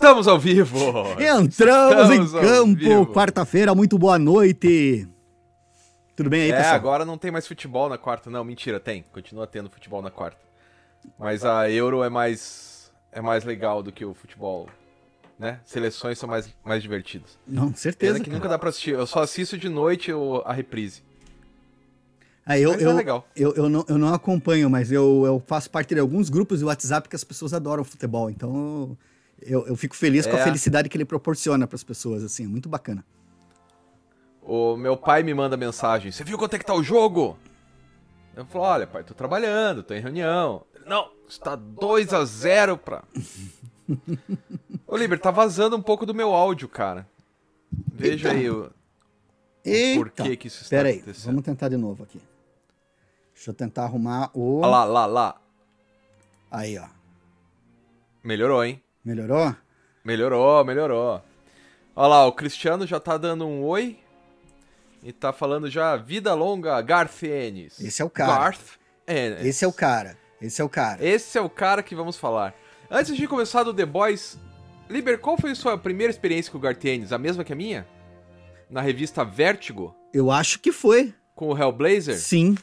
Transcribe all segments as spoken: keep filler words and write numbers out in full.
Estamos ao vivo! Entramos Estamos em campo, vivo. Quarta-feira, muito boa noite. Tudo bem aí, É, pessoal? agora não tem mais futebol na quarta. Não, mentira, tem. Continua tendo futebol na quarta. Mas a Euro é mais, é mais legal do que o futebol, né? Seleções são mais, mais divertidas. Não, certeza. Pena que nunca dá pra assistir. Eu só assisto de noite o- a reprise. Ah, eu, Mas é eu, legal. Eu, eu, não, eu não acompanho, mas eu, eu faço parte de alguns grupos de WhatsApp que as pessoas adoram futebol. Então eu, eu fico feliz com a É. felicidade que ele proporciona para as pessoas. Assim, é muito bacana. O meu pai me manda mensagem. Você viu quanto é que tá o jogo? Eu falo, olha, pai, tô trabalhando, tô em reunião. Ele, não, está dois a zero pra... Ô, Liber, tá vazando um pouco do meu áudio, cara. Veja Eita. aí o Eita. por que que isso está Pera aí, acontecendo. vamos tentar de novo aqui. Deixa eu tentar arrumar o... Olha lá, lá, lá. Aí, ó. Melhorou, hein? Melhorou? Melhorou, melhorou. Olha lá, o Cristiano já tá dando um oi. E tá falando já, vida longa, Garth Ennis. Esse é o cara. Garth Ennis. Esse é o cara. Esse é o cara. Esse é o cara que vamos falar. Antes de começar do The Boys, Liber, qual foi a sua primeira experiência com o Garth Ennis? A mesma que a minha? Na revista Vertigo? Eu acho que foi. Com o Hellblazer? Sim.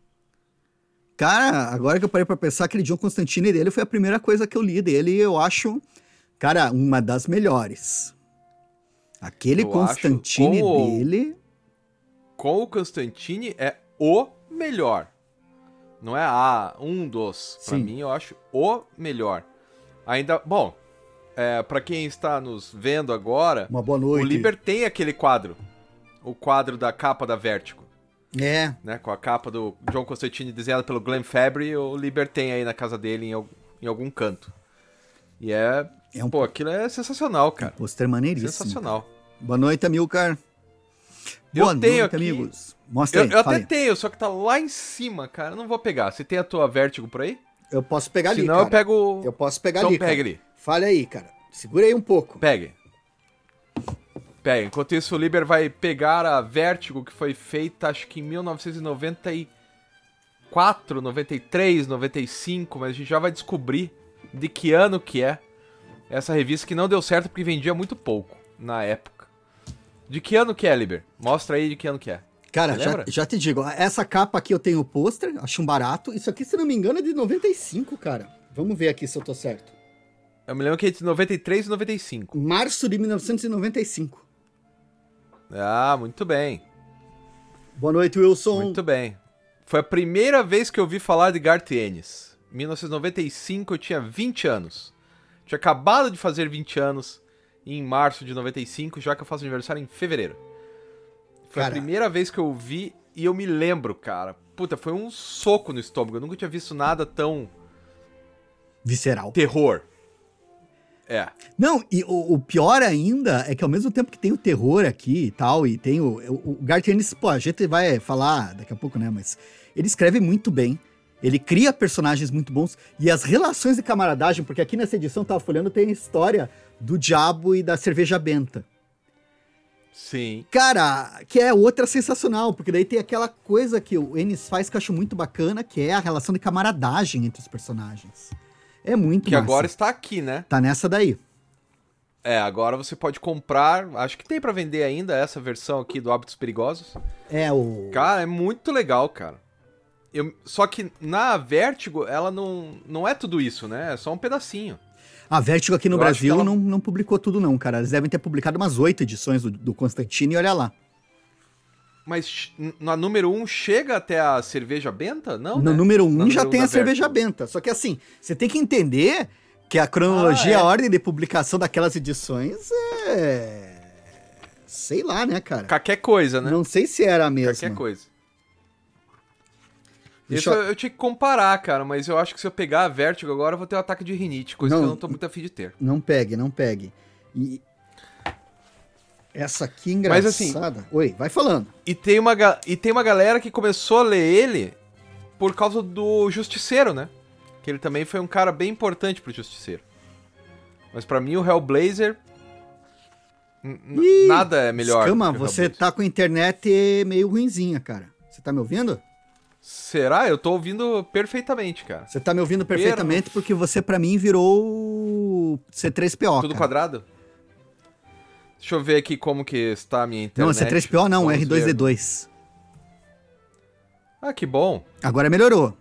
Cara, agora que eu parei pra pensar, aquele John Constantine dele foi a primeira coisa que eu li dele e eu acho, cara, uma das melhores. Aquele Eu Constantine acho, com o- dele... Com o Constantine é o melhor. Não é a um dos. Pra Sim. mim, eu acho o melhor. Ainda, bom, é, para quem está nos vendo agora, Uma boa o noite. Liber tem aquele quadro. O quadro da capa da Vertigo. É, Né, com a capa do John Constantine desenhada pelo Glenn Fabry, o Liber tem aí na casa dele em, al- em algum canto. E é... É um- Pô, aquilo é sensacional, cara. pôster maneiríssimo. Sensacional. Boa noite, Amilcar. Eu Boa tenho noite, aqui- amigos. Mostra Eu, aí, eu fala até aí. tenho, só que tá lá em cima, cara. Eu não vou pegar. Você tem a tua Vertigo por aí? Eu posso pegar ali, Senão cara. eu pego... Eu posso pegar Então ali, pega cara. ali. Fale aí, cara. Segura aí um pouco. Pegue. Pegue. Enquanto isso, o Liber vai pegar a Vertigo, que foi feita, acho que em mil novecentos e noventa e quatro, noventa e três, noventa e cinco, mas a gente já vai descobrir de que ano que é essa revista, que não deu certo porque vendia muito pouco na época. De que ano que é, Liber? Mostra aí de que ano que é. Cara, Você já, lembra? já te digo, essa capa aqui eu tenho o pôster, acho um barato. Isso aqui, se não me engano, é de noventa e cinco, cara. Vamos ver aqui se eu tô certo. Eu me lembro que é de noventa e três e noventa e cinco. Março de mil novecentos e noventa e cinco. Ah, muito bem. Boa noite, Wilson. Muito bem. Foi a primeira vez que eu ouvi falar de Garth Ennis. Em mil novecentos e noventa e cinco eu tinha vinte anos. Tinha acabado de fazer vinte anos em março de noventa e cinco, já que eu faço aniversário em fevereiro. Foi Cara. a primeira vez que eu vi e eu me lembro, cara. Puta, foi um soco no estômago. Eu nunca tinha visto nada tão Visceral. terror. É. Não, e o, o pior ainda é que ao mesmo tempo que tem o terror aqui e tal, e tem o, o, o Garth Ennis, pô, a gente vai falar daqui a pouco, né, mas ele escreve muito bem, ele cria personagens muito bons, e as relações de camaradagem, porque aqui nessa edição, tava folhando, tem a história do diabo e da cerveja benta. Sim. Cara, que é outra sensacional, porque daí tem aquela coisa que o Ennis faz que eu acho muito bacana, que é a relação de camaradagem entre os personagens. É muito Que massa. agora está aqui, né? Tá nessa daí. É, agora você pode comprar. Acho que tem pra vender ainda essa versão aqui do Hábitos Perigosos. É o... Cara, é muito legal, cara. Eu, só que na Vertigo, ela não, não é tudo isso, né? É só um pedacinho. A Vertigo aqui no Eu acho Brasil que ela- não, não publicou tudo não, cara. Eles devem ter publicado umas oito edições do, do Constantine e olha lá. Mas n- na número um chega até a cerveja benta? Não, No né? número um Na já número tem da a cerveja Vertigo. benta. Só que assim, você tem que entender que a cronologia, Ah, é. a ordem de publicação daquelas edições é... Sei lá, né, cara? Qualquer coisa, né? Não sei se era a mesma. Qualquer coisa. Deixa Isso eu- eu... eu tinha que comparar, cara, mas eu acho que se eu pegar a Vertigo agora, eu vou ter um ataque de rinite, coisa Não. que eu não tô muito afim de ter. Não pegue, não pegue. E... Essa aqui é Mas, assim- engraçada. Oi, vai falando. E tem, uma, ga- e tem uma galera que começou a ler ele por causa do Justiceiro, né? Que ele também foi um cara bem importante pro Justiceiro. Mas pra mim o Hellblazer... n- n- Ih, nada é melhor. Escama, do que o você Hellblazer. tá com a internet meio ruinzinha, cara. Você tá me ouvindo? Será? Eu tô ouvindo perfeitamente, cara. Você tá me ouvindo perfeitamente porque você, pra mim, virou o C três P O. Tudo cara. quadrado? Deixa eu ver aqui como que está a minha internet. Não, C três P O não, Vamos R dois D ver. dois. Ah, que bom. Agora melhorou.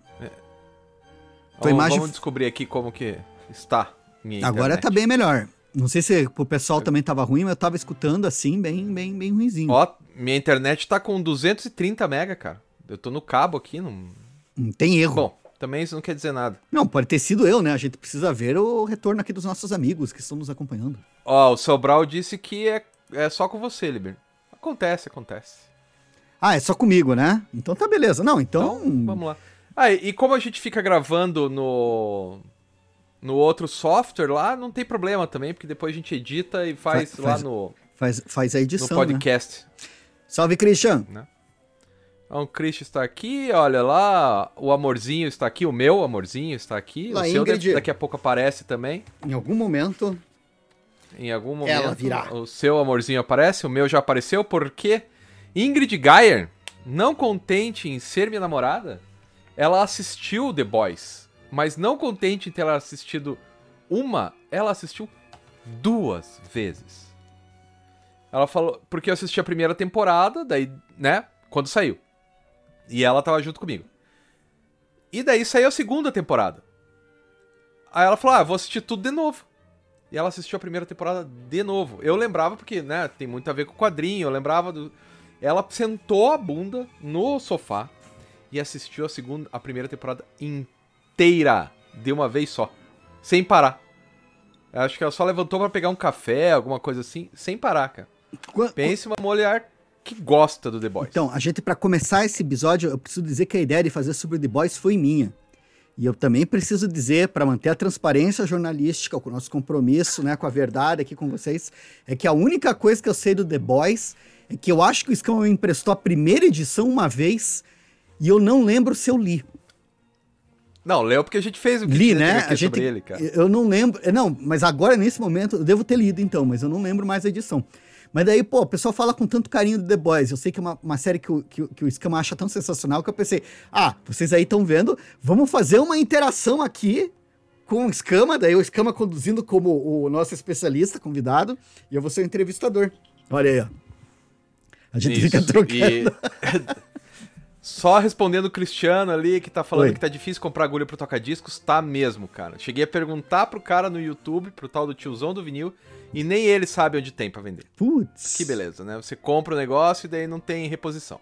Tua Vamos, imagem- vamos descobrir aqui como que está minha Agora internet. tá bem melhor. Não sei se pro pessoal também tava ruim, mas eu tava escutando assim, bem, bem, bem ruinzinho. Ó, minha internet tá com duzentos e trinta mega, cara. Eu tô no cabo aqui, não... Não tem erro. Bom, também isso não quer dizer nada. Não, pode ter sido eu, né? A gente precisa ver o retorno aqui dos nossos amigos que estão nos acompanhando. Ó, o Sobral disse que é, é só com você, Liber. Acontece, acontece. Ah, é só comigo, né? Então tá beleza. Não, então... Então, vamos lá. Ah, e e como a gente fica gravando no no outro software lá, não tem problema também, porque depois a gente edita e faz, Fa- lá faz- no, Faz, faz a no edição, né? podcast. Salve, Christian. Então, o Christian está aqui, olha lá, o Amorzinho está aqui, o meu Amorzinho está aqui. Lá, o seu Ingrid. deve- daqui a pouco aparece também. Em algum momento... Em algum momento. Ela virá. O seu Amorzinho aparece, o meu já apareceu, porque Ingrid Geyer, não contente em ser minha namorada, ela assistiu The Boys. Mas não contente em ter ela assistido uma, ela assistiu duas vezes. Ela falou, porque eu assisti a primeira temporada, daí, né, quando saiu. E ela tava junto comigo. E daí saiu a segunda temporada. Aí ela falou, ah, vou assistir tudo de novo. E ela assistiu a primeira temporada de novo. Eu lembrava, porque, né, tem muito a ver com o quadrinho, eu lembrava do... Ela sentou a bunda no sofá e assistiu a segunda, a primeira temporada inteira, de uma vez só, sem parar. Eu acho que ela só levantou pra pegar um café, alguma coisa assim, sem parar, cara. Qua- Pense uma mulher que gosta do The Boys. Então, a gente, pra começar esse episódio, eu preciso dizer que a ideia de fazer sobre The Boys foi minha. E eu também preciso dizer, para manter a transparência jornalística, o nosso compromisso, né, com a verdade aqui com vocês, é que a única coisa que eu sei do The Boys é que eu acho que o Escama me emprestou a primeira edição uma vez e eu não lembro se eu li. Não, leu porque a gente fez o que Li, tinha né? aqui A gente, sobre ele, cara. eu não lembro, não, mas agora nesse momento eu devo ter lido então, mas eu não lembro mais a edição. Mas daí, pô, o pessoal fala com tanto carinho do The Boys. Eu sei que é uma, uma série que o, que, o- que o Escama acha tão sensacional que eu pensei, ah, vocês aí estão vendo, vamos fazer uma interação aqui com o Escama, daí o Escama conduzindo como o nosso especialista convidado, e eu vou ser o entrevistador. Olha aí, ó. A gente Isso, fica trocando. e- Só respondendo o Cristiano ali, que tá falando Oi. que tá difícil comprar agulha pro toca-discos, tá mesmo, cara. Cheguei a perguntar pro cara no YouTube, pro tal do tiozão do vinil, e nem ele sabe onde tem pra vender. Putz. Que beleza, né? Você compra o negócio e daí não tem reposição.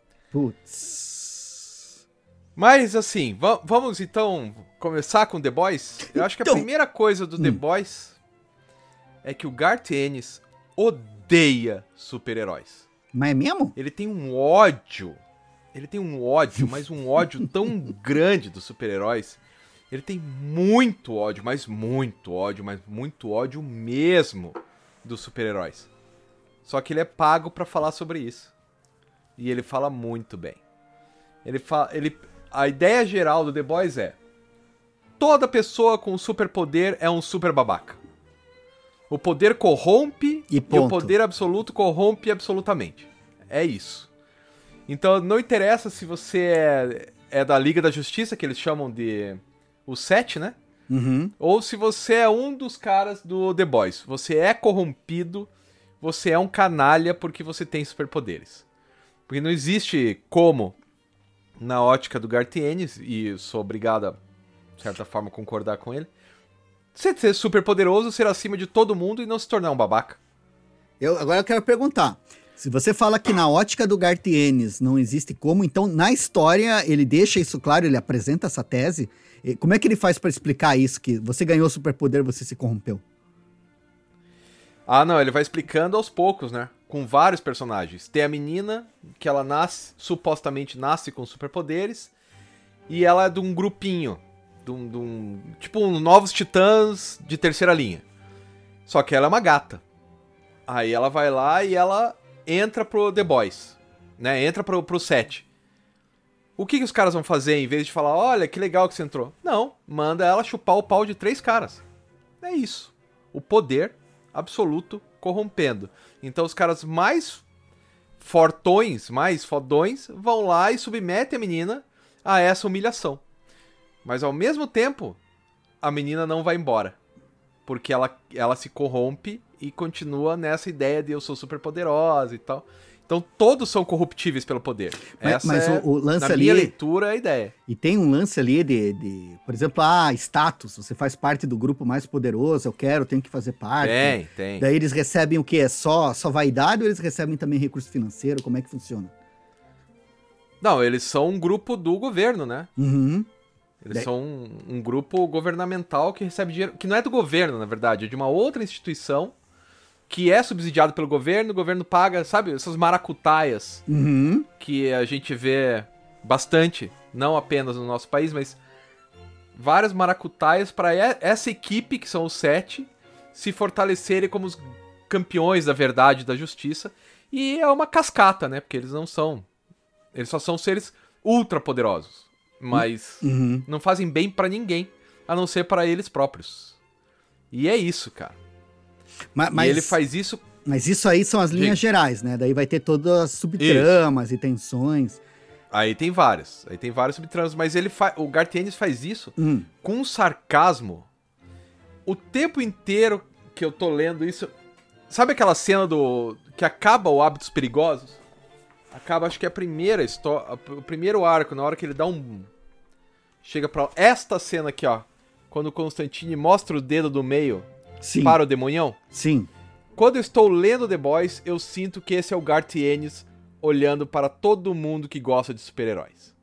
Putz. Mas, assim, va- vamos então começar com The Boys? Eu acho que a Então- primeira coisa do The Hum. Boys é que o Garth Ennis odeia super-heróis. Mas é mesmo? Ele tem um ódio, ele tem um ódio, mas um ódio tão grande dos super-heróis. Ele tem muito ódio, mas muito ódio, mas muito ódio mesmo dos super-heróis. Só que ele é pago pra falar sobre isso. E ele fala muito bem. Ele fala, ele, a ideia geral do The Boys é: toda pessoa com superpoder é um super babaca. O poder corrompe E e, o ponto. poder absoluto corrompe absolutamente. É isso. Então não interessa se você é, é da Liga da Justiça, que eles chamam de o Sete, né? Uhum. Ou se você é um dos caras do The Boys. Você é corrompido, você é um canalha porque você tem superpoderes. Porque não existe como, na ótica do Garth Ennis, e sou obrigado a, de certa forma, concordar com ele, você ser super poderoso, ser acima de todo mundo e não se tornar um babaca. Eu, agora eu quero perguntar. Se você fala que na ótica do Garth Ennis não existe como, então na história ele deixa isso claro, ele apresenta essa tese. E como é que ele faz pra explicar isso, que você ganhou superpoder, você se corrompeu? Ah, não, ele vai explicando aos poucos, né? Com vários personagens. Tem a menina, que ela nasce, supostamente nasce com superpoderes, e ela é de um grupinho, de um, de um, tipo um Novos Titãs de terceira linha. Só que ela é uma gata. Aí ela vai lá e ela entra pro The Boys, né? Entra pro, pro set. O que, que os caras vão fazer em vez de falar, olha, que legal que você entrou? Não, manda ela chupar o pau de três caras. É isso. O poder absoluto corrompendo. Então os caras mais fortões, mais fodões, vão lá e submetem a menina a essa humilhação. Mas ao mesmo tempo, a menina não vai embora. porque ela, ela se corrompe e continua nessa ideia de eu sou super poderosa e tal. Então todos são corruptíveis pelo poder. Mas, Essa mas é, o, o lance na ali, minha leitura, é a ideia. E tem um lance ali de, de, por exemplo, ah, status. Você faz parte do grupo mais poderoso, eu quero, tenho que fazer parte. Tem, tem. Daí eles recebem o quê? É só, só vaidade ou eles recebem também recurso financeiro? Como é que funciona? Não, eles são um grupo do governo, né? Uhum. Eles Daí- são um, um grupo governamental que recebe dinheiro, que não é do governo, na verdade, é de uma outra instituição que é subsidiado pelo governo, o governo paga, sabe, essas maracutaias Uhum. que a gente vê bastante, não apenas no nosso país, mas várias maracutaias para essa equipe, que são os sete, se fortalecerem como os campeões da verdade e da justiça. E é uma cascata, né? Porque eles não são. Eles só são seres ultra poderosos, mas Uhum. não fazem bem pra ninguém, a não ser pra eles próprios. E é isso, cara. Ma- Mas, E ele faz isso. mas isso aí são as linhas Diga. gerais, né? Daí vai ter todas as subtramas e tensões. Aí tem vários. Aí tem vários subtramas, mas ele fa... o Garth Ennis faz isso Hum. com um sarcasmo. O tempo inteiro que eu tô lendo isso. Sabe aquela cena do. Que acaba o Hábitos Perigosos? Acaba, acho que é a primeira história. O primeiro arco, na hora que ele dá um. Chega pra. Esta cena aqui, ó. Quando o Constantine mostra o dedo do meio Sim, para o demonhão. sim. Quando eu estou lendo The Boys, eu sinto que esse é o Garth Ennis olhando para todo mundo que gosta de super-heróis.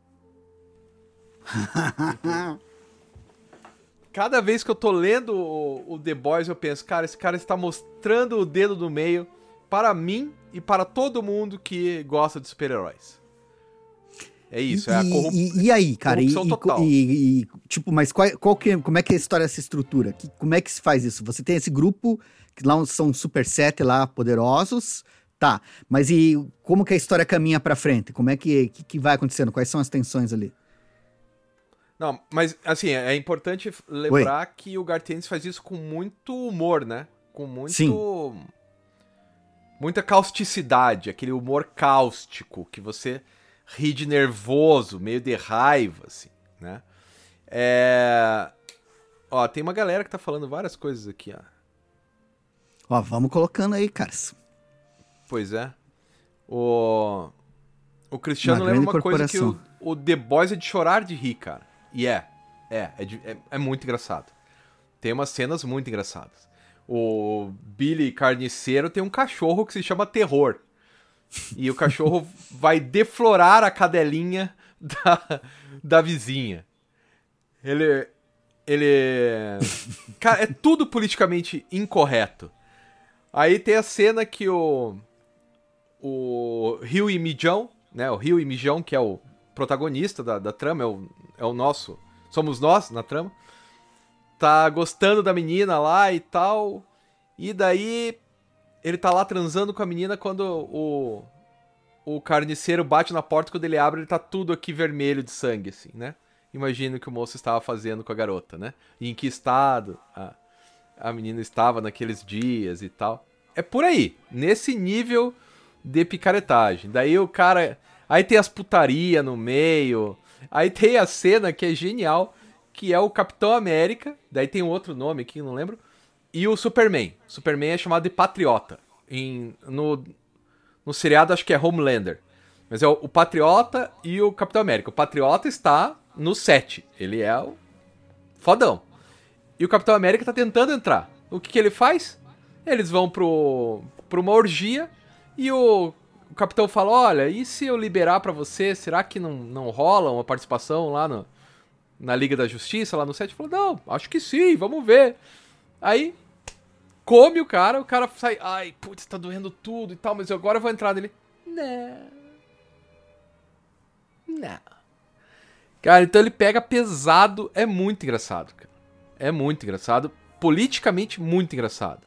Cada vez que eu tô lendo o, o The Boys, eu penso, cara, esse cara está mostrando o dedo do meio para mim e para todo mundo que gosta de super-heróis. É isso, e, é a corrup... e, e aí, cara? E, corrupção e- total. e- e, tipo, mas qual, qual que, como é que a história se estrutura? Que- como é que se faz isso? Você tem esse grupo, que lá são super sete lá, poderosos, tá. Mas e como que a história caminha pra frente? Como é que, que, que vai acontecendo? Quais são as tensões ali? Não, mas assim, é importante lembrar que o Garth Ennis faz isso com muito humor, né? Com muito... Sim. Muita causticidade, aquele humor cáustico que você ri de nervoso, meio de raiva, assim, né? É... Ó, tem uma galera que tá falando várias coisas aqui, ó. Ó, vamos colocando aí, caras. Pois é. O, o Cristiano Uma lembra grande uma coisa que o, corporação. o The Boys é de chorar de rir, cara. E é. É, é, de- é, é muito engraçado. Tem umas cenas muito engraçadas. O Billy Carniceiro tem um cachorro que se chama Terror. E o cachorro vai deflorar a cadelinha da, da vizinha. Ele... Ele... Cara, é tudo politicamente incorreto. Aí tem a cena que o... O Rio e Mijão, né? O Rio e Mijão, que é o protagonista da, da trama, é o, é o nosso... Somos nós na trama. Tá gostando da menina lá e tal. E daí... Ele tá lá transando com a menina quando o... O carniceiro bate na porta, quando ele abre, ele tá tudo aqui vermelho de sangue, assim, né? Imagina o que o moço estava fazendo com a garota, né? E em que estado a, a menina estava naqueles dias e tal. É por aí, nesse nível de picaretagem. Daí o cara... Aí tem as putaria no meio. Aí tem a cena que é genial, que é o Capitão América. Daí tem um outro nome aqui, não lembro. E o Superman. Superman é chamado de Patriota. Em, no, no seriado acho que é Homelander. Mas é o, o Patriota e o Capitão América. O Patriota está no set. Ele é o fodão. E o Capitão América tá tentando entrar. O que, que ele faz? Eles vão pro, pro uma orgia e o, o Capitão fala, olha, e se eu liberar pra você, será que não, não rola uma participação lá no, na Liga da Justiça, lá no set? Ele falou, não, acho que sim, vamos ver. Aí, come o cara, o cara sai, ai, putz, tá doendo tudo e tal, mas eu agora vou entrar nele. Não. Não. Cara, então ele pega pesado, é muito engraçado, cara. É muito engraçado, politicamente muito engraçado.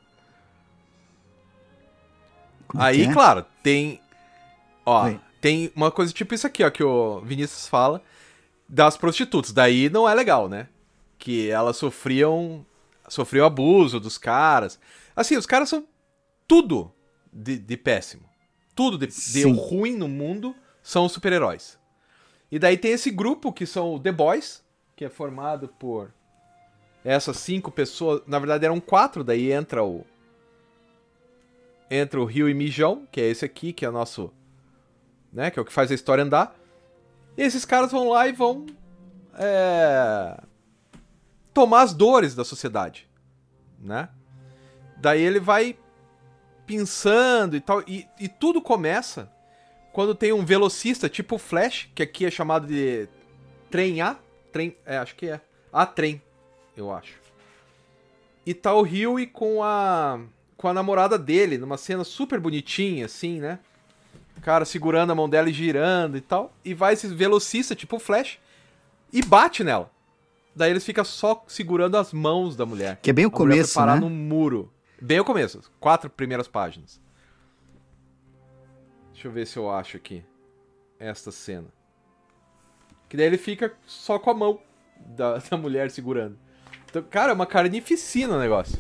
Como é Aí, que é? claro, tem... Ó, Oi. tem uma coisa tipo isso aqui, ó, que o Vinícius fala das prostitutas. Daí não é legal, né? Que elas sofriam... Sofriam abuso dos caras. Assim, os caras são tudo de, de péssimo. Tudo de, de Sim. ruim no mundo são os super-heróis. E daí tem esse grupo que são o The Boys, que é formado por essas cinco pessoas, na verdade eram quatro, daí entra o entra o Rio e Mijão, que é esse aqui, que é o nosso, né, que é o que faz a história andar. E esses caras vão lá e vão é, tomar as dores da sociedade, né? Daí ele vai pensando e tal, e, e tudo começa quando tem um velocista tipo Flash, que aqui é chamado de Trem A, trem, é, acho que é A-Trem, eu acho. E tá o Rio com a com a namorada dele, numa cena super bonitinha, assim, né? O cara segurando a mão dela e girando e tal. E vai esse velocista, tipo Flash, e bate nela. Daí eles ficam só segurando as mãos da mulher. Que é bem o a começo, começo, né? Parar num muro. Bem o começo. Quatro primeiras páginas. Deixa eu ver se eu acho aqui. Esta cena. Que daí ele fica só com a mão da, da mulher segurando. Então, cara, é uma carnificina o negócio.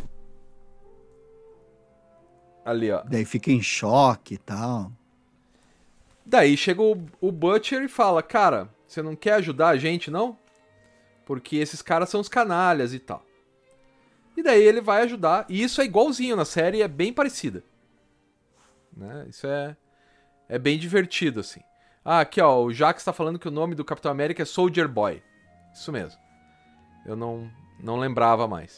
Ali, ó. Daí fica em choque e tal. Daí chega o, o Butcher e fala, cara, você não quer ajudar a gente, não? Porque esses caras são os canalhas e tal. E daí ele vai ajudar. E isso é igualzinho na série, é bem parecida. Né? Isso é, é bem divertido, assim. Ah, aqui, ó, o Jax tá falando que o nome do Capitão América é Soldier Boy. Isso mesmo. Eu não, não lembrava mais.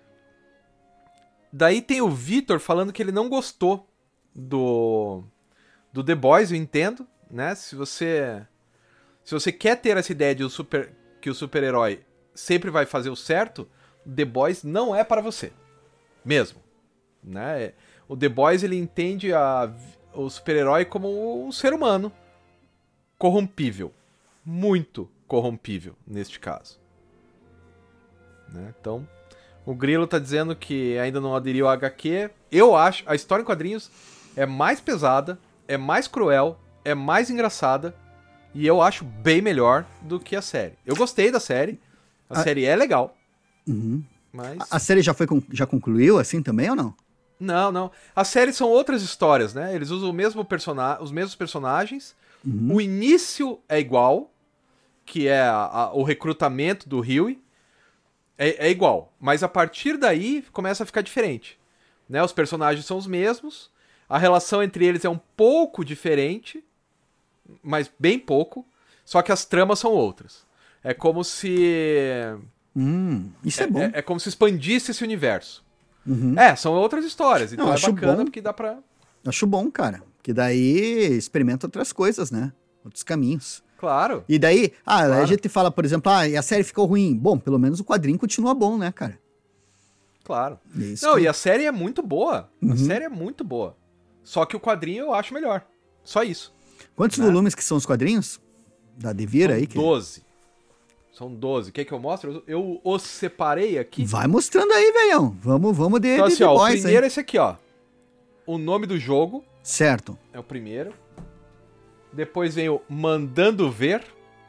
Daí tem o Victor falando que ele não gostou do, do The Boys, eu entendo, né? Se você, se você quer ter essa ideia de o super, que o super-herói sempre vai fazer o certo, The Boys não é para você. Mesmo. Né? O The Boys, ele entende a, o super-herói como um ser humano corrompível. Muito corrompível, neste caso. Né? Então... O Grilo tá dizendo que ainda não aderiu ao H Q. Eu acho, a história em quadrinhos é mais pesada, é mais cruel, é mais engraçada, e eu acho bem melhor do que a série. Eu gostei da série, a, a... série é legal, uhum. mas... A, a série já, foi, já concluiu assim também ou não? Não, não. As séries são outras histórias, né? Eles usam o mesmo persona... os mesmos personagens, uhum. O início é igual, que é a, a, o recrutamento do Huey. É, é igual, mas a partir daí começa a ficar diferente, né? Os personagens são os mesmos, a relação entre eles é um pouco diferente, mas bem pouco, só que as tramas são outras. É como se... Hum, isso é, é bom. É, é como se expandisse esse universo. Uhum. É, são outras histórias, então Não, é acho bacana bom. porque dá pra... Acho bom, cara, que daí experimenta outras coisas, né? Outros caminhos. Claro. E daí, ah, claro. a gente fala, por exemplo, ah, e a série ficou ruim. Bom, pelo menos o quadrinho continua bom, né, cara? Claro. Isso Não, que... e a série é muito boa. Uhum. A série é muito boa. Só que o quadrinho eu acho melhor. Só isso. Quantos né? volumes que são os quadrinhos? Da Devira aí? Que... doze. São doze. Quer que eu mostre? Eu, eu os separei aqui. Vai mostrando aí, velhão. Vamos, vamos de, então, de assim, The ó, Boys, o primeiro hein? é esse aqui, ó. O nome do jogo. Certo. É o primeiro. Depois vem o Mandando Ver.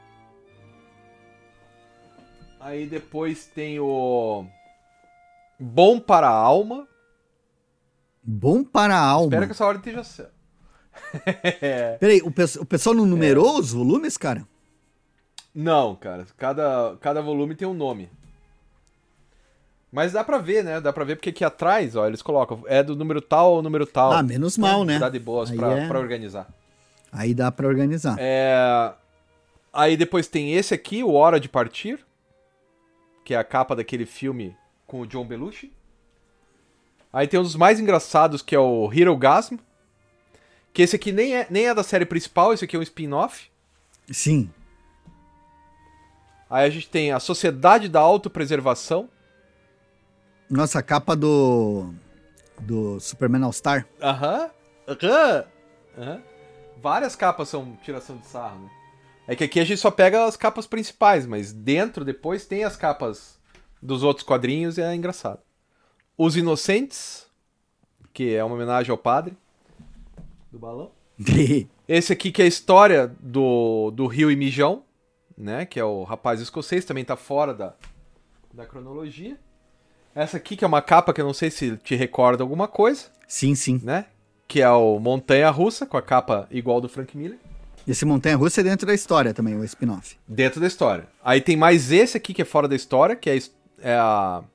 Aí depois tem o Bom para a Alma. Bom para a Alma. Espero que essa ordem esteja certa. Peraí, o, pe o pessoal não numerou é. os volumes, cara? Não, cara. Cada, cada volume tem um nome. Mas dá pra ver, né? Dá pra ver porque aqui atrás, ó, eles colocam é do número tal ou número tal. Ah, menos mal, né? Dá de boas pra, é... pra organizar. Aí dá pra organizar. É... Aí depois tem esse aqui, o Hora de Partir. Que é a capa daquele filme com o John Belushi. Aí tem um dos mais engraçados, que é o Hero Gasm. Que esse aqui nem é, nem é da série principal, esse aqui é um spin-off. Sim. Aí a gente tem a Sociedade da Autopreservação. Nossa, a capa do... do Superman All-Star. Aham. Aham. Aham. Várias capas são tiração de sarro, né? É que aqui a gente só pega as capas principais, mas dentro depois tem as capas dos outros quadrinhos e é engraçado. Os Inocentes, que é uma homenagem ao padre do balão. Esse aqui que é a história do, do Rio e Mijão, né? Que é o rapaz escocês, também tá fora da, da cronologia. Essa aqui que é uma capa que eu não sei se te recorda alguma coisa. Sim, sim. Né? Que é o Montanha Russa, com a capa igual do Frank Miller. Esse Montanha Russa é dentro da história também, o spin-off. Dentro da história. Aí tem mais esse aqui que é fora da história, que é, é a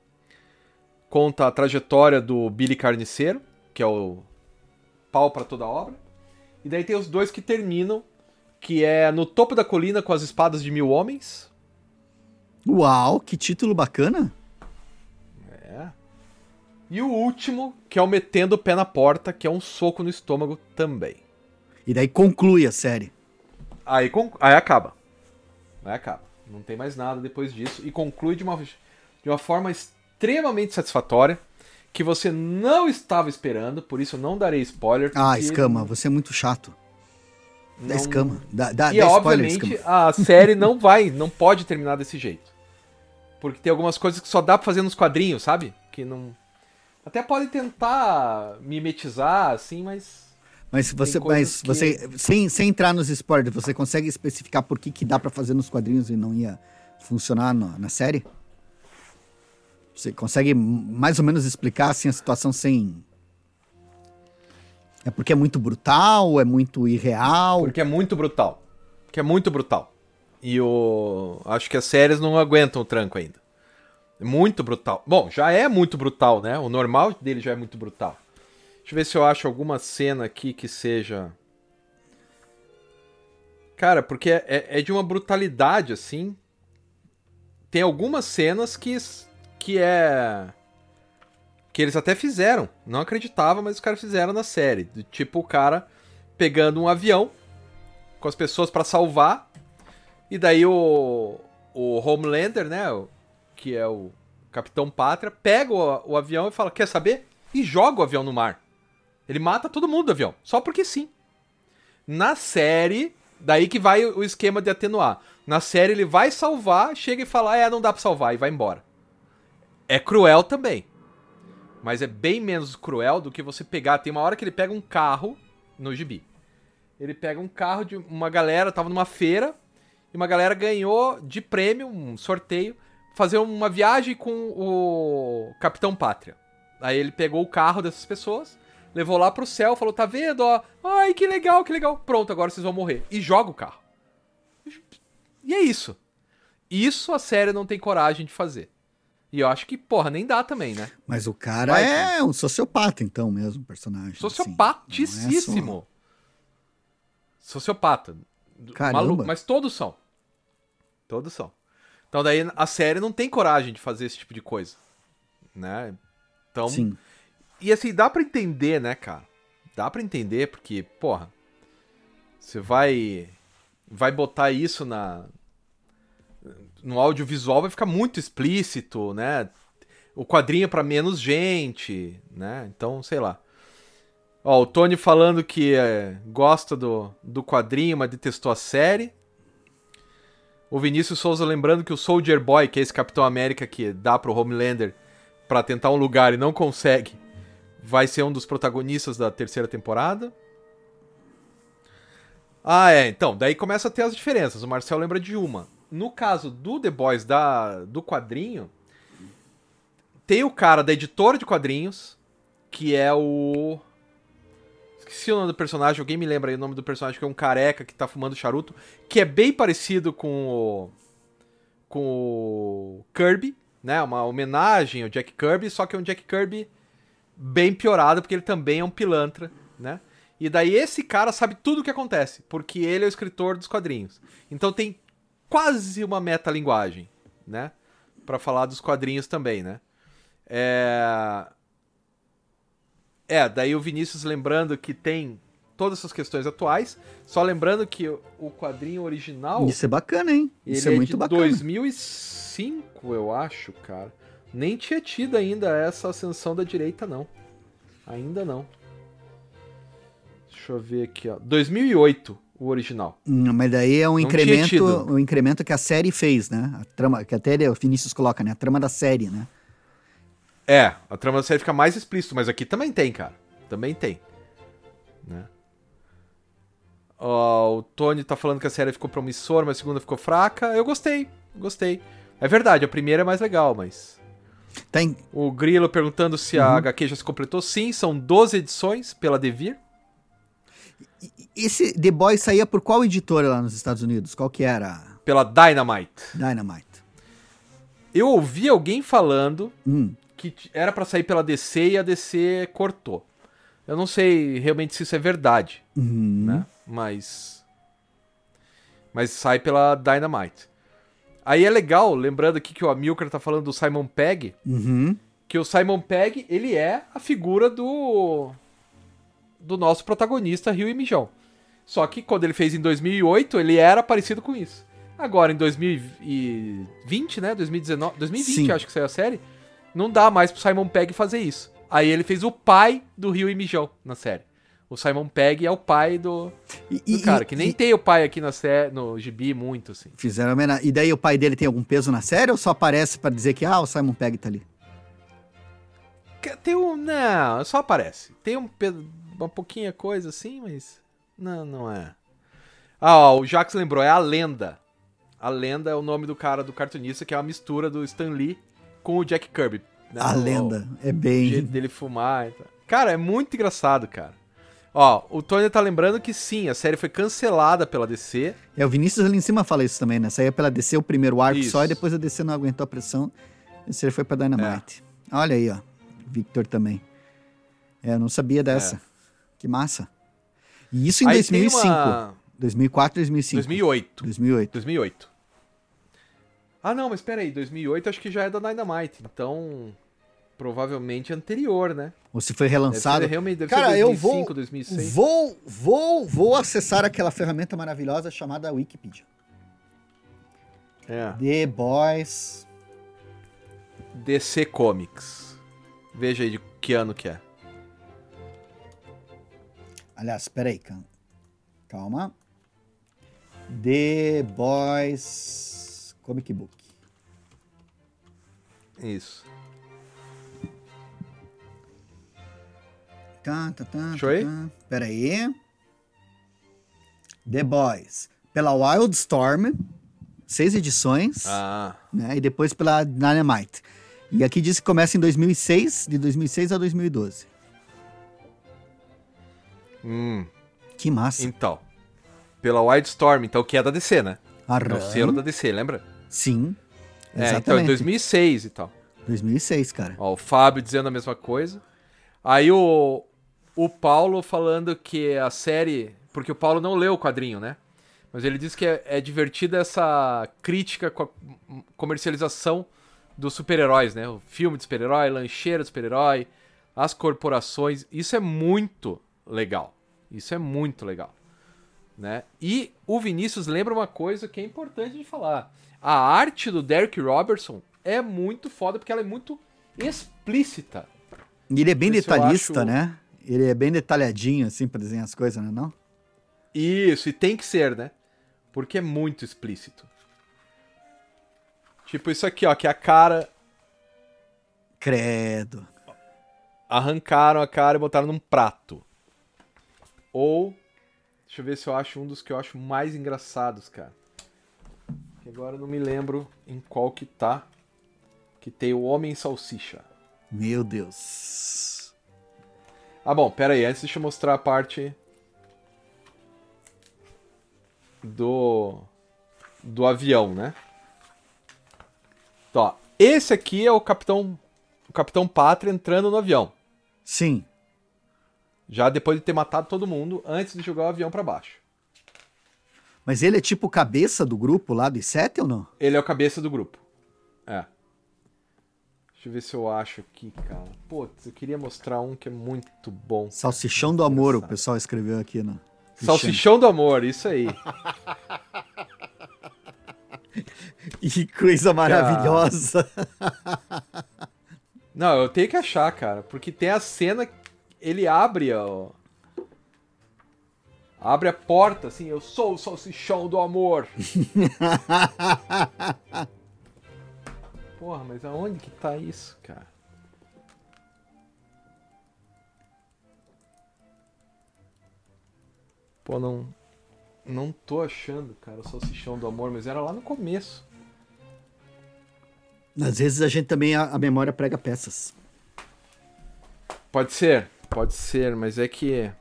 conta a trajetória do Billy Carniceiro, que é o pau pra toda a obra. E daí tem os dois que terminam, que é No Topo da Colina com as Espadas de Mil Homens. Uau, que título bacana. É. E o último, que é o Metendo o Pé na Porta, que é um soco no estômago também. E daí conclui a série. Aí, conc... Aí acaba. Aí acaba. Não tem mais nada depois disso. E conclui de uma, de uma forma extremamente satisfatória, que você não estava esperando, por isso eu não darei spoiler. Ah, Escama, você é muito chato. Dá não... escama. Dá, dá, e dá obviamente spoiler, Escama. A série não vai, não pode terminar desse jeito. Porque tem algumas coisas que só dá pra fazer nos quadrinhos, sabe? Que não... Até podem tentar mimetizar, assim, mas... Mas você, mas que... você sem, sem entrar nos spoilers, você consegue especificar por que, que dá pra fazer nos quadrinhos e não ia funcionar no, na série? Você consegue mais ou menos explicar assim a situação sem... É porque é muito brutal, é muito irreal? Porque é muito brutal. Porque é muito brutal. E o... acho que as séries não aguentam o tranco ainda. É muito brutal. Bom, já é muito brutal, né? O normal dele já é muito brutal. Deixa eu ver se eu acho alguma cena aqui que seja... Cara, porque é, é, é de uma brutalidade, assim. Tem algumas cenas que, que é... que eles até fizeram. Não acreditava, mas os caras fizeram na série. Do tipo o cara pegando um avião com as pessoas pra salvar. E daí o, o Homelander, né? Que é o Capitão Pátria, pega o, o avião e fala, quer saber? E joga o avião no mar. Ele mata todo mundo do avião, só porque sim. Na série, daí que vai o esquema de atenuar. Na série ele vai salvar, chega e fala, ah, é, não dá pra salvar, e vai embora. É cruel também. Mas é bem menos cruel do que você pegar... Tem uma hora que ele pega um carro no gibi. Ele pega um carro de uma galera, tava numa feira, e uma galera ganhou de prêmio, um sorteio, fazer uma viagem com o Capitão Pátria. Aí ele pegou o carro dessas pessoas, levou lá pro céu, falou, tá vendo, ó, ai, que legal, que legal, pronto, agora vocês vão morrer. E joga o carro. E é isso. Isso a série não tem coragem de fazer. E eu acho que, porra, nem dá também, né? Mas o cara Vai, é cara. um sociopata, então, mesmo, personagem. Sociopaticíssimo. Assim. Sociopata. Caramba. Maluco, mas todos são. Todos são. Então daí a série não tem coragem de fazer esse tipo de coisa. Né? Então... Sim. E assim, dá pra entender, né, cara? Dá pra entender, porque, porra, você vai vai botar isso na no audiovisual, vai ficar muito explícito, né? O quadrinho é pra menos gente, né? Então, sei lá. Ó, o Tony falando que é, gosta do, do quadrinho, mas detestou a série. O Vinícius Souza lembrando que o Soldier Boy, que é esse Capitão América que dá pro Homelander pra tentar um lugar e não consegue, vai ser um dos protagonistas da terceira temporada. Ah, é. Então, daí começa a ter as diferenças. O Marcel lembra de uma. No caso do The Boys, da, do quadrinho, tem o cara da editora de quadrinhos, que é o... Esqueci o nome do personagem. Alguém me lembra aí o nome do personagem, que é um careca que tá fumando charuto, que é bem parecido com o... com o Kirby, né? Uma homenagem ao Jack Kirby, só que é um Jack Kirby bem piorado, porque ele também é um pilantra, né? E daí esse cara sabe tudo o que acontece, porque ele é o escritor dos quadrinhos. Então tem quase uma metalinguagem, né? Pra falar dos quadrinhos também, né? É... É, daí o Vinícius lembrando que tem todas essas questões atuais, só lembrando que o quadrinho original... Isso é bacana, hein? Isso é, é muito de bacana. dois mil e cinco, eu acho, cara. Nem tinha tido ainda essa ascensão da direita, não. Ainda não. Deixa eu ver aqui, ó. dois mil e oito, o original. Hum, mas daí é um Não incremento, tinha tido. um incremento que a série fez, né? A trama, que até ele, o Vinícius coloca, né? A trama da série, né? É, a trama da série fica mais explícita, mas aqui também tem, cara. Também tem. Né? Ó, o Tony tá falando que a série ficou promissora, mas a segunda ficou fraca. Eu gostei, gostei. É verdade, a primeira é mais legal, mas... Tem... O Grilo perguntando se Uhum. a agá quê já se completou. Sim, são doze edições pela Devir. Esse The Boys saía por qual editora lá nos Estados Unidos? Qual que era? Pela Dynamite. Dynamite. Eu ouvi alguém falando Hum. que era pra sair pela D C e a D C cortou. Eu não sei realmente se isso é verdade, Uhum. né? Mas... Mas sai pela Dynamite. Aí é legal, lembrando aqui que o Amilcar tá falando do Simon Pegg, Uhum. que o Simon Pegg, ele é a figura do... do nosso protagonista, Rio e Mijão. Só que quando ele fez em dois mil e oito, ele era parecido com isso. Agora, em dois mil e vinte, né? dois mil e dezenove, dois mil e vinte, Sim. acho que saiu a série. Não dá mais pro Simon Pegg fazer isso. Aí ele fez o pai do Rio e Mijão na série. O Simon Pegg é o pai do, E, do e- cara, que nem e- tem o pai aqui na série, no gibi muito, assim. Fizeram homenagem. E daí o pai dele tem algum peso na série ou só aparece pra dizer que, ah, o Simon Pegg tá ali? Tem um... Não, só aparece. Tem um, pe- uma pouquinha coisa assim, mas... Não, não é. Ah, ó, o Jax lembrou, é a Lenda. A Lenda é o nome do cara, do cartunista, que é uma mistura do Stan Lee com o Jack Kirby. Né? A O- lenda. É O bem. jeito dele fumar e tal. Cara, é muito engraçado, cara. Ó, o Tony tá lembrando que sim, a série foi cancelada pela D C. É, o Vinícius ali em cima fala isso também, né? Saía pela D C o primeiro arco Isso. só e depois a D C não aguentou a pressão. E ele foi pra Dynamite. Olha aí, ó. Victor também. É, eu não sabia dessa. É. Que massa. E isso em Aí dois mil e cinco. tem uma... dois mil e quatro, dois mil e cinco. dois mil e oito. dois mil e oito. dois mil e oito. Ah, não, mas pera aí, dois mil e oito acho que já é da Dynamite. Então, provavelmente anterior, né? Ou se foi Deve relançado. ser, realmente, deve Cara, ser eu dois mil e vou, cinco, dois mil e seis. vou, vou, vou acessar aquela ferramenta maravilhosa chamada Wikipedia. É. The Boys. D C Comics. Veja aí de que ano que é. Aliás, peraí, calma. Calma. The Boys Comic Book. Isso. Tá, tá, tá, Deixa eu tá, ir. tá. Peraí. The Boys. Pela Wildstorm. Seis edições. Ah, Né? E depois pela Dynamite. E aqui diz que começa em dois mil e seis, de dois mil e seis a dois mil e doze. hum. Que massa. Então. Pela Wildstorm, então, que é da D C, né? É Arran. o selo da D C, lembra? Sim. É, Exatamente. então, em dois mil e seis e tal. dois mil e seis, cara. Ó, o Fábio dizendo a mesma coisa. Aí o, o Paulo falando que a série... Porque o Paulo não leu o quadrinho, né? Mas ele diz que é, é divertida essa crítica com a comercialização dos super-heróis, né? O filme de super-herói, lancheira de super-herói, as corporações. Isso é muito legal. Isso é muito legal. Né? E o Vinícius lembra uma coisa que é importante de falar. A arte do Derek Robertson é muito foda, porque ela é muito explícita. E ele é bem Esse eu detalhista, acho- né? Ele é bem detalhadinho, assim, pra desenhar as coisas, né? Não? Isso, e tem que ser, né? Porque é muito explícito. Tipo isso aqui, ó, que é a cara... Credo. Arrancaram a cara e botaram num prato. Ou... Deixa eu ver se eu acho um dos que eu acho mais engraçados, cara. Que agora eu não me lembro em qual que tá. Que tem o Homem Salsicha. Meu Deus. Ah, bom, pera aí. Antes deixa eu mostrar a parte... Do... Do avião, né? Então, ó, esse aqui é o Capitão... O Capitão Pátria entrando no avião. Sim. Já depois de ter matado todo mundo, antes de jogar o avião pra baixo. Mas ele é tipo o cabeça do grupo lá do sete ou não? Ele é o cabeça do grupo. É. Deixa eu ver se eu acho aqui, cara. Putz, eu queria mostrar um que é muito bom. cara. Salsichão do amor, o pessoal escreveu aqui, né? Salsichão do amor, isso aí. Que coisa maravilhosa. Não, eu tenho que achar, cara. Porque tem a cena... Ele abre, ó... Abre a porta, assim. Eu sou o salsichão do amor. Porra, mas aonde que tá isso, cara? Pô, não... Não tô achando, cara, o salsichão do amor. Mas era lá no começo. Às vezes a gente também, a, a memória prega peças. Pode ser, pode ser, mas é que...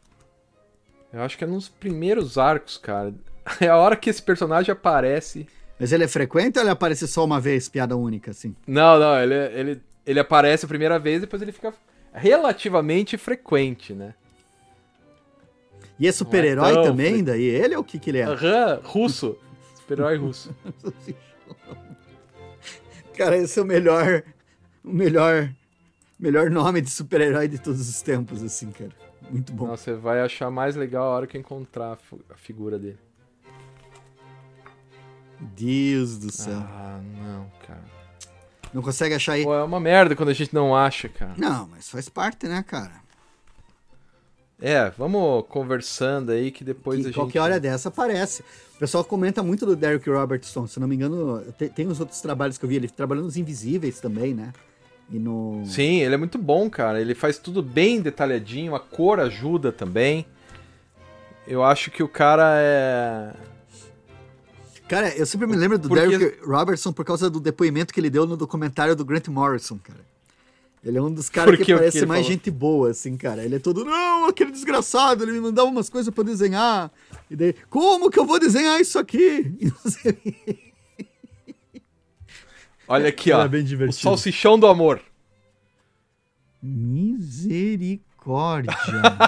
Eu acho que é nos primeiros arcos, cara. É a hora que esse personagem aparece Mas ele é frequente ou ele aparece só uma vez, piada única, assim? Não, não, ele, ele, ele aparece a primeira vez e depois ele fica relativamente frequente, né? E é super-herói Não é tão também, fre- daí? Ele ou o que que ele é? Aham, russo. Super-herói russo. Cara, esse é o melhor, o melhor, melhor nome de super-herói de todos os tempos, assim, cara. Muito bom. Nossa, você vai achar mais legal a hora que encontrar a fu- a figura dele. Deus do céu. Ah, não, cara. Não consegue achar aí? Pô, é uma merda quando a gente não acha, cara. Não, mas faz parte, né, cara? É, vamos conversando aí que depois Que a gente... qualquer hora dessa aparece. O pessoal comenta muito do Derek Robertson, se não me engano, tem, tem os outros trabalhos que eu vi, ele trabalhando nos Invisíveis também, né? E no... Sim, ele é muito bom, cara. Ele faz tudo bem detalhadinho, a cor ajuda também. Eu acho que o cara é... Cara, eu sempre me lembro do Porque- Derek Robertson por causa do depoimento que ele deu no documentário do Grant Morrison, cara. Ele é um dos caras Por que que? O que parece ele mais falou? gente boa, assim, cara. Ele é todo, não, aquele desgraçado, ele me mandava umas coisas pra desenhar. E daí, como que eu vou desenhar isso aqui? E não sei. Olha aqui, Era ó. bem O divertido. salsichão do amor. Misericórdia.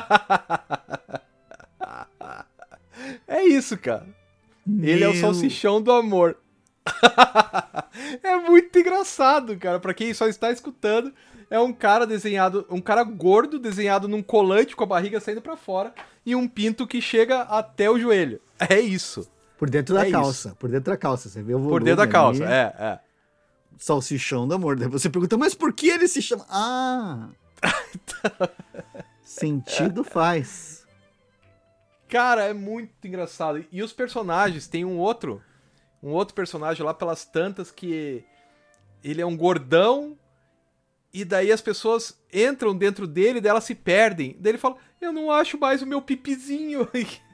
É isso, cara. Ele é o Meu- salsichão do amor. É muito engraçado, cara. Pra quem só está escutando, é um cara desenhado, um cara gordo desenhado num colante com a barriga saindo pra fora e um pinto que chega até o joelho. É isso. Por dentro da É calça. Por dentro da calça. Você vê o volume Por dentro da ali. calça. É, é. Salsichão do amor. Daí você pergunta, mas por que ele se chama... Ah... Sentido faz. Cara, é muito engraçado. E os personagens, tem um outro, um outro personagem lá pelas tantas que ele é um gordão e daí as pessoas entram dentro dele e daí elas se perdem. Daí ele fala, eu não acho mais o meu pipizinho.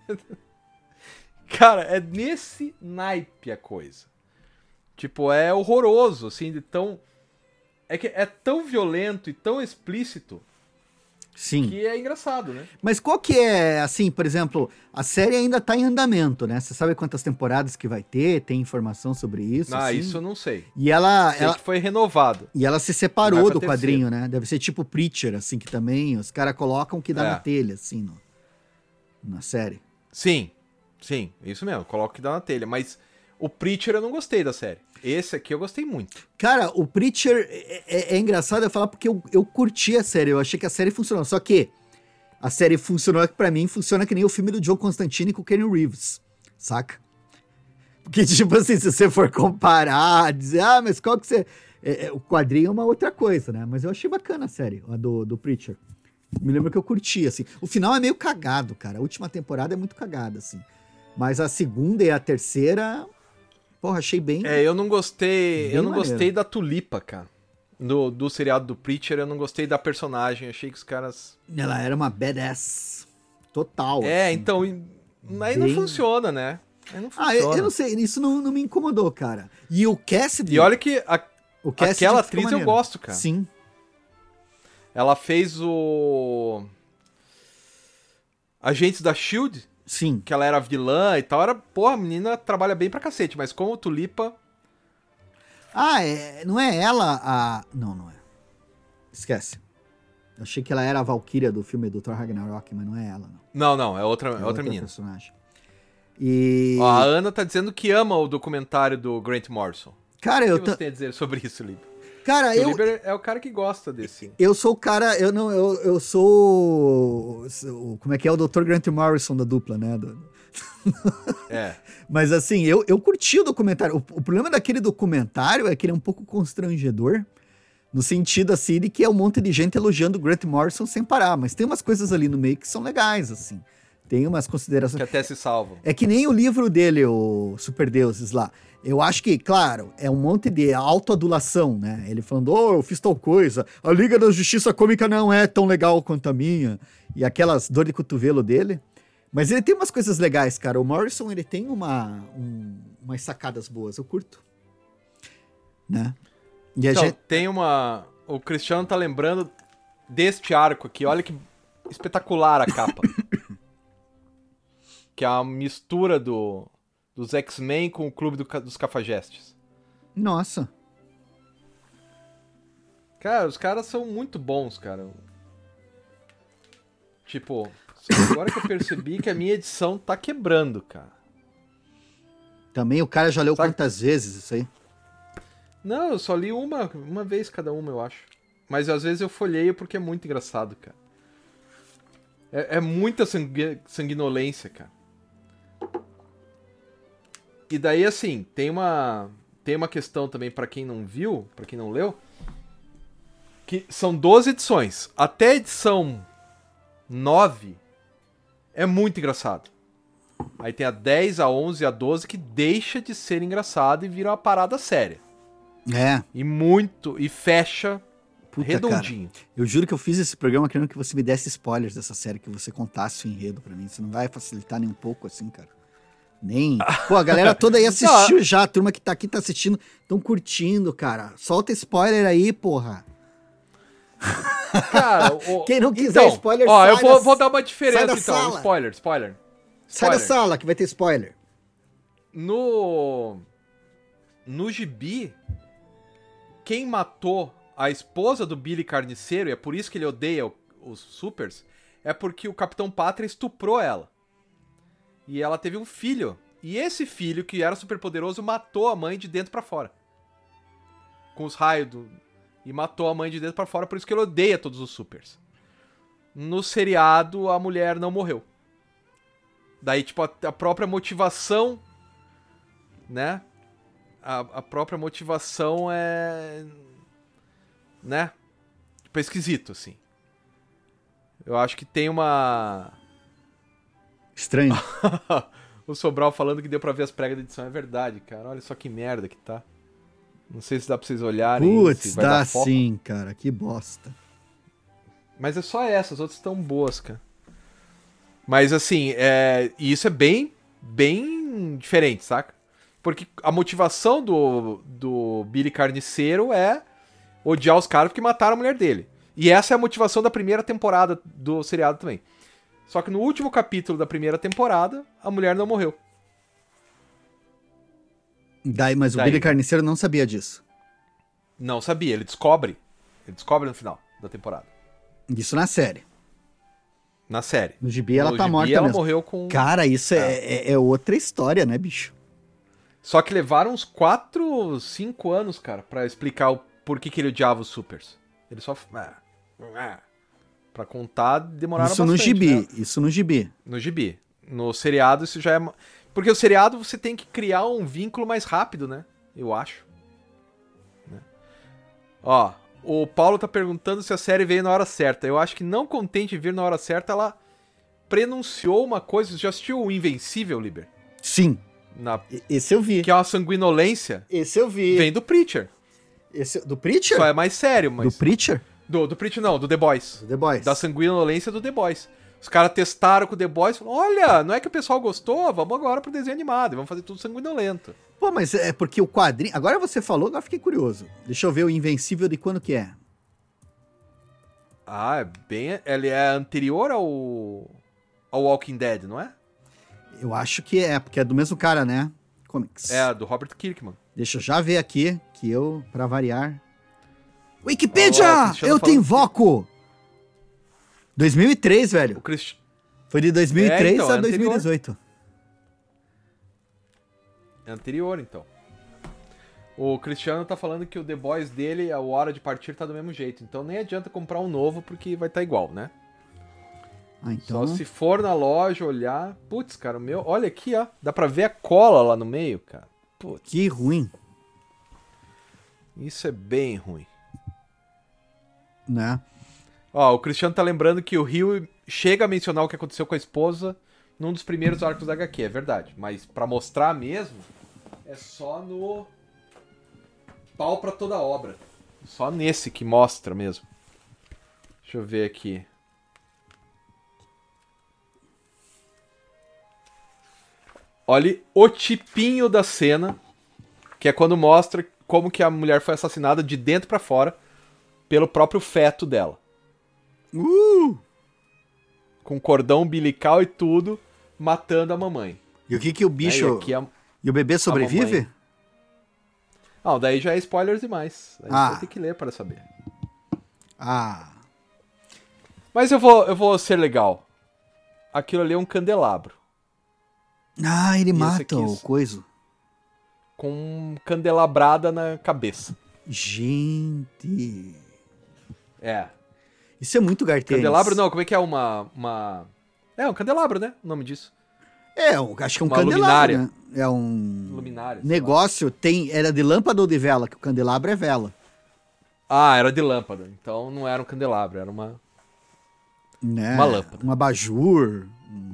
Cara, é nesse naipe a coisa. Tipo, é horroroso, assim, de tão... É que é tão violento e tão explícito Sim. que é engraçado, né? Mas qual que é, assim, por exemplo, a série ainda tá em andamento, né? Você sabe quantas temporadas que vai ter? Tem informação sobre isso? Ah, assim? isso eu não sei. E ela, Sei ela, que foi renovado. e ela se Vai separou pra do terceira. quadrinho, né? Deve ser tipo Preacher, assim, que também os caras colocam que dá É. na telha, assim, no, na série. Sim, sim, isso mesmo, coloco que dá na telha. Mas o Preacher eu não gostei da série. Esse aqui eu gostei muito. Cara, o Preacher é, é- é engraçado eu falar porque eu, eu curti a série, eu achei que a série funcionou. Só que a série funcionou, pra mim, funciona que nem o filme do John Constantine com o Kenny Reeves, saca? Porque, tipo assim, se você for comparar, dizer, ah, mas qual que você... é, é, o quadrinho é uma outra coisa, né? Mas eu achei bacana a série, a do, do Preacher. Me lembro que eu curti, assim. O final é meio cagado, cara. A última temporada é muito cagada, assim. Mas a segunda e a terceira... Porra, achei bem... É, eu não gostei. Bem eu não maneiro. gostei da Tulipa, cara. Do, do seriado do Preacher, eu não gostei da personagem. Achei que os caras. Ela era uma badass. Total. É, assim. então. e- Aí não Bem- funciona, né? Aí não funciona. Ah, eu, eu não sei, isso não, não me incomodou, cara. E o Cassidy... E olha que a- o Cassidy aquela ficou atriz eu maneiro. gosto, cara. Sim. ela fez o. Agentes da Shield, Sim. que ela era vilã e tal. Era, porra, a menina trabalha bem pra cacete, mas como Tulipa. Ah, é, não é ela a... Não, não é. Esquece. Eu achei que ela era a Valkyria do filme do Thor Ragnarok, mas não é ela, não. Não, não, é outra, É é outra menina. personagem. E... Ó, a Ana tá dizendo que ama o documentário do Grant Morrison. Cara, O eu... que você ta- tem a dizer sobre isso, Liber? Cara, Porque eu... O Liber é o cara que gosta desse. Eu sou o cara, eu não, eu, eu sou, sou- como é que é o doutor Grant Morrison da dupla, né? Do- É. Mas assim, eu, eu curti o documentário. O, o problema daquele documentário é que ele é um pouco constrangedor, no sentido assim, de que é um monte de gente elogiando o Grant Morrison sem parar, mas tem umas coisas ali no meio que são legais, assim. Tem umas considerações. Que até se salvam. É que nem o livro dele, o Super Deuses lá. Eu acho que, claro, é um monte de autoadulação, né? Ele falando, oh, eu fiz tal coisa, a Liga da Justiça Cômica não é tão legal quanto a minha. E aquelas dor de cotovelo dele. Mas ele tem umas coisas legais, cara. O Morrison, ele tem uma, um- umas sacadas boas, eu curto. Né? E a Então, gente... tem uma. O Cristiano tá lembrando deste arco aqui. Olha que espetacular a capa. Que é a mistura do, dos X-Men com o Clube do, dos Cafajestes. Nossa. Cara, os caras são muito bons, cara. Tipo, agora que eu percebi que a minha edição tá quebrando, cara. Também o cara já leu Sabe? quantas vezes isso aí? Não, eu só li uma, uma vez cada uma, eu acho. Mas às vezes eu folheio porque é muito engraçado, cara. É, é muita sangue, sanguinolência, cara. E daí, assim, tem uma, tem uma questão também pra quem não viu, pra quem não leu, que são doze edições. Até a edição nove é muito engraçado. Aí tem a dez, a onze e a doze que deixa de ser engraçado e vira uma parada séria. É. E muito, e fecha Puta, redondinho. cara, eu juro que eu fiz esse programa querendo que você me desse spoilers dessa série, que você contasse o enredo pra mim. Você não vai facilitar nem um pouco assim, cara. Nem. Pô, a galera toda aí assistiu já, a turma que tá aqui tá assistindo, tão curtindo, cara. Solta spoiler aí, porra. Cara, o... Quem não quiser então, spoiler, ó, sai eu vou, da- vou dar uma sai diferença da então. sala. Spoiler, spoiler. Sai da Spoiler. sala que vai ter spoiler. No. No gibi, quem matou a esposa do Billy Carniceiro, e é por isso que ele odeia o- os Supers, é porque o Capitão Pátria estuprou ela. E ela teve um filho. E esse filho, que era super poderoso, matou a mãe de dentro pra fora. Com os raios do... E matou a mãe de dentro pra fora, por isso que ele odeia todos os Supers. No seriado, a mulher não morreu. Daí, tipo, a, a própria motivação, né? A, a própria motivação é... Né? Tipo, é esquisito, assim. Eu acho que tem uma... Estranho. O Sobral falando que deu pra ver as pregas da edição. É verdade, cara. Olha só que merda que tá. Não sei se dá pra vocês olharem. Putz, se vai dá dar foco. sim, cara. Que bosta. Mas é só essa, as outras estão boas, cara. Mas assim, é... e isso é bem, bem diferente, saca? Porque a motivação do, do Billy Carniceiro é odiar os caras porque mataram a mulher dele. E essa é a motivação da primeira temporada do seriado também. Só que no último capítulo da primeira temporada, a mulher não morreu. Daí, mas Daí. o Billy Carniceiro não sabia disso. Não sabia, ele descobre. Ele descobre no final da temporada. Isso na série. Na série. No gibi ela no tá gibi, morta ela mesmo. morreu com... Cara, isso é, é, é outra história, né, bicho? Só que levaram uns quatro, cinco anos, cara, pra explicar o porquê que ele odiava os Supers. Ele só... Ah, ah. Pra contar, demoraram Isso bastante. no gibi, né? isso no gibi. No gibi. No seriado, isso já é... Porque o seriado, você tem que criar um vínculo mais rápido, né? Eu acho. Né? Ó, o Paulo tá perguntando se a série veio na hora certa. Eu acho que não contente em vir na hora certa, ela prenunciou uma coisa. Você já assistiu o Invencível, Liber? Sim, Na... e- esse eu vi. Que é uma sanguinolência. Esse eu vi. Vem do Preacher. Esse, do Preacher? Só é mais sério, mas... Do Preacher? Do, do Preacher não, do The Boys. Do The Boys. Da sanguinolência do The Boys. Os caras testaram com o The Boys, falaram, olha, não é que o pessoal gostou, vamos agora pro desenho animado, e vamos fazer tudo sanguinolento. Pô, mas é porque o quadrinho... Agora você falou, agora fiquei curioso. Deixa eu ver o Invencível de quando que é. Ah, é bem... Ele é anterior ao... ao Walking Dead, não é? Eu acho que é, porque é do mesmo cara, né? Comics. É, do Robert Kirkman. Deixa eu já ver aqui, que eu, pra variar... Wikipedia! Ó, ó, o Cristiano eu te falando invoco! dois mil e três, O velho. Christ... Foi de dois mil e três É, então, a é dois mil e anterior. dezoito. É anterior, então. O Cristiano tá falando que o The Boys dele, a hora de partir tá do mesmo jeito. Então nem adianta comprar um novo, porque vai estar tá igual, né? Ah, então... Só se for na loja, olhar... Putz, cara, o meu... Olha aqui, ó. Dá pra ver a cola lá no meio, cara. Putz, Que ruim, isso é bem ruim. né? Ó, o Cristiano tá lembrando que o Rio chega a mencionar o que aconteceu com a esposa num dos primeiros arcos da agá quê, é verdade. Mas pra mostrar mesmo, é só no pau pra toda a obra. Só nesse que mostra mesmo. Deixa eu ver aqui. Olha o tipinho da cena, que é quando mostra como que a mulher foi assassinada de dentro pra fora pelo próprio feto dela. Uh! Com cordão umbilical e tudo, matando a mamãe. E o que que o Né? bicho... E aqui é... E o bebê sobrevive? mamãe... Ah, daí já é spoilers demais. Aí Ah. você tem que ler para saber. Ah. Mas eu vou, eu vou ser legal. Aquilo ali é um candelabro. Ah, ele Isso mata aqui, o isso. coiso. Com candelabrada na cabeça. Gente. É. Isso é muito Gartênis. Candelabro não, como é que é uma... uma... É, um candelabro, né? O nome disso. É, eu acho que é um Uma candelabro, luminária. né? É um Luminária. sei lá. negócio, tem, era de lâmpada ou de vela, que o candelabro é vela. Ah, era de lâmpada. Então não era um candelabro, era uma... Né? Uma lâmpada. Um abajur.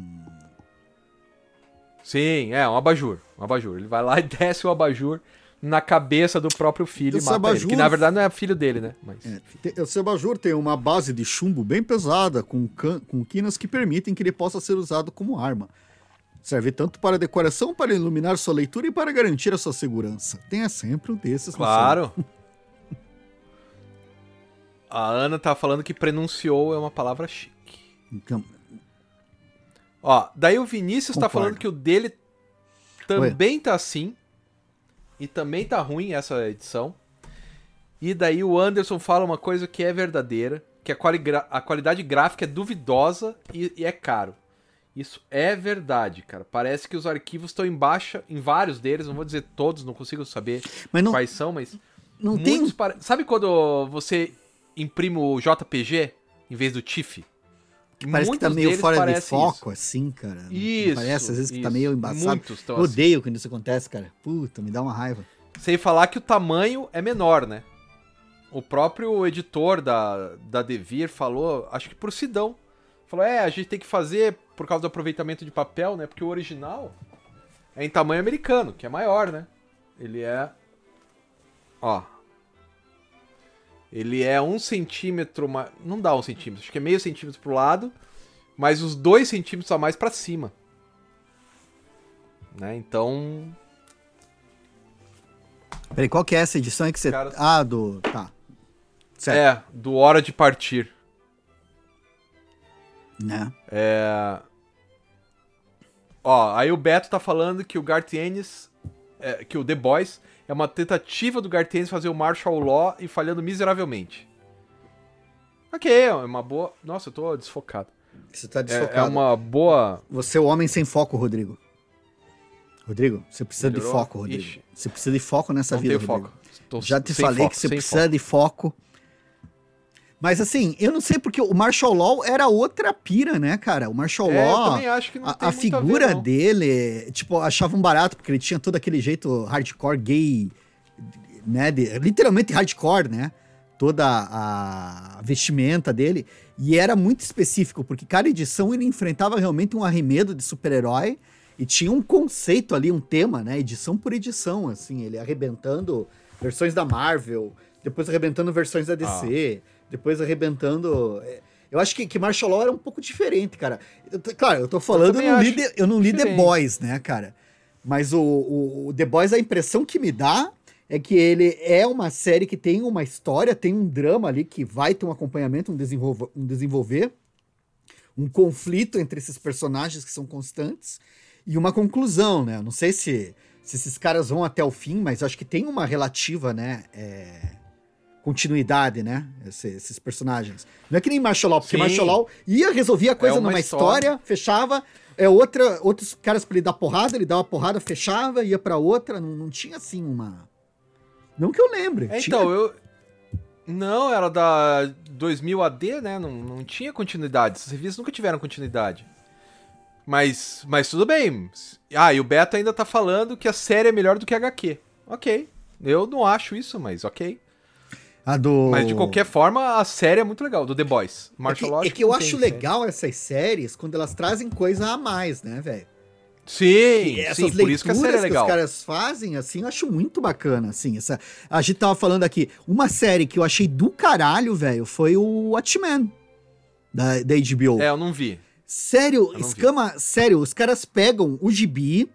Sim, é, um abajur. Um abajur. Ele vai lá e desce o abajur na cabeça do próprio filho Esse e mata abajur- ele. Que na verdade não é filho dele, né? Mas... É, te- esse abajur tem uma base de chumbo bem pesada, com, can- com quinas que permitem que ele possa ser usado como arma. Serve tanto para decoração, para iluminar sua leitura e para garantir a sua segurança. Tenha sempre um desses. no Claro. A Ana tá falando que prenunciou é uma palavra chique. seu- Então, Ó, daí o Vinícius tá Concordo. falando que o dele também tá assim. E também tá ruim essa edição. E daí o Anderson fala uma coisa que é verdadeira. Que a, quali a qualidade gráfica é duvidosa e, e é caro. Isso é verdade, cara. Parece que os arquivos estão em baixa, em vários deles. Não vou dizer todos, não consigo saber mas não, quais são, mas... não muitos tem... pare- Sabe quando você imprime o J P G em vez do T I F F? Parece que tá Muitos meio deles fora de parecem foco, assim, cara. Não Isso, parece, às vezes, que tá isso. meio embaçado. Muitos estão Eu assim. odeio quando isso acontece, cara. Puta, me dá uma raiva. Sem falar que o tamanho é menor, né? O próprio editor da, da Devir falou, acho que por Sidão, falou, é, a gente tem que fazer por causa do aproveitamento de papel, né? Porque o original é em tamanho americano, que é maior, né? Ele é... Ó. Ele é um centímetro... Ma... Não dá um centímetro, acho que é meio centímetro pro lado, mas os dois centímetros a mais pra cima. Né? Então... Peraí, qual que é essa edição aí que você... Cara- Ah, do... Tá. Certo. É, do Hora de Partir. Né? É... Ó, aí o Beto tá falando que o Garth Ennis, é, que o The Boys é uma tentativa do Garth Ennis fazer o Martial Law e falhando miseravelmente. Ok, é uma boa... Nossa, eu tô desfocado. Você tá É, desfocado. é uma boa... Você é o homem sem foco, Rodrigo. Rodrigo, você precisa Melhorou? de foco, Rodrigo. Ixi. Você precisa de foco nessa Não vida, tenho Rodrigo. foco. Tô Já te sem falei foco, que você sem precisa foco. de foco. Mas assim, eu não sei porque o Martial Law era outra pira, né, cara? O Martial É, eu Law, também acho que não a, tem a muito figura a ver, não. dele, tipo, achavam barato porque ele tinha todo aquele jeito hardcore gay, né? de- literalmente hardcore, né? Toda a vestimenta dele. E era muito específico, porque cada edição ele enfrentava realmente um arremedo de super-herói e tinha um conceito ali, um tema, né? Edição por edição, assim, ele arrebentando versões da Marvel, depois arrebentando versões da D C, depois arrebentando... é, Eu acho que, que Martial Law era um pouco diferente, cara. Eu tô- claro, eu tô falando, eu, também não li, acho The- eu não li The diferente. Boys, né, cara? Mas o, o, o The Boys, a impressão que me dá é que ele é uma série que tem uma história, tem um drama ali que vai ter um acompanhamento, um, desenvolva, um desenvolver, um conflito entre esses personagens que são constantes e uma conclusão, né? Eu não sei se, se esses caras vão até o fim, mas eu acho que tem uma relativa, né? é, continuidade, né? Esse- esses personagens. Não é que nem Martial Law, porque Sim. Martial Law ia resolver a coisa É uma numa história. história, fechava, é outra, outros caras pra ele dar porrada, ele dava porrada, fechava, ia pra outra, não, não tinha assim uma... Não que eu lembre. É, tinha- então, eu... Não, era da dois mil A D, né? Não, não tinha continuidade. Esses revistas nunca tiveram continuidade. Mas, mas tudo bem. Ah, e o Beto ainda tá falando que a série é melhor do que a H Q. Ok. Eu não acho isso, mas ok. A do... Mas de qualquer forma, a série é muito legal, do The Boys. É que, Martial Law, é acho que eu não acho tem série. legal essas séries quando elas trazem coisa a mais, né, velho? Sim, E essas sim, por isso que a série é leituras legal. os caras fazem, assim, eu acho muito bacana, assim, essa... A gente tava falando aqui, uma série que eu achei do caralho, velho, foi o Watchmen, da, da H B O. É, eu não vi. Sério, Eu não escama, sério, os caras pegam o gibi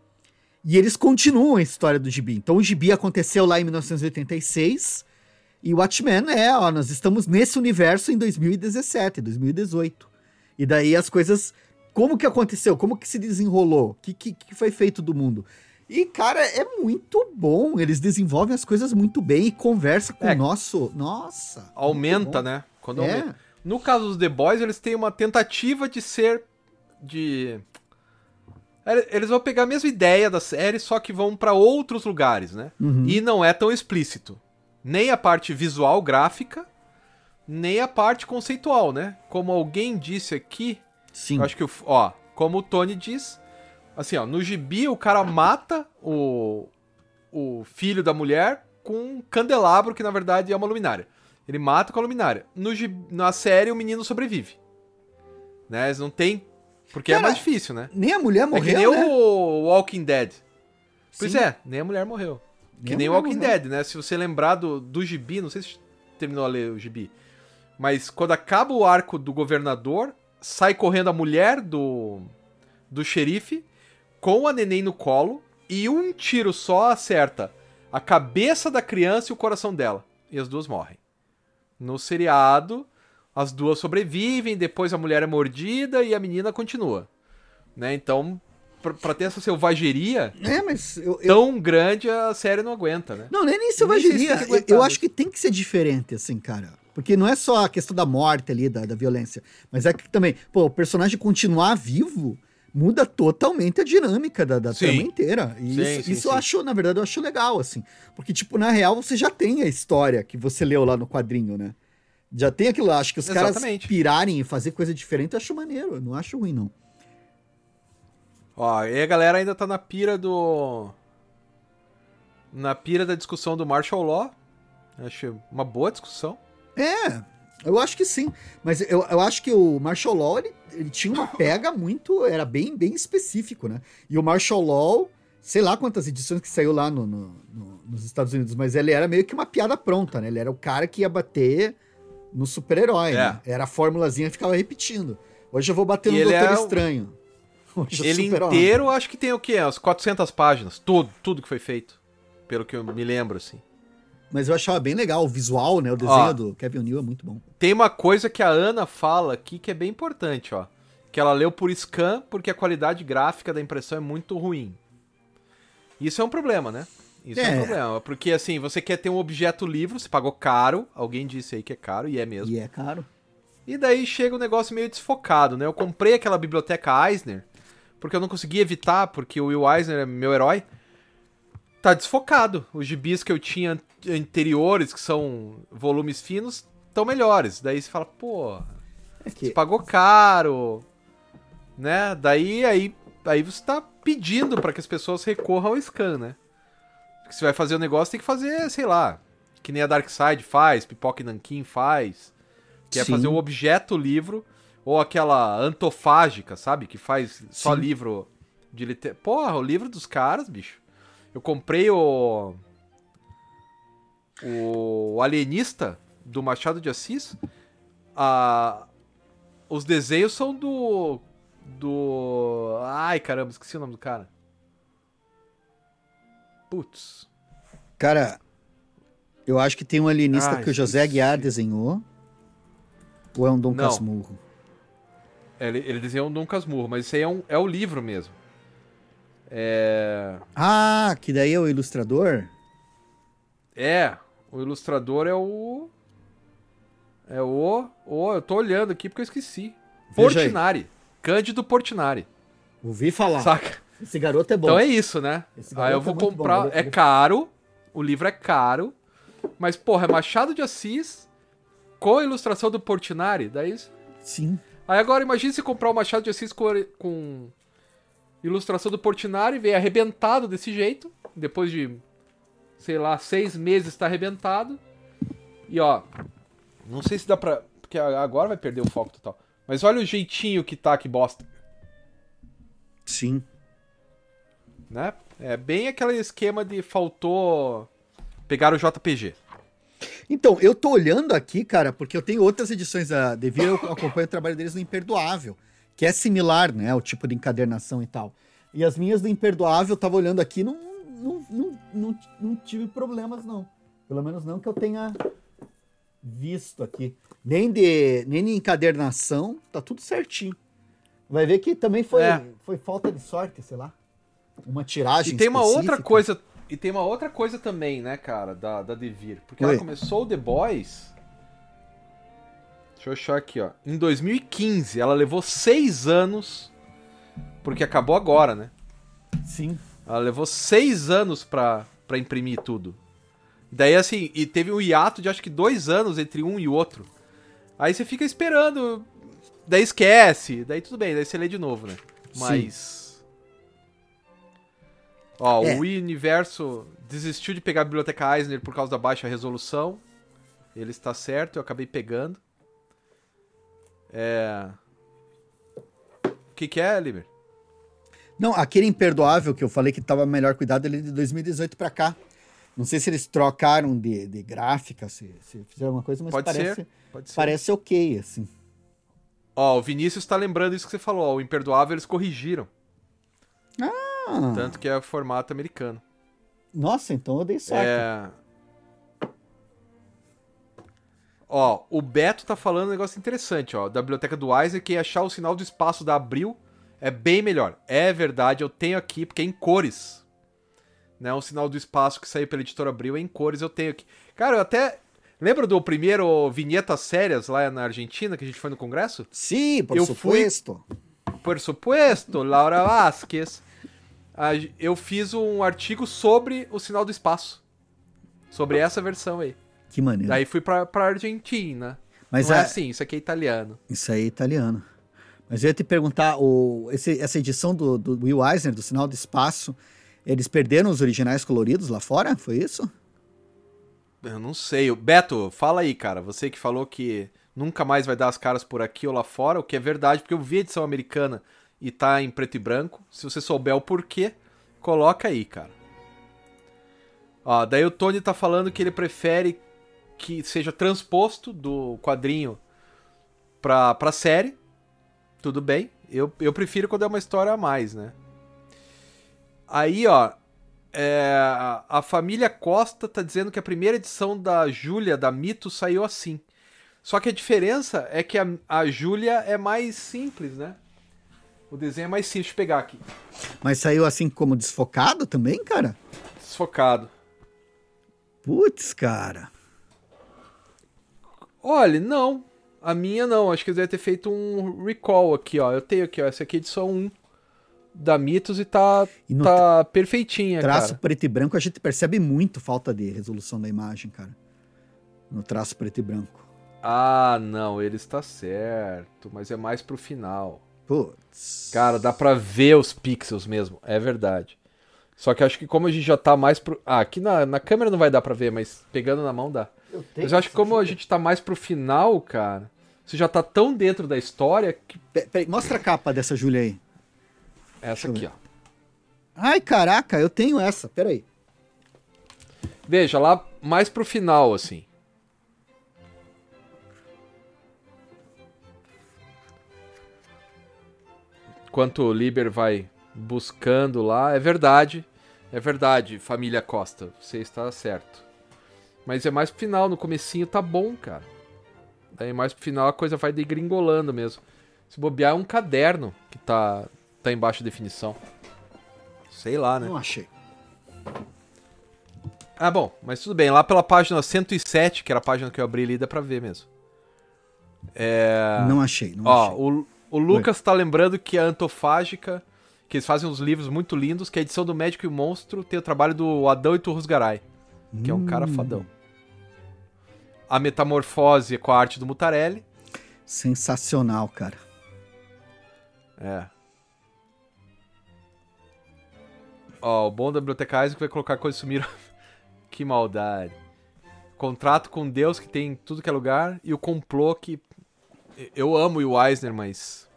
e eles continuam a história do gibi. Então o gibi aconteceu lá em mil novecentos e oitenta e seis e o Watchmen é, ó, nós estamos nesse universo em dois mil e dezessete, dois mil e dezoito. E daí as coisas, como que aconteceu? Como que se desenrolou? O que, que, que foi feito do mundo? E, cara, é muito bom. Eles desenvolvem as coisas muito bem e conversa com É. o nosso... Nossa. Aumenta, né? Quando É. aumenta. No caso dos The Boys, eles têm uma tentativa de ser... de... Eles vão pegar a mesma ideia da série, só que vão pra outros lugares, né? Uhum. E não é tão explícito. Nem a parte visual, gráfica, nem a parte conceitual, né? Como alguém disse aqui, Sim. eu acho que, o- ó, como o Tony diz, assim, ó, no gibi o cara mata o, o filho da mulher com um candelabro, que na verdade é uma luminária. Ele mata com a luminária. No gibi, na série o menino sobrevive. Né? Eles não tem... Porque Cara, é mais difícil, né? Nem a mulher É morreu, que nem né? o Walking Dead. Pois Sim. é, nem a mulher morreu. Que Nem nem a o mulher Walking morreu. Dead, né? Se você lembrar do, do gibi, não sei se terminou a ler o gibi, mas quando acaba o arco do governador, sai correndo a mulher do, do xerife com a neném no colo e um tiro só acerta a cabeça da criança e o coração dela. E as duas morrem. No seriado, as duas sobrevivem, depois a mulher é mordida e a menina continua. Né? Então, pra, pra ter essa selvageria É, mas eu, eu- tão grande, a série não aguenta, né? Não, nem, nem Nem sei se selvageria. tem que Eu, aguentar eu mesmo. acho que tem que ser diferente, assim, cara. Porque não é só a questão da morte ali, da, da violência. Mas é que também, pô, o personagem continuar vivo muda totalmente a dinâmica da, da Sim. trama inteira. E Sim, isso, sim, isso eu sim. acho, na verdade, eu acho legal, assim. Porque, tipo, na real, você já tem a história que você leu lá no quadrinho, né? Já tem aquilo lá. Acho que os Exatamente. caras pirarem e fazer coisa diferente, eu acho maneiro. Eu não acho ruim, não. Ó, e a galera ainda tá na pira do... Na pira da discussão do Martial Law. Acho uma boa discussão. É, eu acho que sim. Mas eu, eu acho que o Martial Law, ele, ele tinha uma pega muito... Era bem, bem específico, né? E o Martial Law, sei lá quantas edições que saiu lá no, no- no- nos Estados Unidos, mas ele era meio que uma piada pronta, né? Ele era o cara que ia bater no super-herói, É. né? Era a formulazinha que ficava repetindo. Hoje eu vou bater E no ele Doutor é o- Estranho. Hoje é Ele Super-Homem. inteiro, acho que tem o quê? Umas quatrocentas páginas. Tudo, tudo que foi feito. Pelo que eu me lembro, assim. Mas eu achava bem legal o visual, né? O desenho Ó. do Kevin O'Neill é muito bom. Tem uma coisa que a Ana fala aqui que é bem importante, ó. Que ela leu por scan porque a qualidade gráfica da impressão é muito ruim. Isso é um problema, né? Isso é, É. um problema. Porque, assim, você quer ter um objeto livre, você pagou caro. Alguém disse aí que é caro, e é mesmo. E é caro. E daí chega um negócio meio desfocado, né? Eu comprei aquela biblioteca Eisner, porque eu não consegui evitar, porque o Will Eisner é meu herói. Tá desfocado. Os gibis que eu tinha an- anteriores, que são volumes finos, estão melhores. Daí você fala, pô, É que... você pagou caro, né? Daí aí, aí você tá pedindo pra que as pessoas recorram ao scan, né? Porque você vai fazer o negócio, tem que fazer, sei lá, que nem a Darkseid faz, Pipoca e Nanquim faz, que é Sim. fazer o objeto livro, ou aquela antofágica, sabe? Que faz só Sim. livro de literatura. Porra, o livro dos caras, bicho. Eu comprei o... O Alienista, do Machado de Assis. A... Os desenhos são do... Do... Ai, caramba, esqueci o nome do cara. Putz. Cara, eu acho que tem um alienista Ah, que o José esqueci. Aguiar desenhou. Ou é um Dom Não. Casmurro? Ele, ele desenhou um Dom Casmurro, mas esse aí é, um, é o livro mesmo. É... Ah, que daí é o ilustrador? É, o ilustrador é o... É o... o eu tô olhando aqui porque eu esqueci. Veja aí. Portinari. Cândido Portinari. Ouvi falar. Saca? Esse garoto é bom. Então é isso, né? Esse Aí eu garoto vou é muito bom, comprar... garoto. É caro. O livro é caro. Mas, porra, é Machado de Assis com a ilustração do Portinari. Daí... Sim. Aí agora imagine se comprar o Machado de Assis com, com ilustração do Portinari, veio arrebentado desse jeito, depois de, sei lá, seis meses tá arrebentado. E ó, não sei se dá pra... Porque agora vai perder o foco total. Mas olha o jeitinho que tá, que bosta. Sim. Né? É bem aquele esquema de faltou pegar o J P G. Então, eu tô olhando aqui, cara, porque eu tenho outras edições da Devir, eu acompanho o trabalho deles no Imperdoável, que é similar, né, o tipo de encadernação e tal. E as minhas do Imperdoável, eu tava olhando aqui, não, não, não, não, não tive problemas, não. Pelo menos não que eu tenha visto aqui. Nem de, nem de encadernação, tá tudo certinho. Vai ver que também foi, É. foi falta de sorte, sei lá. Uma tiragem E tem uma específica? outra coisa, e tem uma outra coisa também, né, cara, da, da Devir. Porque Oi. ela começou o The Boys... Deixa eu achar aqui, ó. Em dois mil e quinze, ela levou seis anos, porque acabou agora, né? Sim. Ela levou seis anos pra, pra imprimir tudo. Daí, assim, e teve um hiato de acho que dois anos entre um e o outro. Aí você fica esperando, daí esquece, daí tudo bem, daí você lê de novo, né? Mas... Ó, É. o Universo desistiu de pegar a Biblioteca Eisner por causa da baixa resolução. Ele está certo, eu acabei pegando. É... O que que é, Liber? Não, aquele Imperdoável que eu falei que tava melhor cuidado, ele é de dois mil e dezoito pra cá. Não sei se eles trocaram de, de gráfica, se, se fizeram alguma coisa, mas Pode parece, ser, pode ser. parece ok, assim. Ó, o Vinícius tá lembrando isso que você falou, ó, o Imperdoável eles corrigiram. Ah, Tanto que é formato americano. nossa, então eu dei sorte. É... Ó, o Beto tá falando um negócio interessante, ó, da biblioteca do Eisner, que achar o sinal do espaço da Abril é bem melhor. É verdade, eu tenho aqui, porque é em cores. Né, o sinal do espaço que saiu pela editora Abril é em cores, eu tenho aqui. Cara, eu até... Lembra do primeiro Vinhetas Sérias lá na Argentina, que a gente foi no congresso? Sim, por eu supuesto. Por supuesto, Laura Vasquez. Eu fiz um artigo sobre o sinal do espaço. Sobre essa versão aí. Que maneiro. Daí fui pra, pra Argentina. Mas Não é a- assim, isso aqui é italiano. Isso aí é italiano. Mas eu ia te perguntar, o, esse- essa edição do, do Will Eisner, do Sinal do Espaço, eles perderam os originais coloridos lá fora? Foi isso? Eu não sei. Beto, fala aí, cara. Você que falou que nunca mais vai dar as caras por aqui ou lá fora, o que é verdade, porque eu vi a edição americana e tá em preto e branco. Se você souber o porquê, coloca aí, cara. Ó, daí o Tony tá falando que ele prefere que seja transposto do quadrinho pra, pra série. Tudo bem. Eu, eu prefiro quando é uma história a mais, né? Aí, ó, é, a família Costa tá dizendo que a primeira edição da Júlia, da Mito, saiu assim. Só que a diferença é que a, a Júlia é mais simples, né? O desenho é mais simples. Deixa eu pegar aqui. Mas saiu assim como desfocado também, cara? Desfocado. Putz, cara. Olha, não. A minha não. Acho que eles devem ter feito um recall aqui, ó. Eu tenho aqui, ó. Essa aqui é a edição um da Mitos e tá, E no tá perfeitinha, Traço cara. preto e branco, a gente percebe muito falta de resolução da imagem, cara. No traço preto e branco. Ah, não. Ele está certo. Mas é mais pro final. Putz. Cara, dá pra ver os pixels mesmo. É verdade. Só que acho que como a gente já tá mais pro... Ah, aqui na, na câmera não vai dar pra ver, mas pegando na mão dá. Eu Mas eu acho que como a gente tá mais pro final, cara... Você já tá tão dentro da história que... Pe- peraí, mostra a capa dessa Júlia aí. Essa Deixa eu aqui, ó. Ai, caraca, eu tenho essa. Peraí. Veja, lá mais pro final, assim. Enquanto o Liber vai buscando lá, é verdade. É verdade, família Costa. Você está certo. Mas é mais pro final, no comecinho tá bom, cara. Daí mais pro final a coisa vai degringolando mesmo. Se bobear é um caderno que tá, tá em baixa definição. Sei lá, né? Não achei. Ah, bom, mas tudo bem. Lá pela página cento e sete, que era a página que eu abri ali, dá pra ver mesmo. É... Não achei, não Ó, achei. o, o Lucas tá lembrando que a Antofágica, que eles fazem uns livros muito lindos, que a edição do Médico e o Monstro tem o trabalho do Adão Iturrusgaray, que é um cara Hum. fodão. A Metamorfose com a arte do Mutarelli. Sensacional, cara. É. Ó, o bom da Biblioteca Eisner que vai colocar coisas que sumiram. Que maldade. Contrato com Deus que tem em tudo que é lugar. E o complô que... Eu amo o Eisner, mas...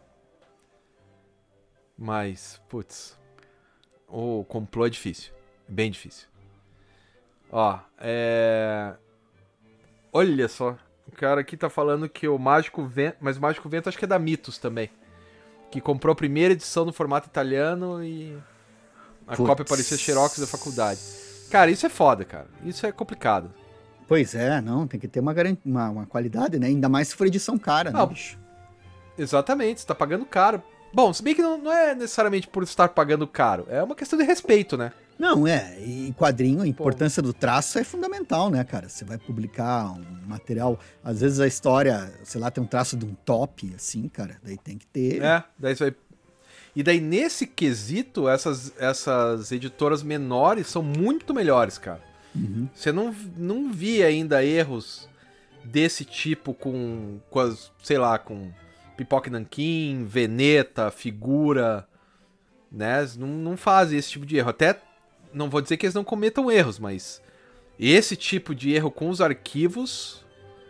Mas, putz... O complô é difícil. Bem difícil. Ó, é... Olha só. O cara aqui tá falando que o Mágico Vento... Mas o Mágico Vento acho que é da Mitos também. Que comprou a primeira edição no formato italiano e... A Putz. cópia parecia xerox da faculdade. Cara, isso é foda, cara. Isso é complicado. Pois é, não, tem que ter uma, garan- uma, uma qualidade, né? Ainda mais se for edição cara, né, Não. bicho? Exatamente, você tá pagando caro Bom, se bem que não, não é necessariamente por estar pagando caro, é uma questão de respeito, né? Não, é, e quadrinho, a importância do traço é fundamental, né, cara? Você vai publicar um material, às vezes a história, sei lá, tem um traço de um top, assim, cara, daí tem que ter... É, daí você vai... E daí, nesse quesito, essas, essas editoras menores são muito melhores, cara. Uhum. Você não, não via ainda erros desse tipo com, com as, sei lá, com Pipoca e Nanquim, Veneta, Figura, né? Não, não fazem esse tipo de erro. Até, não vou dizer que eles não cometam erros, mas esse tipo de erro com os arquivos...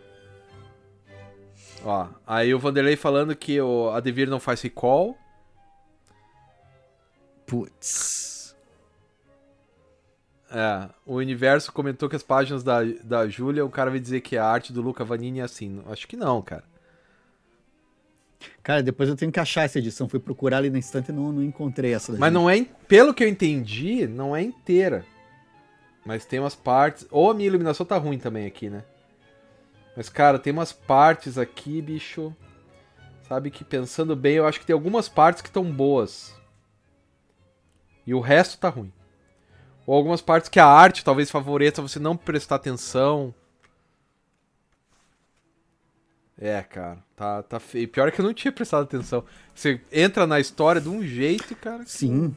Ó, aí o Vanderlei falando que o Adevir não faz recall. Putz. É, o Universo comentou que as páginas da, da Júlia, o cara vai dizer que a arte do Luca Vanini é assim. Acho que não, cara. Cara, depois eu tenho que achar essa edição. Fui procurar ali na estante e não, não encontrei essa. Mas não é, pelo que eu entendi, não é inteira. Mas tem umas partes... Ou a minha iluminação tá ruim também aqui, né? Mas, cara, tem umas partes aqui, bicho... Sabe que pensando bem, eu acho que tem algumas partes que estão boas. E o resto tá ruim. Ou algumas partes que a arte talvez favoreça você não prestar atenção. É, cara, tá, tá feio. Pior é que eu não tinha prestado atenção. Você entra na história de um jeito, cara. Sim.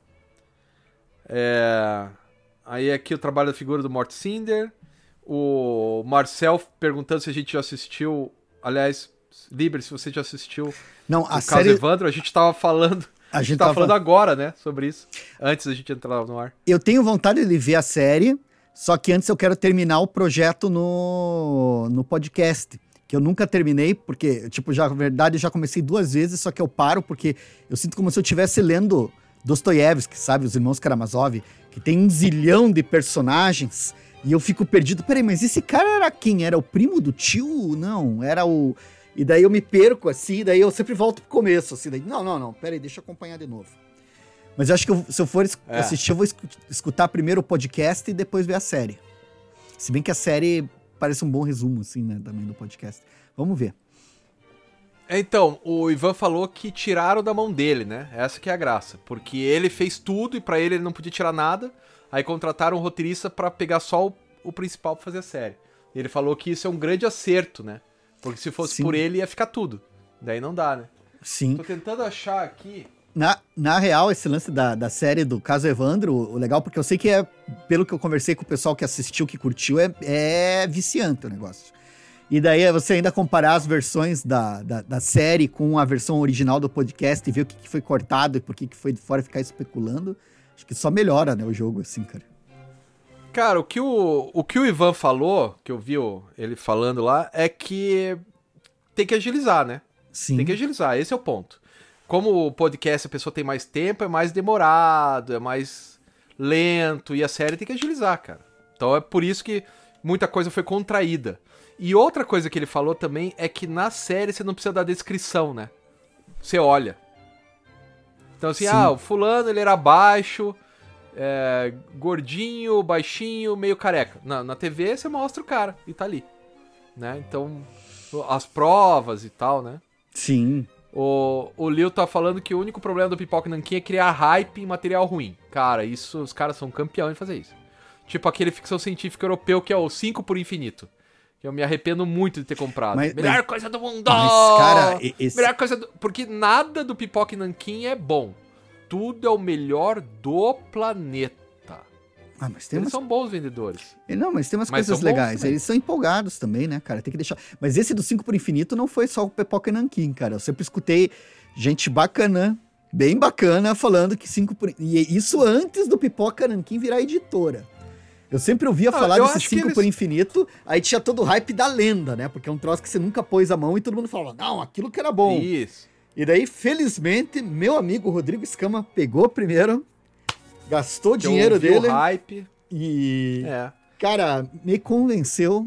É... Aí aqui o trabalho da figura do Mort Cinder. O Marcel perguntando se a gente já assistiu. Aliás, Liber, se você já assistiu não, o a caso série... Evandro, a gente tava falando. A gente, a gente tava, tava falando agora, né, sobre isso. Antes da gente entrar no ar. Eu tenho vontade de ver a série, só que antes eu quero terminar o projeto no, no podcast. Que eu nunca terminei, porque, tipo, já, na verdade, eu já comecei duas vezes, só que eu paro porque eu sinto como se eu estivesse lendo Dostoiévski, sabe? Os Irmãos Karamazov, que tem um zilhão de personagens, e eu fico perdido. Peraí, mas esse cara era quem? Era o primo do tio? Não, era o... E daí eu me perco, assim, daí eu sempre volto pro começo, assim, daí, não, não, não, peraí, deixa eu acompanhar de novo. Mas eu acho que eu, se eu for es- É. assistir, eu vou escu- escutar primeiro o podcast e depois ver a série. Se bem que a série parece um bom resumo, assim, né, também do podcast. Vamos ver. Então, o Ivan falou que tiraram da mão dele, né? Essa que é a graça. Porque ele fez tudo e pra ele ele não podia tirar nada. Aí contrataram um roteirista pra pegar só o, o principal pra fazer a série. E ele falou que isso é um grande acerto, né? Porque se fosse Sim. por ele, ia ficar tudo. Daí não dá, né? Sim. Tô tentando achar aqui... Na, na real, esse lance da, da série do Caso Evandro, o legal, porque eu sei que é, pelo que eu conversei com o pessoal que assistiu, que curtiu, é, é viciante o negócio. E daí é você ainda comparar as versões da, da, da série com a versão original do podcast e ver o que, que foi cortado e por que, que foi de fora e ficar especulando. Acho que só melhora, né, o jogo, assim, cara. Cara, o que o, o que o Ivan falou, que eu vi o- ele falando lá, é que tem que agilizar, né? Sim. Tem que agilizar, esse é o ponto. Como o podcast a pessoa tem mais tempo, é mais demorado, é mais lento, e a série tem que agilizar, cara. Então é por isso que muita coisa foi contraída. E outra coisa que ele falou também é que na série você não precisa dar descrição, né? Você olha. Então assim, Sim. ah, o fulano ele era baixo, é, gordinho, baixinho, meio careca. Na, na T V você mostra o cara e tá ali, né? Então, as provas e tal, né? Sim. O, o Lil tá falando que o único problema do Pipoca Nanquim é criar hype em material ruim. Cara, isso, os caras são campeões em fazer isso. Tipo aquele ficção científica europeu que é o cinco por Infinito. Que eu me arrependo muito de ter comprado. Mas- Melhor mas- coisa do mundo! Mas, cara, e- esse... Melhor coisa do... Porque nada do Pipoca Nanquim é bom. Tudo é o melhor do planeta. Ah, mas tem Eles umas... são bons vendedores. Não, mas tem umas Mas coisas são bons legais. também. Eles são empolgados também, né, cara? Tem que deixar... Mas esse do cinco por Infinito não foi só o Pipoca e Nanquim, cara. Eu sempre escutei gente bacana, bem bacana, falando que cinco por... E isso antes do Pipoca e Nanquim virar editora. Eu sempre ouvia Ah, falar eu desse acho que cinco eles- por Infinito, aí tinha todo o hype da lenda, né? Porque é um troço que você nunca pôs a mão e todo mundo falava, não, aquilo que era bom. Isso. E daí, felizmente, meu amigo Rodrigo Escama pegou primeiro, gastou o Que eu dinheiro ouvi dele o hype. e, É. cara, me convenceu.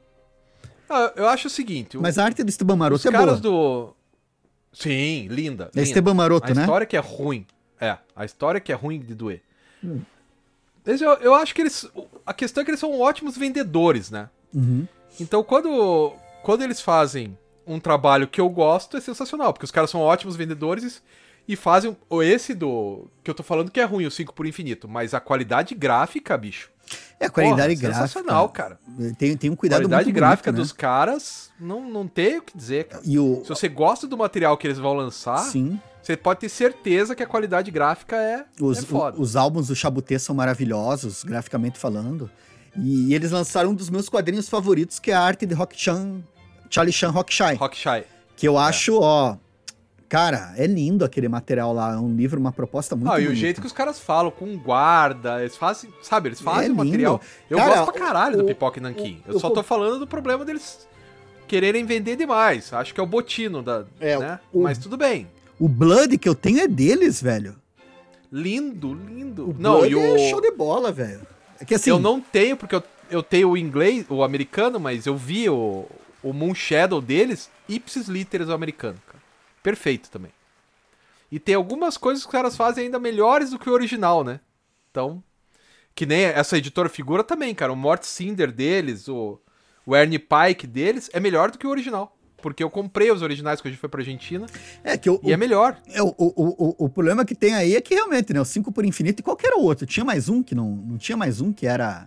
Ah, eu acho o seguinte. o- Mas a arte do Esteban os Maroto é caras boa. do... Sim, linda. É linda. Esteban Maroto, A né? história que é ruim. É, a história que é ruim de doer. Hum. Mas eu, eu acho que eles... A questão é que eles são ótimos vendedores, né? Uhum. Então, quando, quando eles fazem um trabalho que eu gosto, é sensacional, porque os caras são ótimos vendedores e fazem esse do que eu tô falando que é ruim, o cinco por infinito, mas a qualidade gráfica, bicho. É, a qualidade porra, gráfica. Sensacional, cara. Tem, tem um cuidado muito bonito. A qualidade gráfica bonito, né? dos caras, não, não tem o que dizer, cara. E o... Se você gosta do material que eles vão lançar, Sim. você pode ter certeza que a qualidade gráfica é, os, é foda. O, os álbuns do Chabuté são maravilhosos, graficamente falando. E eles lançaram um dos meus quadrinhos favoritos, que é a arte de Rock Chan, Charlie Chan Rock Shy. Rock Shy. Que eu acho, é. ó... Cara, é lindo aquele material lá. É um livro, uma proposta muito ah, bonita. E o jeito que os caras falam, com guarda, eles fazem, sabe, eles fazem é o material. Eu cara, gosto pra caralho o, do Pipoca e Nanquim. Eu o, só o, tô falando do problema deles quererem vender demais. Acho que é o botino da, é, né? O, Mas tudo bem. O Blood que eu tenho é deles, velho. Lindo, lindo. O não, Blood e o... é show de bola, velho. É que assim... Eu não tenho, porque eu, eu tenho o inglês, o americano, mas eu vi o, o Moon Shadow deles, ipsis literis o americano, cara. Perfeito também. E tem algumas coisas que os caras fazem ainda melhores do que o original, né? Então, que nem essa editora figura também, cara. O Mort Cinder deles, o, o Ernie Pike deles, é melhor do que o original. Porque eu comprei os originais quando a gente foi pra Argentina. É que o, e é melhor. É, o, o, o, o problema que tem aí é que realmente, né? O cinco por infinito e qualquer outro. Tinha mais um que não... Não tinha mais um que era...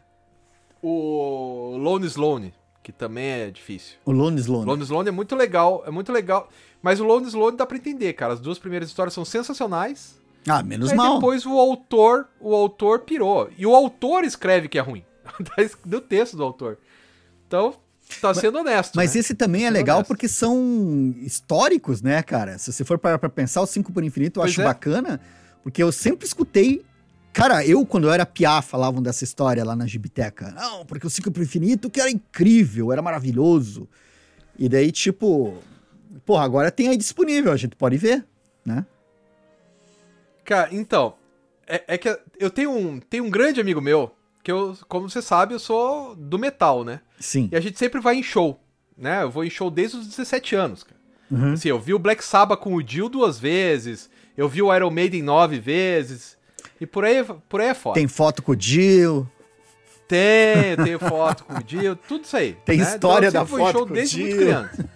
O Lone Sloane, que também é difícil. O Lone Sloane. Lone Sloane é muito legal, é muito legal. Mas o Lone Sloane dá pra entender, cara. As duas primeiras histórias são sensacionais. Ah, menos aí mal. depois o autor, o autor pirou. E o autor escreve que é ruim. Do texto do autor. Então, tá sendo honesto, Mas né? esse também tá é legal honesto. Porque são históricos, né, cara? Se você for parar pra pensar, o cinco por infinito eu pois acho é. bacana, porque eu sempre escutei... Cara, eu, quando eu era piá, falavam dessa história lá na Gibiteca. Não, porque o cinco por infinito que era incrível, era maravilhoso. E daí, tipo... Porra, agora tem aí disponível, a gente pode ver, né? Cara, então... É, é que eu tenho um, tenho um grande amigo meu, que eu, como você sabe, eu sou do metal, né? Sim. E a gente sempre vai em show, né? Eu vou em show desde os dezessete anos, cara. Uhum. Assim, eu vi o Black Sabbath com o Dio duas vezes, eu vi o Iron Maiden nove vezes... E por aí, por aí é foda. Tem foto com o Dio. Tem, tem foto com o Dio, tudo isso aí. Tem né? história então, da foto show com o desde Dio. muito criança.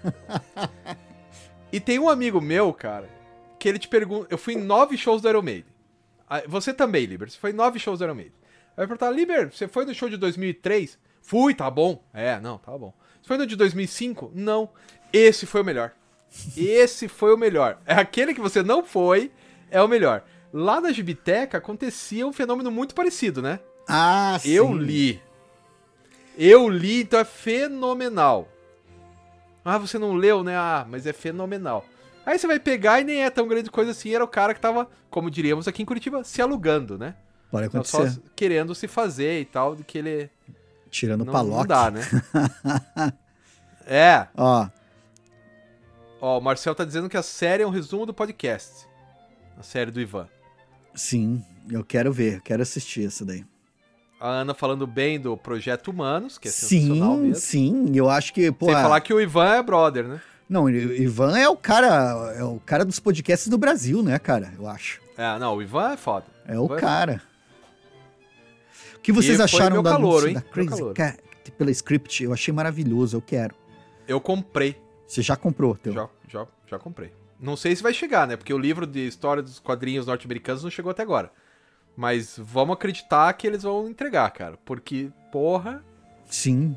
E tem um amigo meu, cara, que ele te pergunta... Eu fui em nove shows do Iron Maiden. Você também, Liber. Você foi em nove shows do Iron Maiden. Aí eu perguntar, Liber, você foi no show de dois mil e três? Fui, tá bom. É, não, tá bom. Você foi no de dois mil e cinco? Não. Esse foi o melhor. Esse foi o melhor. É aquele que você não foi, é o melhor. Lá na Gibiteca acontecia um fenômeno muito parecido, né? Ah, sim. Eu li. Eu li, então é fenomenal. Ah, você não leu, né? Ah, mas é fenomenal. Aí você vai pegar e nem é tão grande coisa assim. Era o cara que tava, como diríamos aqui em Curitiba, se alugando, né? Pode então, acontecer. só querendo se fazer e tal, do que ele... Tirando o não, paloque. não dá, né? É. Ó. Ó, o Marcel tá dizendo que a série é um resumo do podcast. A série do Ivan. Sim, eu quero ver, quero assistir essa daí. A Ana falando bem do Projeto Humanos, que é sensacional sim, mesmo. Sim, eu acho que, pô... Sem falar que o Ivan é brother, né? Não, o Ivan é o cara, é o cara dos podcasts do Brasil, né, cara? Eu acho. É, não, o Ivan é foda. É o, o cara. O que vocês e acharam da, calor, da Crazy calor. Cat pela script? Eu achei maravilhoso, eu quero. Eu comprei. Você já comprou, teu? Já, já, já comprei. Não sei se vai chegar, né? Porque o livro de história dos quadrinhos norte-americanos não chegou até agora. Mas vamos acreditar que eles vão entregar, cara. Porque, porra... Sim.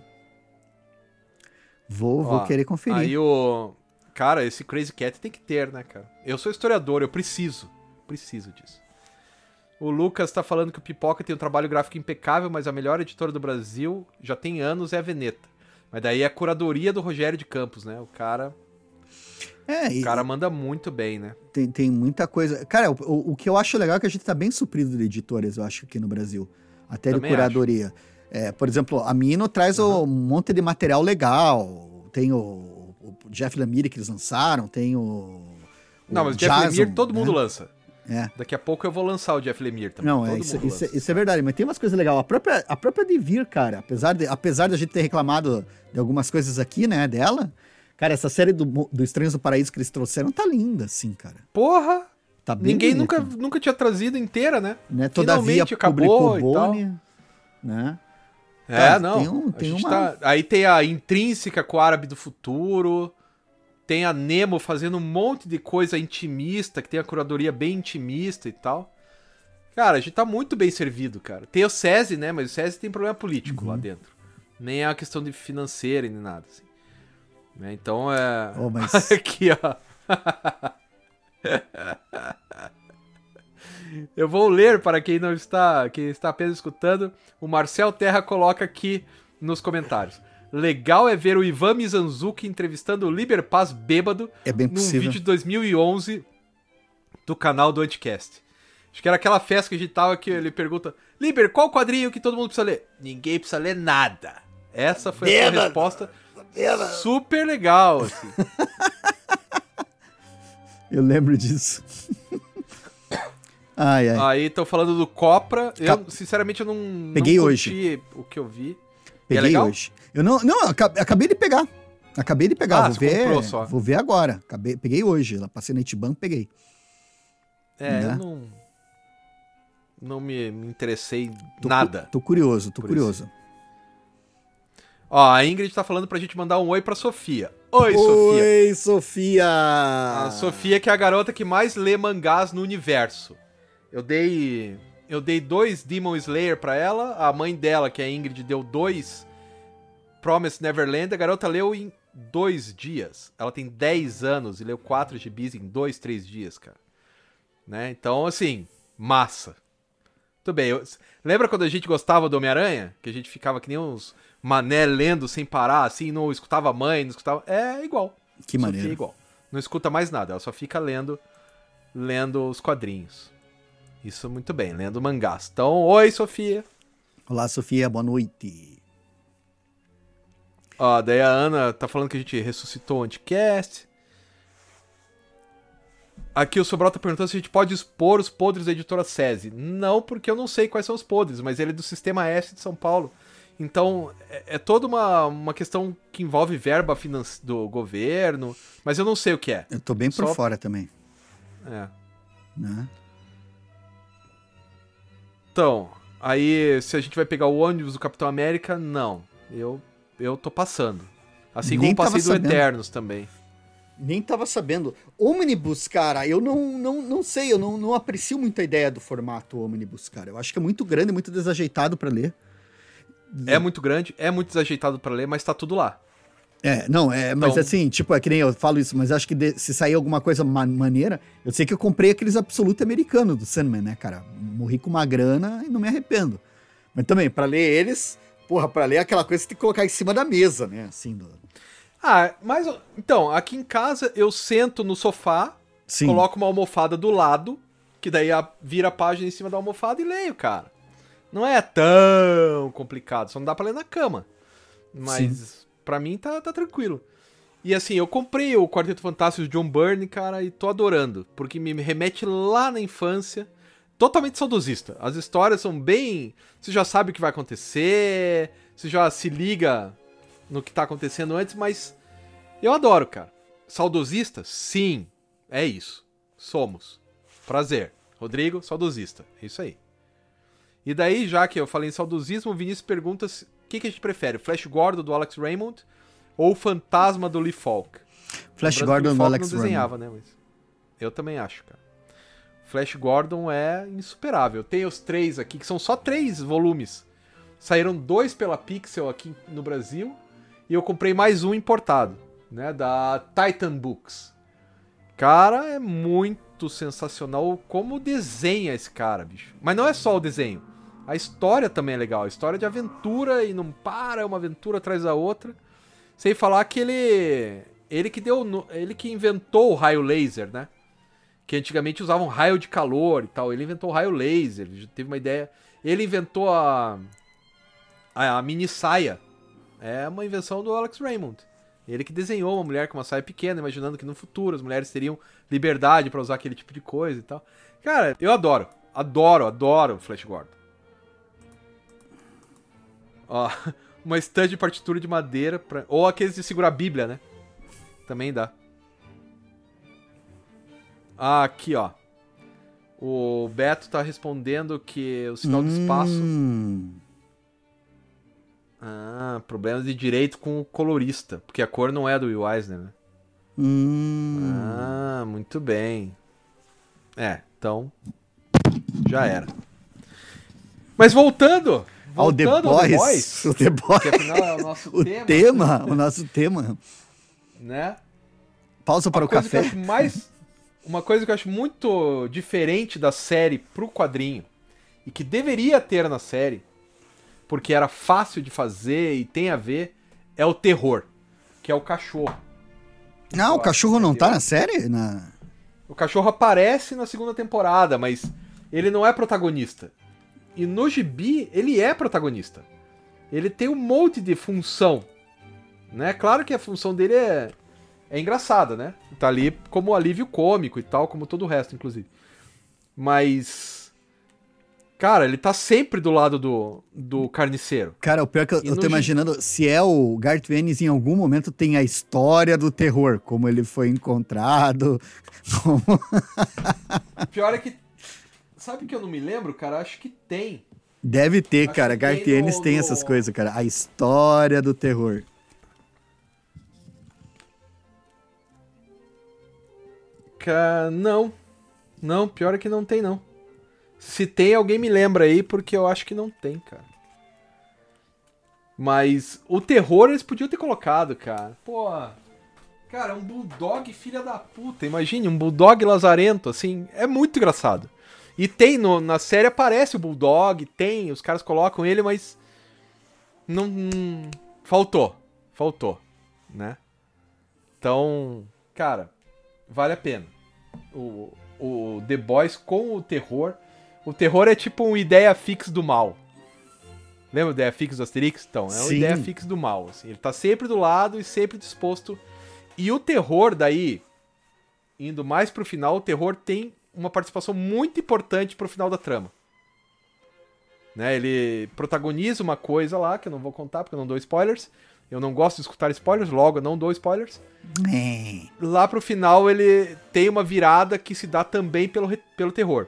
Vou, Ó, vou querer conferir. Aí o... Cara, esse Crazy Cat tem que ter, né, cara? Eu sou historiador, eu preciso. Preciso disso. O Lucas tá falando que o Pipoca tem um trabalho gráfico impecável, mas a melhor editora do Brasil já tem anos é a Veneta. Mas daí é a curadoria do Rogério de Campos, né? O cara... É, o cara manda muito bem, né? Tem, tem muita coisa. Cara, o, o que eu acho legal é que a gente tá bem suprido de editoras, eu acho, aqui no Brasil. Até Também de curadoria. É, por exemplo, a Mino traz uhum. um monte de material legal. Tem o, o Jeff Lemire que eles lançaram, tem o... o Não, mas o Jason, Jeff Lemire todo né? mundo lança. É. Daqui a pouco eu vou lançar o Jeff Lemire também. Não, todo é, isso, mundo isso, lança. isso é verdade, mas tem umas coisas legais. A própria, a própria Devir, cara, apesar de, apesar de a gente ter reclamado de algumas coisas aqui, né, dela... Cara, essa série do, do Estranhos do Paraíso que eles trouxeram tá linda, assim, cara. Porra! Tá bem Ninguém bonita. nunca, nunca tinha trazido inteira, né? né? Todavia, Finalmente acabou publicou e tal. Boni, né? É, Tá, não. Tem um, tem A gente uma... tá... Aí tem a Intrínseca com o Árabe do Futuro. tem a Nemo fazendo um monte de coisa intimista, que tem a curadoria bem intimista e tal. Cara, a gente tá muito bem servido, cara. Tem o SESI, né? Mas o SESI tem problema político uhum. lá dentro. Nem é uma questão de financeira nem nada, assim. Né? Então é... Oh, mas... Aqui, ó. Eu vou ler para quem não está, quem está apenas escutando. O Marcel Terra coloca aqui nos comentários. Legal é ver o Ivan Mizanzuki entrevistando o Liber Paz bêbado é bem num possível. vídeo de dois mil e onze do canal do Anticast. Acho que era aquela festa que a gente tava que ele pergunta: Liber, qual quadrinho que todo mundo precisa ler? Ninguém precisa ler nada. Essa foi a sua resposta. Bêbado. Super legal, assim. Eu lembro disso. Ai, ai. Aí estão falando do Copra. Eu, sinceramente, eu não, Peguei não curti hoje. O que eu vi. Peguei é legal? hoje. Eu não, não, acabei de pegar. Acabei de pegar. Ah, vou ver. Comprou só. Vou ver agora. Acabei, peguei hoje. Lá passei na Itiban, peguei. É, né? eu não. Não me, me interessei em nada. Tô curioso, tô curioso. Isso. Ó, a Ingrid tá falando pra gente mandar um oi pra Sofia. Oi, Sofia. Oi, Sofia. A Sofia que é a garota que mais lê mangás no universo. Eu dei eu dei dois Demon Slayer pra ela. A mãe dela, que é a Ingrid, deu dois Promised Neverland. A garota leu em dois dias. Ela tem dez anos e leu quatro gibis em dois, três dias, cara. Né? Então, assim, massa. Tudo bem. Eu... Lembra quando a gente gostava do Homem-Aranha? Que a gente ficava que nem uns mané lendo sem parar, assim, não escutava a mãe, não escutava... É igual. Que maneiro. É igual. Não escuta mais nada, ela só fica lendo, lendo os quadrinhos. Isso muito bem, lendo mangás. Então, oi, Sofia. Olá, Sofia, boa noite. Ó, daí a Ana tá falando que a gente ressuscitou o Anticast. Aqui o Sobral tá perguntando se a gente pode expor os podres da editora SESI. Não, porque eu não sei quais são os podres, mas ele é do Sistema S de São Paulo. Então, é, é toda uma, uma questão que envolve verba finance do governo, mas eu não sei o que é. Eu tô bem por Só... fora também. É. Né? Então, aí se a gente vai pegar o ônibus do Capitão América, não. Eu, eu tô passando. Assim Nem como passei do sabendo. Eternos também. Nem tava sabendo. Omnibus, cara, eu não, não, não sei, eu não, não aprecio muito a ideia do formato Omnibus, cara. Eu acho que é muito grande, muito desajeitado pra ler. É muito grande, é muito desajeitado pra ler, mas tá tudo lá. É, não, é, mas Então- assim, tipo, é que nem eu falo isso, mas acho que de- se sair alguma coisa ma- maneira, eu sei que eu comprei aqueles absoluto americanos do Sandman, né, cara? Morri com uma grana e não me arrependo. Mas também, pra ler eles, porra, pra ler aquela coisa você tem que colocar em cima da mesa, né, assim. Do... Ah, mas então, aqui em casa eu sento no sofá, Sim. coloco uma almofada do lado, que daí a- vira a página em cima da almofada e leio, cara. Não é tão complicado, só não dá pra ler na cama. Mas pra mim tá, tá tranquilo. E assim, eu comprei o Quarteto Fantástico de John Byrne, cara, e tô adorando, porque me remete lá na infância, totalmente saudosista. As histórias são bem... Você já sabe o que vai acontecer, você já se liga no que tá acontecendo antes, mas eu adoro, cara. Saudosista? Sim, é isso. Somos. Prazer. Rodrigo, saudosista. É isso aí. E daí, já que eu falei em saudosismo, o Vinícius pergunta se- o que, que a gente prefere, o Flash Gordon do Alex Raymond ou o Fantasma do Lee Falk? Flash Lembrando que o Gordon Lee do Falk Alex não desenhava, né? Mas eu também acho, cara. Flash Gordon é insuperável. Tem os três aqui, que são só três volumes. Saíram dois pela Pixel aqui no Brasil e eu comprei mais um importado, né? Da Titan Books. Cara, é muito sensacional como desenha esse cara, bicho. Mas não é só o desenho. A história também é legal. A história de aventura e não para, é uma aventura atrás da outra. Sem falar que ele... Ele que deu... no- Ele que inventou o raio laser, né? Que antigamente usavam raio de calor e tal. Ele inventou o raio laser. Ele já teve uma ideia... Ele inventou a... A, a mini saia. É uma invenção do Alex Raymond. Ele que desenhou uma mulher com uma saia pequena, imaginando que no futuro as mulheres teriam liberdade pra usar aquele tipo de coisa e tal. Cara, eu adoro. Adoro, adoro o Flash Gordon. Ó, uma estante de partitura de madeira, pra... ou aqueles de segurar a Bíblia, né? Também dá. Ah, aqui, ó. O Beto tá respondendo que o sinal do espaço... Hum, Ah, problemas de direito com o colorista, porque a cor não é do Will Eisner, né? Hum. Ah, muito bem. É, então já era. Mas voltando, Ao The voltando ao The Boys. Boys, O The Boys. que afinal é o nosso O tema, tema, o nosso tema. né? Pausa para Uma o coisa que eu café. acho mais, uma coisa que eu acho muito diferente da série pro quadrinho e que deveria ter na série, porque era fácil de fazer e tem a ver, é o terror, que é o cachorro. Não, o cachorro não tá Entendeu? na série? Na... O cachorro aparece na segunda temporada, mas ele não é protagonista. E no gibi, ele é protagonista. Ele tem um monte de função, né? Claro que a função dele é, é engraçada, né? Tá ali como alívio cômico e tal, como todo o resto, inclusive. Mas... Cara, ele tá sempre do lado do, do carniceiro. Cara, o pior é que eu, E eu no tô gi- imaginando, se é o Garth Ennis, em algum momento tem a história do terror, como ele foi encontrado, como... Pior é que... Sabe que eu não me lembro, cara? Acho que tem. Deve ter, Acho cara. que tem Garth Ennis no- tem no- essas coisas, cara. A história do terror. Ca- Não. Não, pior é que não tem, não. Se tem, alguém me lembra aí, porque eu acho que não tem, cara. Mas o terror eles podiam ter colocado, cara. Pô, cara, um bulldog filha da puta. Imagine, um bulldog lazarento, assim. É muito engraçado. E tem, no- na série aparece o bulldog, tem, os caras colocam ele, mas... Não... não- faltou. Faltou, né? Então, cara, vale a pena. O, o The Boys com o terror. O terror é tipo uma ideia fixa do mal. Lembra o ideia fixa do Asterix? Então, é uma Sim. ideia fixa do mal. Assim. Ele tá sempre do lado e sempre disposto. E o terror, daí, indo mais pro final, o terror tem uma participação muito importante pro final da trama. Né? Ele protagoniza uma coisa lá, que eu não vou contar porque eu não dou spoilers. Eu não gosto de escutar spoilers, logo eu não dou spoilers. É. Lá pro final ele tem uma virada que se dá também pelo, re- pelo terror.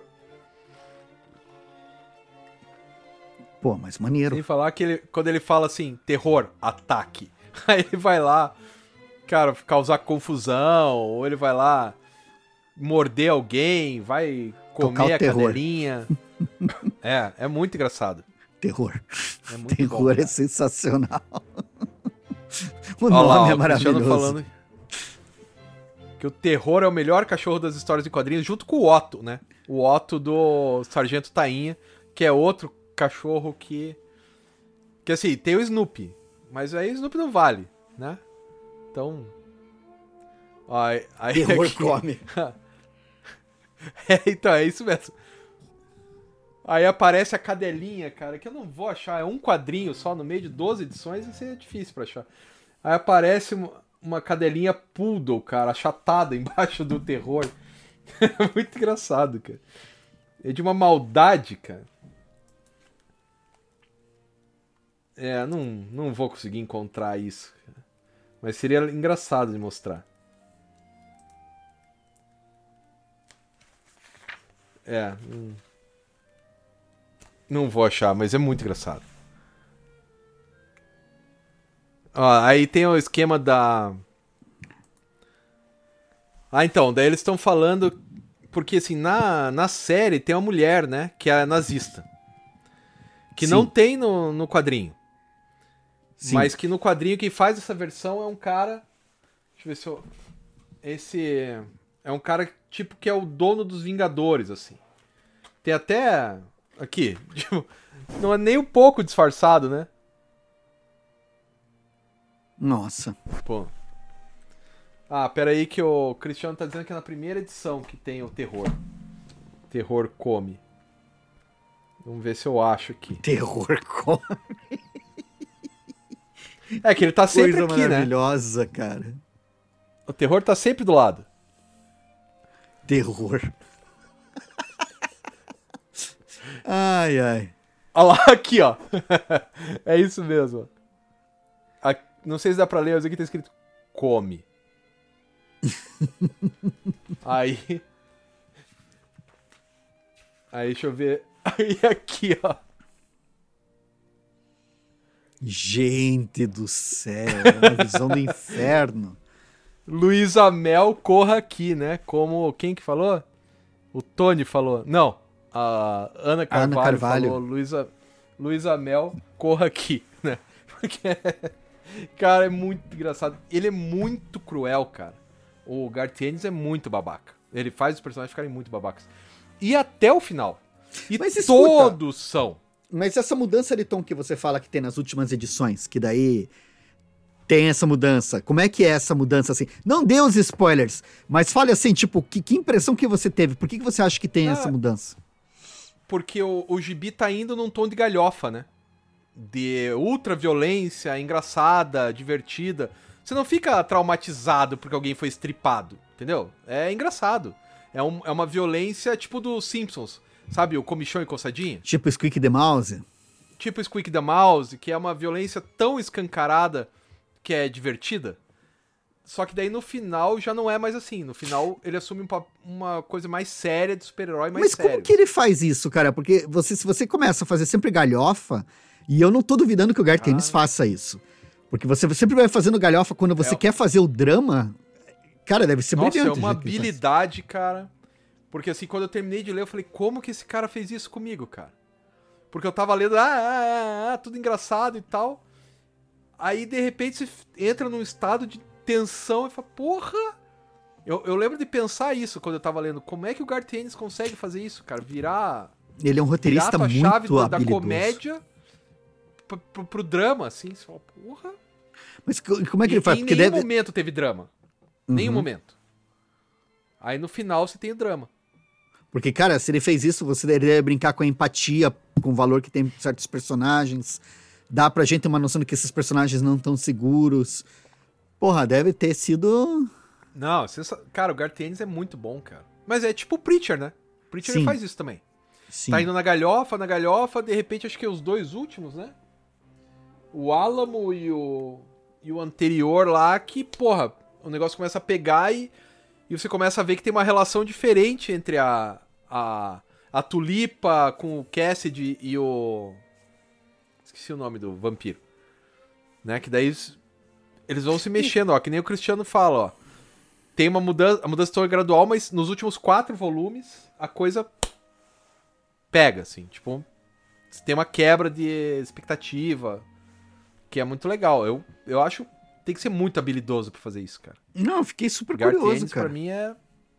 Pô, mas maneiro. Sem falar que ele, quando ele fala assim, terror, ataque. Aí ele vai lá, cara, causar confusão, ou ele vai lá morder alguém, vai Tocar comer o a terror. cadelinha. É, é muito engraçado. Terror. É muito bom, Terror é cara. sensacional. O Olha nome lá, é o Cristiano maravilhoso. falando que o terror é o melhor cachorro das histórias de quadrinhos, junto com o Otto, né? O Otto do Sargento Tainha, que é outro cachorro que... Que assim, tem o Snoopy, mas aí o Snoopy não vale, né? Então... Ó, aí, aí Terror aqui- come. É, então, é isso mesmo. Aí aparece a cadelinha, cara, que eu não vou achar. É um quadrinho só no meio de doze edições, isso é difícil pra achar. Aí aparece uma, uma cadelinha poodle, cara, achatada embaixo do terror. É muito engraçado, cara. É de uma maldade, cara. É, não, não vou conseguir encontrar isso, cara. Mas seria engraçado de mostrar. É, não, não vou achar, mas é muito engraçado. Ó, aí tem o esquema da... Ah, então, daí eles estão falando... Porque, assim, na, na série tem uma mulher, né, que é nazista. Que Sim. não tem no, no quadrinho. Sim. Mas que no quadrinho quem faz essa versão é um cara... Deixa eu ver se eu... Esse... É um cara, tipo, que é o dono dos Vingadores, assim. Tem até... Aqui. Tipo, não é nem um pouco disfarçado, né? Nossa. Pô. Ah, pera aí que o Cristiano tá dizendo que é na primeira edição que tem o terror. Terror come. Vamos ver se eu acho aqui. Terror come. É que ele tá sempre Coisa aqui, né? maravilhosa, cara. O terror tá sempre do lado. Terror. Ai, ai. Olha lá, aqui, ó. É isso mesmo. A- Não sei se dá pra ler, mas aqui tá escrito come. Aí... Aí, deixa eu ver. Aí, aqui, ó. Gente do céu, é uma visão do inferno. Luísa Mel, corra aqui, né? Como, quem que falou? O Tony falou. Não, a Ana Carvalho, Ana Carvalho. falou, Luísa, Luísa Mel, corra aqui, né? Porque, cara, é muito engraçado. Ele é muito cruel, cara. O Garth Ennis é muito babaca. Ele faz os personagens ficarem muito babacas. E até o final. E Mas escuta, todos são. Mas essa mudança de tom que você fala que tem nas últimas edições, que daí tem essa mudança. Como é que é essa mudança, assim? Não dê os spoilers, mas fale assim, tipo, que, que impressão que você teve? Por que, que você acha que tem Ah, essa mudança? Porque o, o gibi tá indo num tom de galhofa, né? De ultra violência, engraçada, divertida. Você não fica traumatizado porque alguém foi estripado, entendeu? É engraçado. É, um, é uma violência tipo dos Simpsons, sabe? O comichão e coçadinha. Tipo Squeak the Mouse? Tipo Squeak the Mouse, que é uma violência tão escancarada que é divertida. Só que daí no final já não é mais assim. No final ele assume um, uma coisa mais séria de super-herói, mais Mas sério. como que ele faz isso, cara? Porque você, se você começa a fazer sempre galhofa, e eu não tô duvidando que o Garth Ennis Ah. faça isso. Porque você sempre vai fazendo galhofa quando você É. quer fazer o drama. Cara, deve ser Nossa, brilhante. é o uma jeito que ele faz. habilidade, cara. Porque assim, quando eu terminei de ler, eu falei, como que esse cara fez isso comigo, cara? Porque eu tava lendo, ah, ah, ah, ah, tudo engraçado e tal. Aí, de repente, você entra num estado de tensão e fala, porra! Eu, eu lembro de pensar isso quando eu tava lendo. Como é que o Garth Ennis consegue fazer isso, cara? Virar, Ele é um virar a roteirista tua muito chave do- da habilidoso. comédia pro, pro, pro drama, assim. Você fala, porra! Mas co- como é que E- ele faz? e em Porque nenhum deve... momento teve drama. Nenhum Uhum. momento. Aí no final você tem o drama. Porque, cara, se ele fez isso, você deveria brincar com a empatia, com o valor que tem certos personagens. Dá pra gente ter uma noção de que esses personagens não estão seguros. Porra, deve ter sido... Não, sensa- cara, o Garth Ennis é muito bom, cara. Mas é tipo o Preacher, né? O Preacher Sim. faz isso também. Sim. Tá indo na galhofa, na galhofa, de repente acho que os dois últimos, né? O Alamo e o, e o anterior lá, que, porra, o negócio começa a pegar e, e você começa a ver que tem uma relação diferente entre a, a, a Tulipa com o Cassidy e o... Esqueci o nome do vampiro. Né? Que daí eles- eles vão se mexendo, ó, que nem o Cristiano fala, ó. Tem uma mudança, a mudança toda gradual, mas nos últimos quatro volumes a coisa pega, assim, tipo, tem uma quebra de expectativa, que é muito legal. Eu, eu acho que tem que ser muito habilidoso pra fazer isso, cara. Não, eu fiquei super Garth curioso, Ennis, cara. pra mim, é,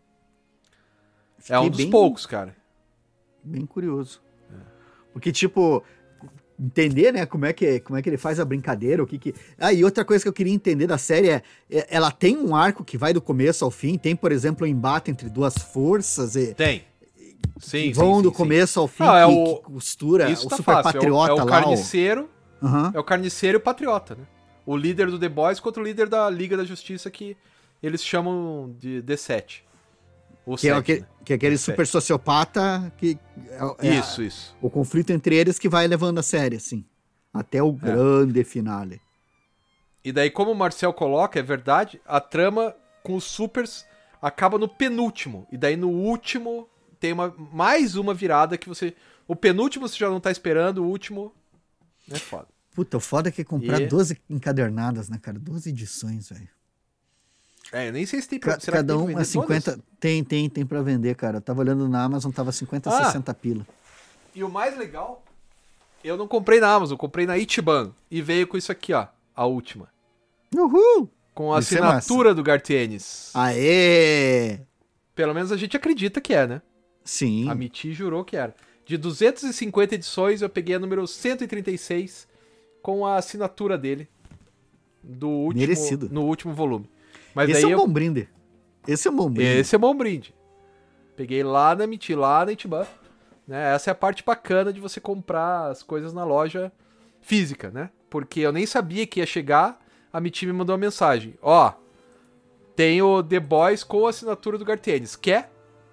Fiquei é um dos bem, poucos, cara. Bem curioso. Porque, tipo, entender, né, como é, que, como é que ele faz a brincadeira, o que que... Ah, e outra coisa que eu queria entender da série é, é- ela tem um arco que vai do começo ao fim, tem, por exemplo, um embate entre duas forças e... Tem. Sim, que vão sim, do sim, sim. começo ao fim, Ah, é que, o- que costura Isso o tá super fácil, é o, patriota é o lá. carniceiro, O... Aham. é o carniceiro e o patriota, né? O líder do The Boys contra o líder da Liga da Justiça, que eles chamam de D sete. O Que, é sete, aquele, né? que é aquele Sete. super sociopata que... É, é Isso, isso. o conflito entre eles que vai levando a série, assim. Até o É. grande finale. E daí, como o Marcel coloca, é verdade, a trama com os supers acaba no penúltimo. E daí no último tem uma, mais uma virada que você... O penúltimo você já não tá esperando, o último é foda. Puta, o foda é que é comprar E- doze encadernadas, né, cara? doze edições, velho. É, eu nem sei se tem pra... Ca- será Cada que tem pra um é vender cinquenta. todas? Tem, tem, tem pra vender, cara. Eu tava olhando na Amazon, tava cinquenta, Ah. sessenta pila. E o mais legal, eu não comprei na Amazon, eu comprei na Ichiban. E veio com isso aqui, ó, a última. Uhul! Com a Isso é assinatura do Garth Ennis. Aê! Pelo menos a gente acredita que é, né? Sim. A Miti jurou que era. De duzentas e cinquenta edições, eu peguei a número cento e trinta e seis com a assinatura dele. Do último, Merecido. No último volume. Mas Esse daí é um eu... bom brinde. Esse é um bom brinde. Esse é bom brinde. Peguei lá na Miti, lá na Itiban. Né? Essa é a parte bacana de você comprar as coisas na loja física, né? Porque eu nem sabia que ia chegar, a Miti me mandou uma mensagem. Ó, tem o The Boys com a assinatura do Garth Ennis. Quer?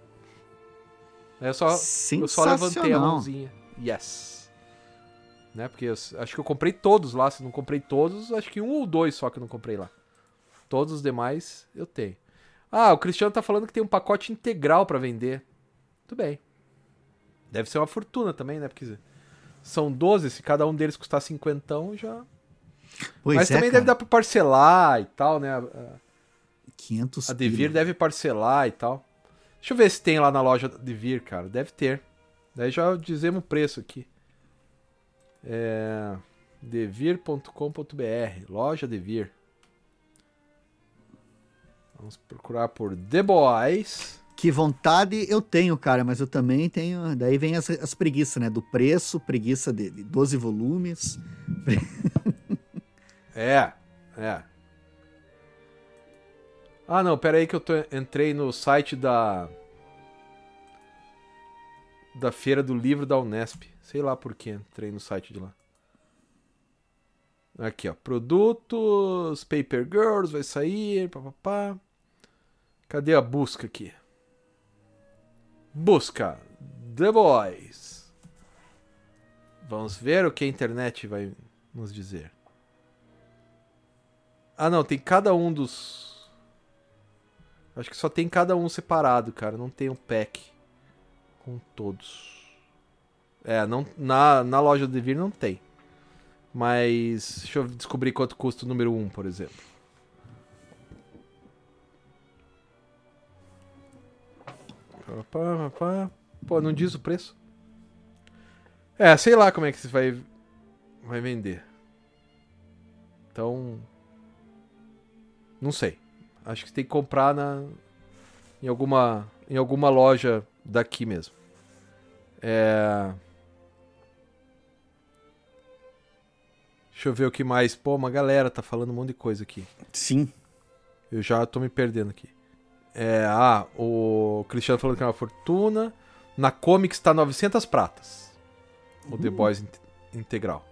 Aí Eu só, eu só levantei a Sensacional. mãozinha. Yes. Né? Porque eu, acho que eu comprei todos lá. Se não comprei todos, acho que um ou dois só que eu não comprei lá. Todos os demais eu tenho. Ah, o Cristiano tá falando que tem um pacote integral pra vender. Tudo bem. Deve ser uma fortuna também, né? Porque são doze, se cada um deles custar cinquentão, já... Pois Mas é, também cara. deve dar pra parcelar e tal, né? quinhentos A Devir pila. deve parcelar e tal. Deixa eu ver se tem lá na loja Devir, cara. Deve ter. Daí já dizemos o preço aqui. É... devir ponto com ponto b r. Loja Devir. Vamos procurar por The Boys. Que vontade eu tenho, cara, mas eu também tenho... Daí vem as, as preguiças, né? Do preço, preguiça de, de doze volumes. É, é. Ah, não, pera aí que eu tô, entrei no site da... Da Feira do Livro da Unesp. Sei lá por que entrei no site de lá. Aqui, ó. Produtos, Paper Girls, vai sair, papapá. Cadê a busca aqui? Busca The Boys. Vamos ver o que a internet vai nos dizer. Ah, não, tem cada um dos... Acho que só tem cada um separado, cara. Não tem um pack com todos. É, não, na, na loja do Devir não tem. Mas deixa eu descobrir quanto custa o número um, por exemplo. Pô, não diz o preço. É, sei lá como é que você vai, vai vender. Então... Não sei. Acho que você tem que comprar na, em, alguma, em alguma loja daqui mesmo. É... Deixa eu ver o que mais. Pô, uma galera tá falando um monte de coisa aqui. Sim. Eu já tô me perdendo aqui. É, ah, o Cristiano falando que é uma fortuna. Na Comics tá novecentas pratas. O The Boys in- integral.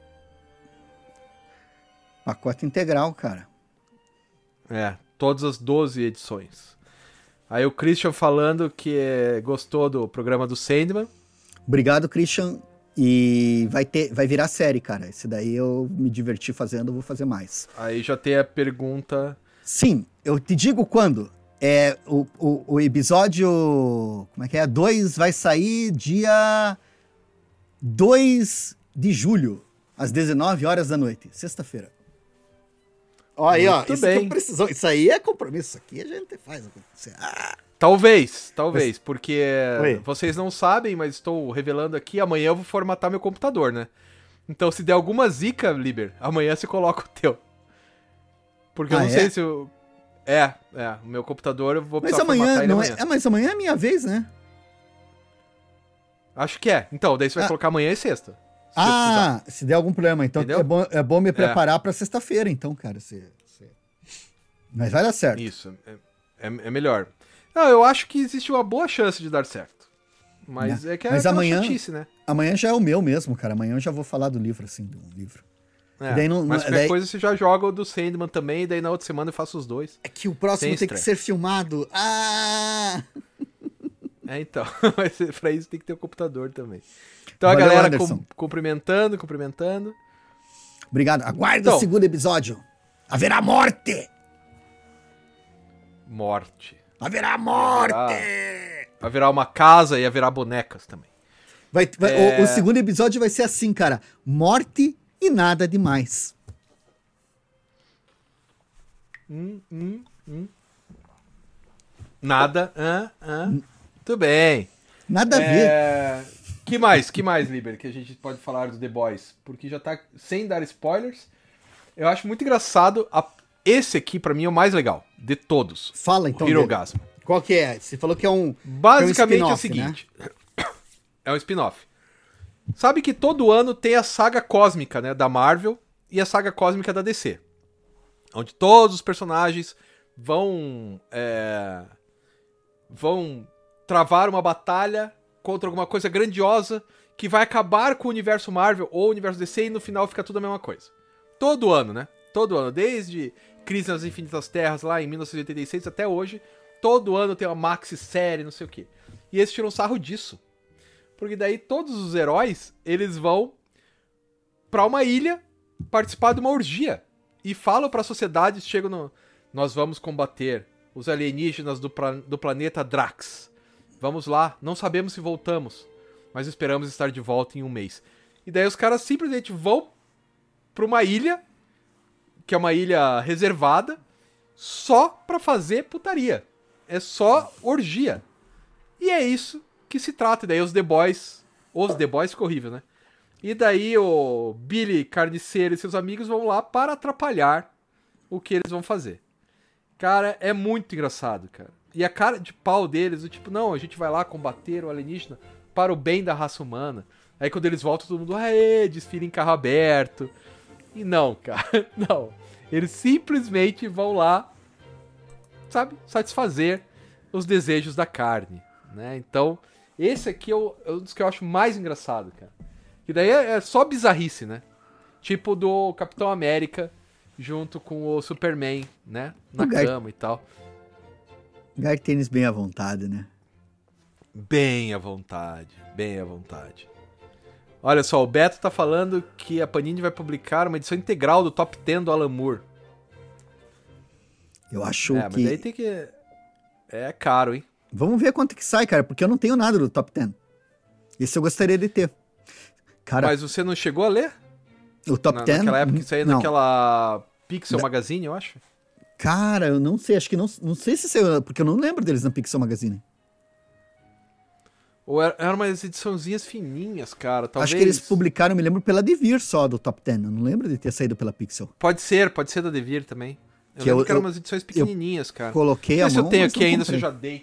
Pacote integral, cara. É, todas as doze edições. Aí o Christian falando que é, gostou do programa do Sandman. Obrigado, Christian. E vai ter, vai virar série, cara. Esse daí eu me diverti fazendo, vou fazer mais. Aí já tem a pergunta... Sim, eu te digo quando. É, o, o, o episódio... Como é que é? dois vai sair dia dois de julho, às dezenove horas da noite, sexta-feira. Ó, aí, ó. Muito Isso, bem. que precisou, isso aí é compromisso. Isso aqui a gente faz acontecer. Ah, Talvez, talvez, porque Oi. vocês não sabem, mas estou revelando aqui, amanhã eu vou formatar meu computador, né? Então se der alguma zica, Liber, amanhã você coloca o teu. Porque eu Ah, não é? sei se eu... É, é, o meu computador eu vou mas precisar formatar amanhã, ele não é, amanhã. é, mas amanhã é minha vez, né? Acho que é. Então, daí você vai Ah. colocar amanhã e sexta. Se você precisar. Ah, se der algum problema. Então Entendeu? é bom, é bom me preparar pra sexta-feira, então, cara. Se, se... Mas vai dar certo. Isso, é, é, é melhor. Não, eu acho que existe uma boa chance de dar certo. Mas Né? é que é Mas aquela amanhã- chatice, né? Amanhã já é o meu mesmo, cara. Amanhã eu já vou falar do livro, assim, do livro. É, Daí não- mas não- qualquer daí- coisa você já joga o do Sandman também, e daí na outra semana eu faço os dois. É que o próximo Sem tem que estreia. ser filmado. Ah! É, então. Mas pra isso tem que ter o computador também. Então Valeu, a galera Anderson. cum- cumprimentando, cumprimentando. Obrigado. Aguarda Então. o segundo episódio. Haverá morte! Morte. Haverá morte! Haverá uma casa e haverá bonecas também. Vai, vai- É. o, o segundo episódio vai ser assim, cara. Morte e nada demais. Hum, hum, hum. Nada. Ah, ah. Tudo bem. Nada a ver. É... Que mais? Que mais, Liber, que a gente pode falar do The Boys? Porque já tá sem dar spoilers. Eu acho muito engraçado. A... Esse aqui, pra mim, é o mais legal de todos. Fala então. o dele. Hirogasm. Qual que é? Você falou que é um. Basicamente é o spin-off, seguinte. É um spin-off. Sabe que todo ano tem a saga cósmica, né, da Marvel e a saga cósmica da D C. Onde todos os personagens vão é, vão travar uma batalha contra alguma coisa grandiosa que vai acabar com o universo Marvel ou o universo D C e no final fica tudo a mesma coisa. Todo ano, né? Todo ano, desde Crise nas Infinitas Terras lá em mil novecentos e oitenta e seis até hoje, todo ano tem uma maxi série, não sei o quê. E eles tiram sarro disso. Porque daí todos os heróis, eles vão pra uma ilha participar de uma orgia. E falam pra sociedade, chegam no... Nós vamos combater os alienígenas do, pra... do planeta Drax. Vamos lá, não sabemos se voltamos, mas esperamos estar de volta em um mês. E daí os caras simplesmente vão pra uma ilha, que é uma ilha reservada, só pra fazer putaria. É só orgia. E é isso que se trata. E daí os The Boys... Os The Boys ficou horrível, né? E daí o Billy Carniceiro e seus amigos vão lá para atrapalhar o que eles vão fazer. Cara, é muito engraçado, cara. E a cara de pau deles, do tipo, não, a gente vai lá combater o alienígena para o bem da raça humana. Aí quando eles voltam, todo mundo, aê, desfile em carro aberto. E não, cara, não. Eles simplesmente vão lá, sabe, satisfazer os desejos da carne, né? Então, esse aqui é, o, é um dos que eu acho mais engraçado, cara. Que daí é, é só bizarrice, né? Tipo do Capitão América junto com o Superman, né? Na Gar... cama e tal. Gartênis bem à vontade, né? Bem à vontade, bem à vontade. Olha só, o Beto tá falando que a Panini vai publicar uma edição integral do Top dez do Alan Moore. Eu acho é, que... mas daí tem que... É caro, hein? Vamos ver quanto que sai, cara, porque eu não tenho nada do Top dez. Esse eu gostaria de ter. Cara, mas você não chegou a ler? O Top Na, dez? Naquela época que saiu não. naquela Pixel Da... Magazine, eu acho. Cara, eu não sei, acho que não, não sei se saiu, porque eu não lembro deles na Pixel Magazine. Ou eram era umas ediçãozinhas fininhas, cara, talvez. Acho que eles publicaram, me lembro, pela Devir só, do Top dez. Eu não lembro de ter saído pela Pixel. Pode ser, pode ser da Devir também. Eu que lembro eu, que eram eu, umas edições pequenininhas, cara. Coloquei não a sei mão, se eu tenho mas aqui não ainda, se eu comprei. já dei.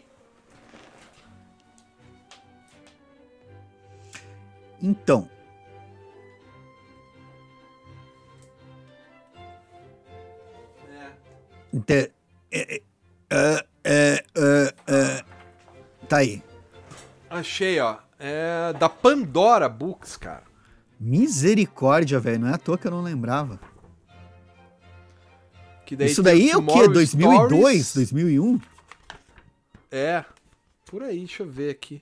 Então. É. É, é, é, é, é. Tá aí. Achei, ó. É da Pandora Books, cara. Misericórdia, velho. Não é à toa que eu não lembrava. Que daí Isso daí é o quê? dois mil e dois? dois mil e um? É. Por aí, deixa eu ver aqui.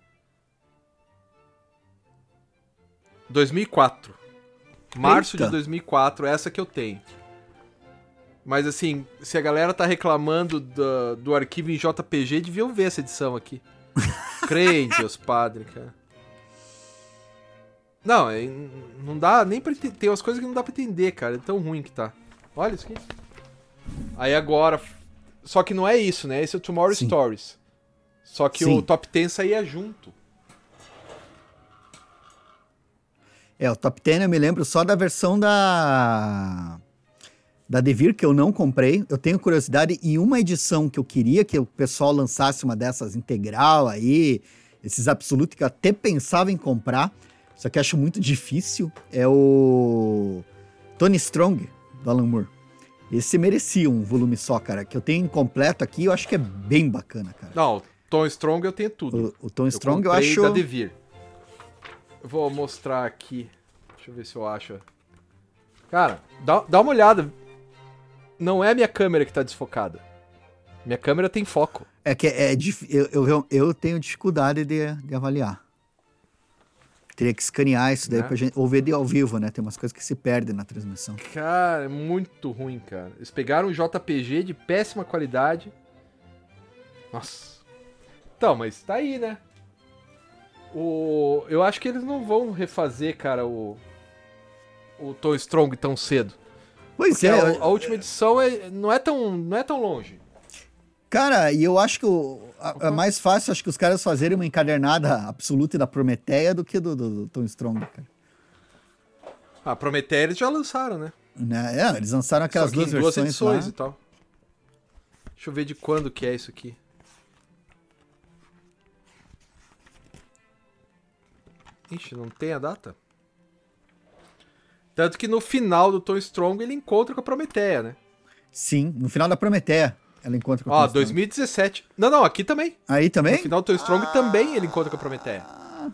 dois mil e quatro. Março Eita. de dois mil e quatro, essa que eu tenho. Mas assim, se a galera tá reclamando do, do arquivo em J P G, deviam ver essa edição aqui. Crente, os padres, cara. Não, é, não dá nem pra entender. Tem umas coisas que não dá pra entender, cara. É tão ruim que tá. Olha isso aqui. Aí agora... Só que não é isso, né? Esse é o Tomorrow Sim. Stories. Só que Sim. o Top dez saía junto. É, o Top dez eu me lembro só da versão da... Da Devir, que eu não comprei. Eu tenho curiosidade em uma edição que eu queria que o pessoal lançasse uma dessas integral aí, esses Absolute que eu até pensava em comprar, só que acho muito difícil. É o Tony Strong, do Alan Moore. Esse merecia um volume só, cara, que eu tenho incompleto aqui, eu acho que é bem bacana, cara. Não, o Tom Strong eu tenho tudo. O, o Tom Strong eu, eu acho... da Devir. Eu vou mostrar aqui. Deixa eu ver se eu acho. Cara, dá, dá uma olhada. Não é a minha câmera que tá desfocada. Minha câmera tem foco. É que é, é dif... eu, eu, eu tenho dificuldade de, de avaliar. Teria que escanear isso daí Né? pra gente... Ou ver de ao vivo, né? Tem umas coisas que se perdem na transmissão. Cara, é muito ruim, cara. Eles pegaram um J P G de péssima qualidade. Nossa. Então, mas tá aí, né? O... Eu acho que eles não vão refazer, cara, o... O Tom Strong tão cedo. Pois Porque é. a, a última edição é, não, é tão, não é tão longe. Cara, e eu acho que o, a, é mais fácil, acho que os caras fazerem uma encadernada absoluta da Prometeia do que do, do, do Tom Strong, cara. Ah, Prometheia eles já lançaram, né? Né? É, eles lançaram aquelas Só que duas em duas versões edições lá. e tal. Deixa eu ver de quando que é isso aqui. Ixi, não tem a data? Tanto que no final do Tom Strong ele encontra com a Prometheia, né? Sim, no final da Prometeia ela encontra com o Ó, Tom Strong. dois mil e dezessete. Não, não, aqui também. Aí também? No final do Tom Strong também ele encontra com a Prometheia.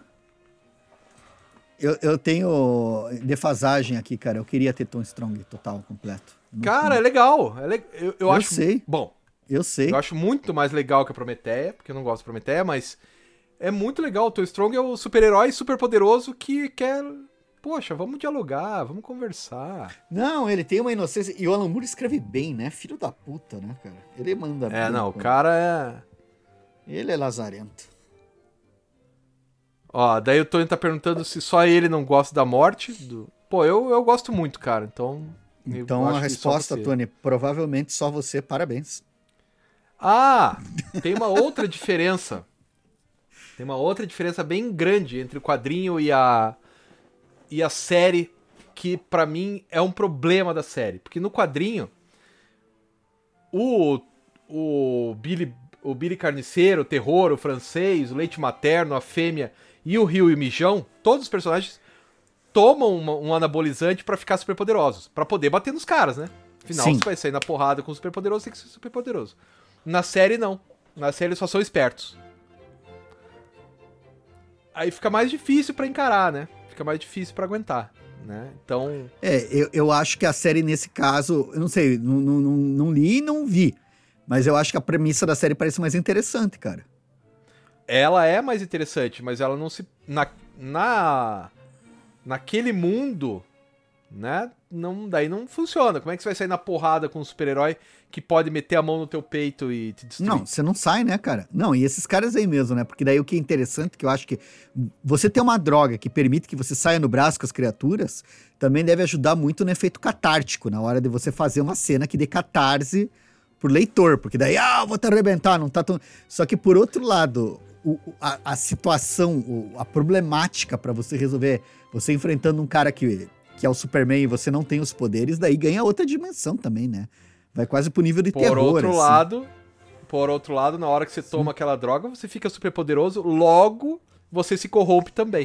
Eu, eu tenho defasagem aqui, cara. Eu queria ter Tom Strong total, completo. Não- Cara, é legal. É le... Eu, eu, Eu acho. sei. Bom, Eu sei. eu acho muito mais legal que a Prometheia, porque eu não gosto da Prometheia, mas é muito legal. O Tom Strong é o super-herói super poderoso que quer. Poxa, vamos dialogar, vamos conversar. Não, ele tem uma inocência. E o Alan Moore escreve bem, né? Filho da puta, né, cara? Ele manda bem. É, não, o cara. cara é. Ele é lazarento. Ó, daí o Tony tá perguntando se só ele não gosta da morte. Do... Pô, eu, eu gosto muito, cara, então Então a resposta, Tony, provavelmente só você, parabéns. Ah, tem uma outra diferença. Tem uma outra diferença bem grande entre o quadrinho e a, e a série, que pra mim é um problema da série. Porque no quadrinho, o, o, Billy, o Billy Carniceiro, o Terror, o Francês, o Leite Materno, a Fêmea e o Rio e o Mijão, todos os personagens tomam uma, um anabolizante pra ficar superpoderosos, pra poder bater nos caras, né? Afinal, Sim. se vai sair na porrada com o superpoderoso, tem que ser superpoderoso. Na série, não. Na série, eles só são espertos. Aí fica mais difícil pra encarar, né? Fica mais difícil pra aguentar, né? Então... É, eu, eu acho que a série, nesse caso, eu não sei, não, não, não, não li e não vi, mas eu acho que a premissa da série parece mais interessante, cara. Ela é mais interessante, mas ela não se... Na... na naquele mundo, né? Não, daí não funciona. Como é que você vai sair na porrada com um super-herói que pode meter a mão no teu peito e te destruir? Não, você não sai, né, cara? Não, e esses caras aí mesmo, né? Porque daí o que é interessante, que eu acho que você ter uma droga que permite que você saia no braço com as criaturas, também deve ajudar muito no efeito catártico, na hora de você fazer uma cena que dê catarse pro leitor, porque daí, ah, eu vou te arrebentar, não tá tão... Só que por outro lado, o, a, a situação, o, a problemática pra você resolver, você enfrentando um cara que, que é o Superman e você não tem os poderes, daí ganha outra dimensão também, né? Vai quase pro nível de por terror, outro assim. lado, por outro lado, na hora que você Sim. toma aquela droga, você fica super poderoso, logo você se corrompe também.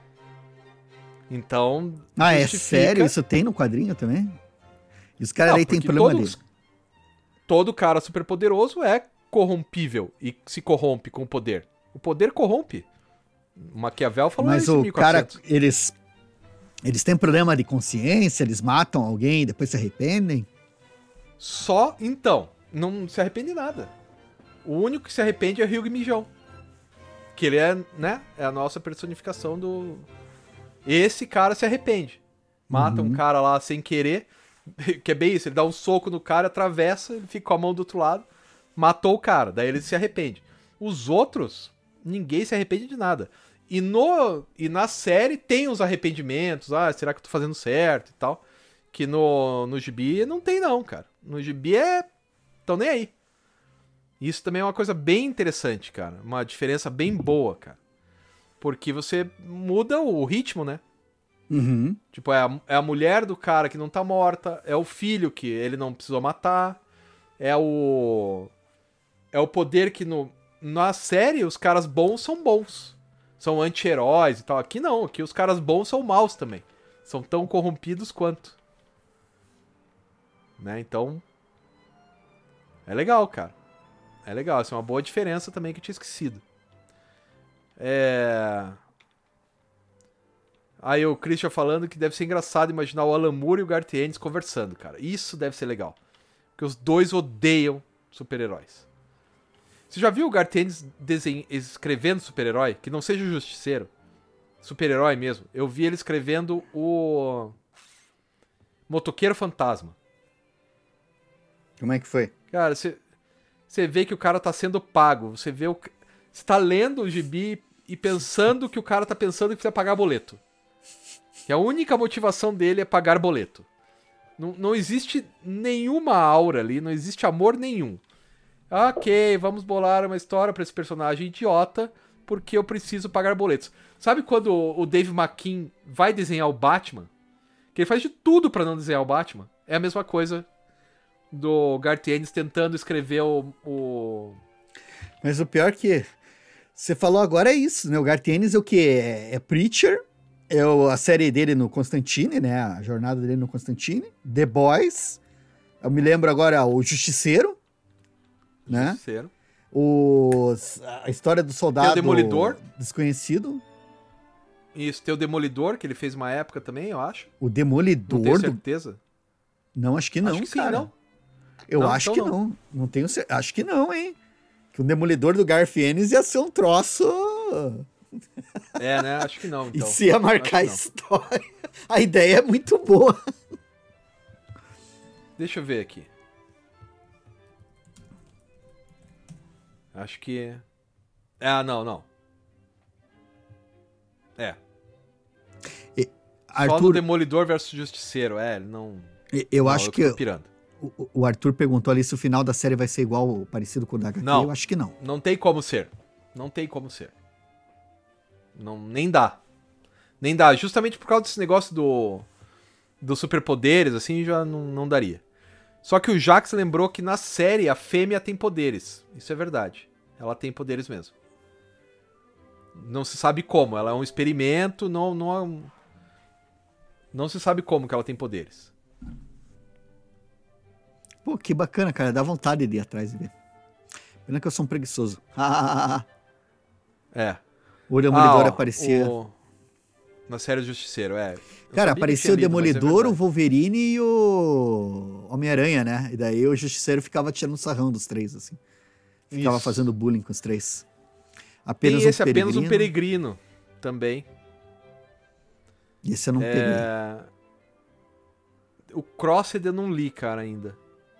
Então, ah, justifica... é sério? Isso tem no quadrinho também? E os caras aí tem problema todos, dele. Todo cara super poderoso é corrompível e se corrompe com o poder. O poder corrompe. O Maquiavel falou Mas isso em o mil e quatrocentos. cara, eles eles têm problema de consciência, eles matam alguém e depois se arrependem? Só então, não se arrepende de nada. O único que se arrepende é o Hugh Mijão. Que ele é, né, é a nossa personificação do... Esse cara se arrepende. Mata uhum. um cara lá sem querer, que é bem isso, ele dá um soco no cara, atravessa, ele fica com a mão do outro lado, matou o cara, daí ele se arrepende. Os outros, ninguém se arrepende de nada. E, no, e na série tem os arrependimentos, ah, será que eu tô fazendo certo e tal, que no, no gibi não tem não, cara. No gibi é... tão nem aí. Isso também é uma coisa bem interessante, cara, uma diferença bem boa, cara. Porque você muda o ritmo, né? Uhum. Tipo, é a, é a mulher do cara que não tá morta, é o filho que ele não precisou matar, é o... é o poder que no, na série os caras bons são bons. São anti-heróis e tal. Aqui não, aqui os caras bons são maus também. São tão corrompidos quanto. Né, então... é legal, cara. É legal, essa é uma boa diferença também que eu tinha esquecido. É... Aí o Christian falando que deve ser engraçado imaginar o Alan Moore e o Garth Ennis conversando, cara. Isso deve ser legal. Porque os dois odeiam super-heróis. Você já viu o Garth Ennis desenho, escrevendo super-herói? Que não seja o Justiceiro. Super-herói mesmo. Eu vi ele escrevendo o... Motoqueiro Fantasma. Como é que foi? Cara, você... Você vê que o cara tá sendo pago. Você vê o... Você tá lendo o gibi e pensando que o cara tá pensando que precisa pagar boleto. Que a única motivação dele é pagar boleto. Não, não existe nenhuma aura ali, não existe amor nenhum. Ok, vamos bolar uma história pra esse personagem idiota porque eu preciso pagar boletos. Sabe quando o Dave McKean vai desenhar o Batman? Que ele faz de tudo pra não desenhar o Batman. É a mesma coisa do Garth Ennis tentando escrever o, o... Mas o pior que você falou agora é isso, né? O Garth Ennis é o que? É, é Preacher, é o, a série dele no Constantine, né? A jornada dele no Constantine, The Boys, eu me lembro agora o Justiceiro, né? Justiceiro. O, a história do soldado tem o Demolidor. Desconhecido. Isso, tem o Demolidor, que ele fez uma época também, eu acho. O Demolidor? Não tenho certeza. Do... Não, acho que não, acho que cara. Sim, não. Eu não, acho então que não. não. Não tenho certeza. Acho que não, hein? Que o Demolidor do Garth Ennis ia ser um troço... É, né? Acho que não, então. Isso ia marcar a história. A ideia é muito boa. Deixa eu ver aqui. Acho que... Ah, não, não. É. E, Arthur... Só no Demolidor versus Justiceiro, é, ele não... E- Eu Não, acho eu que tô pirando. o, o Arthur perguntou ali se o final da série vai ser igual, parecido com o da H Q. Não. Eu acho que não. Não tem como ser. Não tem como ser. Não, nem dá. Nem dá. Justamente por causa desse negócio do... dos superpoderes, assim, já não, não daria. Só que o Jax lembrou que na série a fêmea tem poderes. Isso é verdade. Ela tem poderes mesmo. Não se sabe como. Ela é um experimento, não, não, é um- não se sabe como que ela tem poderes. Pô, que bacana, cara. Dá vontade de ir atrás e ver. Pena que eu sou um preguiçoso. É. O Demolidor Ah, ó, aparecia. o- Na série do Justiceiro, é. Eu Cara, sabia que aparecia eu o tinha lido, mas é Demolidor, o verdade. Wolverine e o Homem-Aranha, né? E daí o Justiceiro ficava tirando sarrão dos três, assim. Ficava Isso. fazendo bullying com os três. Tem Apenas esse um apenas um peregrino. peregrino também. Esse eu não peguei. É... O Crossed eu não li, cara, ainda.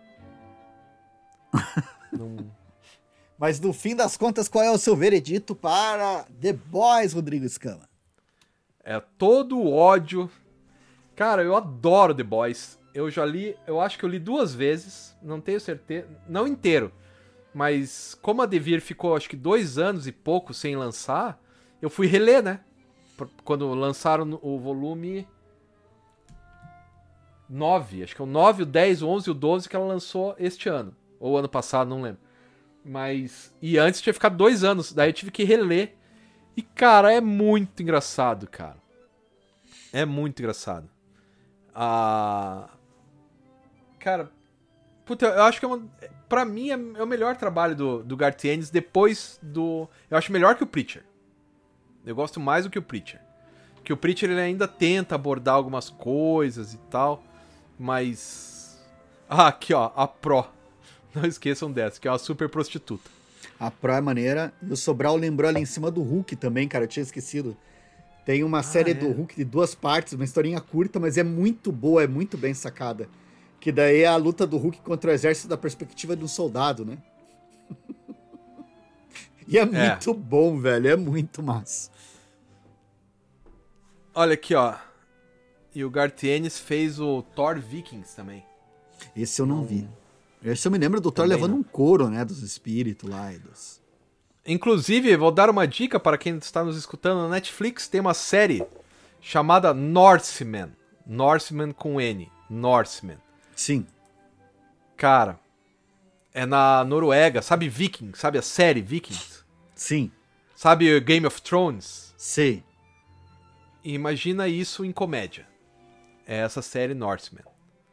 Não... Mas no fim das contas, qual é o seu veredito para The Boys, Rodrigo Escama? É todo o ódio. Cara, eu adoro The Boys. Eu já li, eu acho que eu li duas vezes, não tenho certeza, não inteiro. Mas como a Devir ficou, acho que dois anos e pouco sem lançar, eu fui reler, né? Por- Quando lançaram o volume nove, acho que é o nove, o dez, o onze e o doze que ela lançou este ano. Ou ano passado, não lembro. Mas. E antes tinha ficado dois anos, daí eu tive que reler. E, cara, é muito engraçado, cara. É muito engraçado. Ah. Cara. Puta, eu acho que é uma. Pra mim é é o melhor trabalho do, do Garth Ennis depois do. Eu acho melhor que o Preacher. Eu gosto mais do que o Preacher. Que o Preacher ele ainda tenta abordar algumas coisas e tal. Mas. Ah, aqui ó, a Pro. Não esqueçam dessa, que é uma super prostituta. A Pro é maneira. E o Sobral lembrou ali em cima do Hulk também, cara. Eu tinha esquecido. Tem uma série é. do Hulk de duas partes, uma historinha curta, mas é muito boa, é muito bem sacada. Que daí é a luta do Hulk contra o exército da perspectiva de um soldado, né? E é muito bom, velho. É muito massa. Olha aqui, ó. E o Garth Ennis fez o Thor Vikings também. Esse eu não, Não. vi. Esse eu me lembro do Thor Também levando não. um couro, né? Dos espíritos lá e dos... Inclusive, vou dar uma dica para quem está nos escutando na Netflix. Tem uma série chamada Norseman. Norseman com N. Norseman. Sim. Cara, é na Noruega. Sabe Vikings? Sabe a série Vikings? Sim. Sabe Game of Thrones? Sei. Imagina isso em comédia. É essa série Norseman.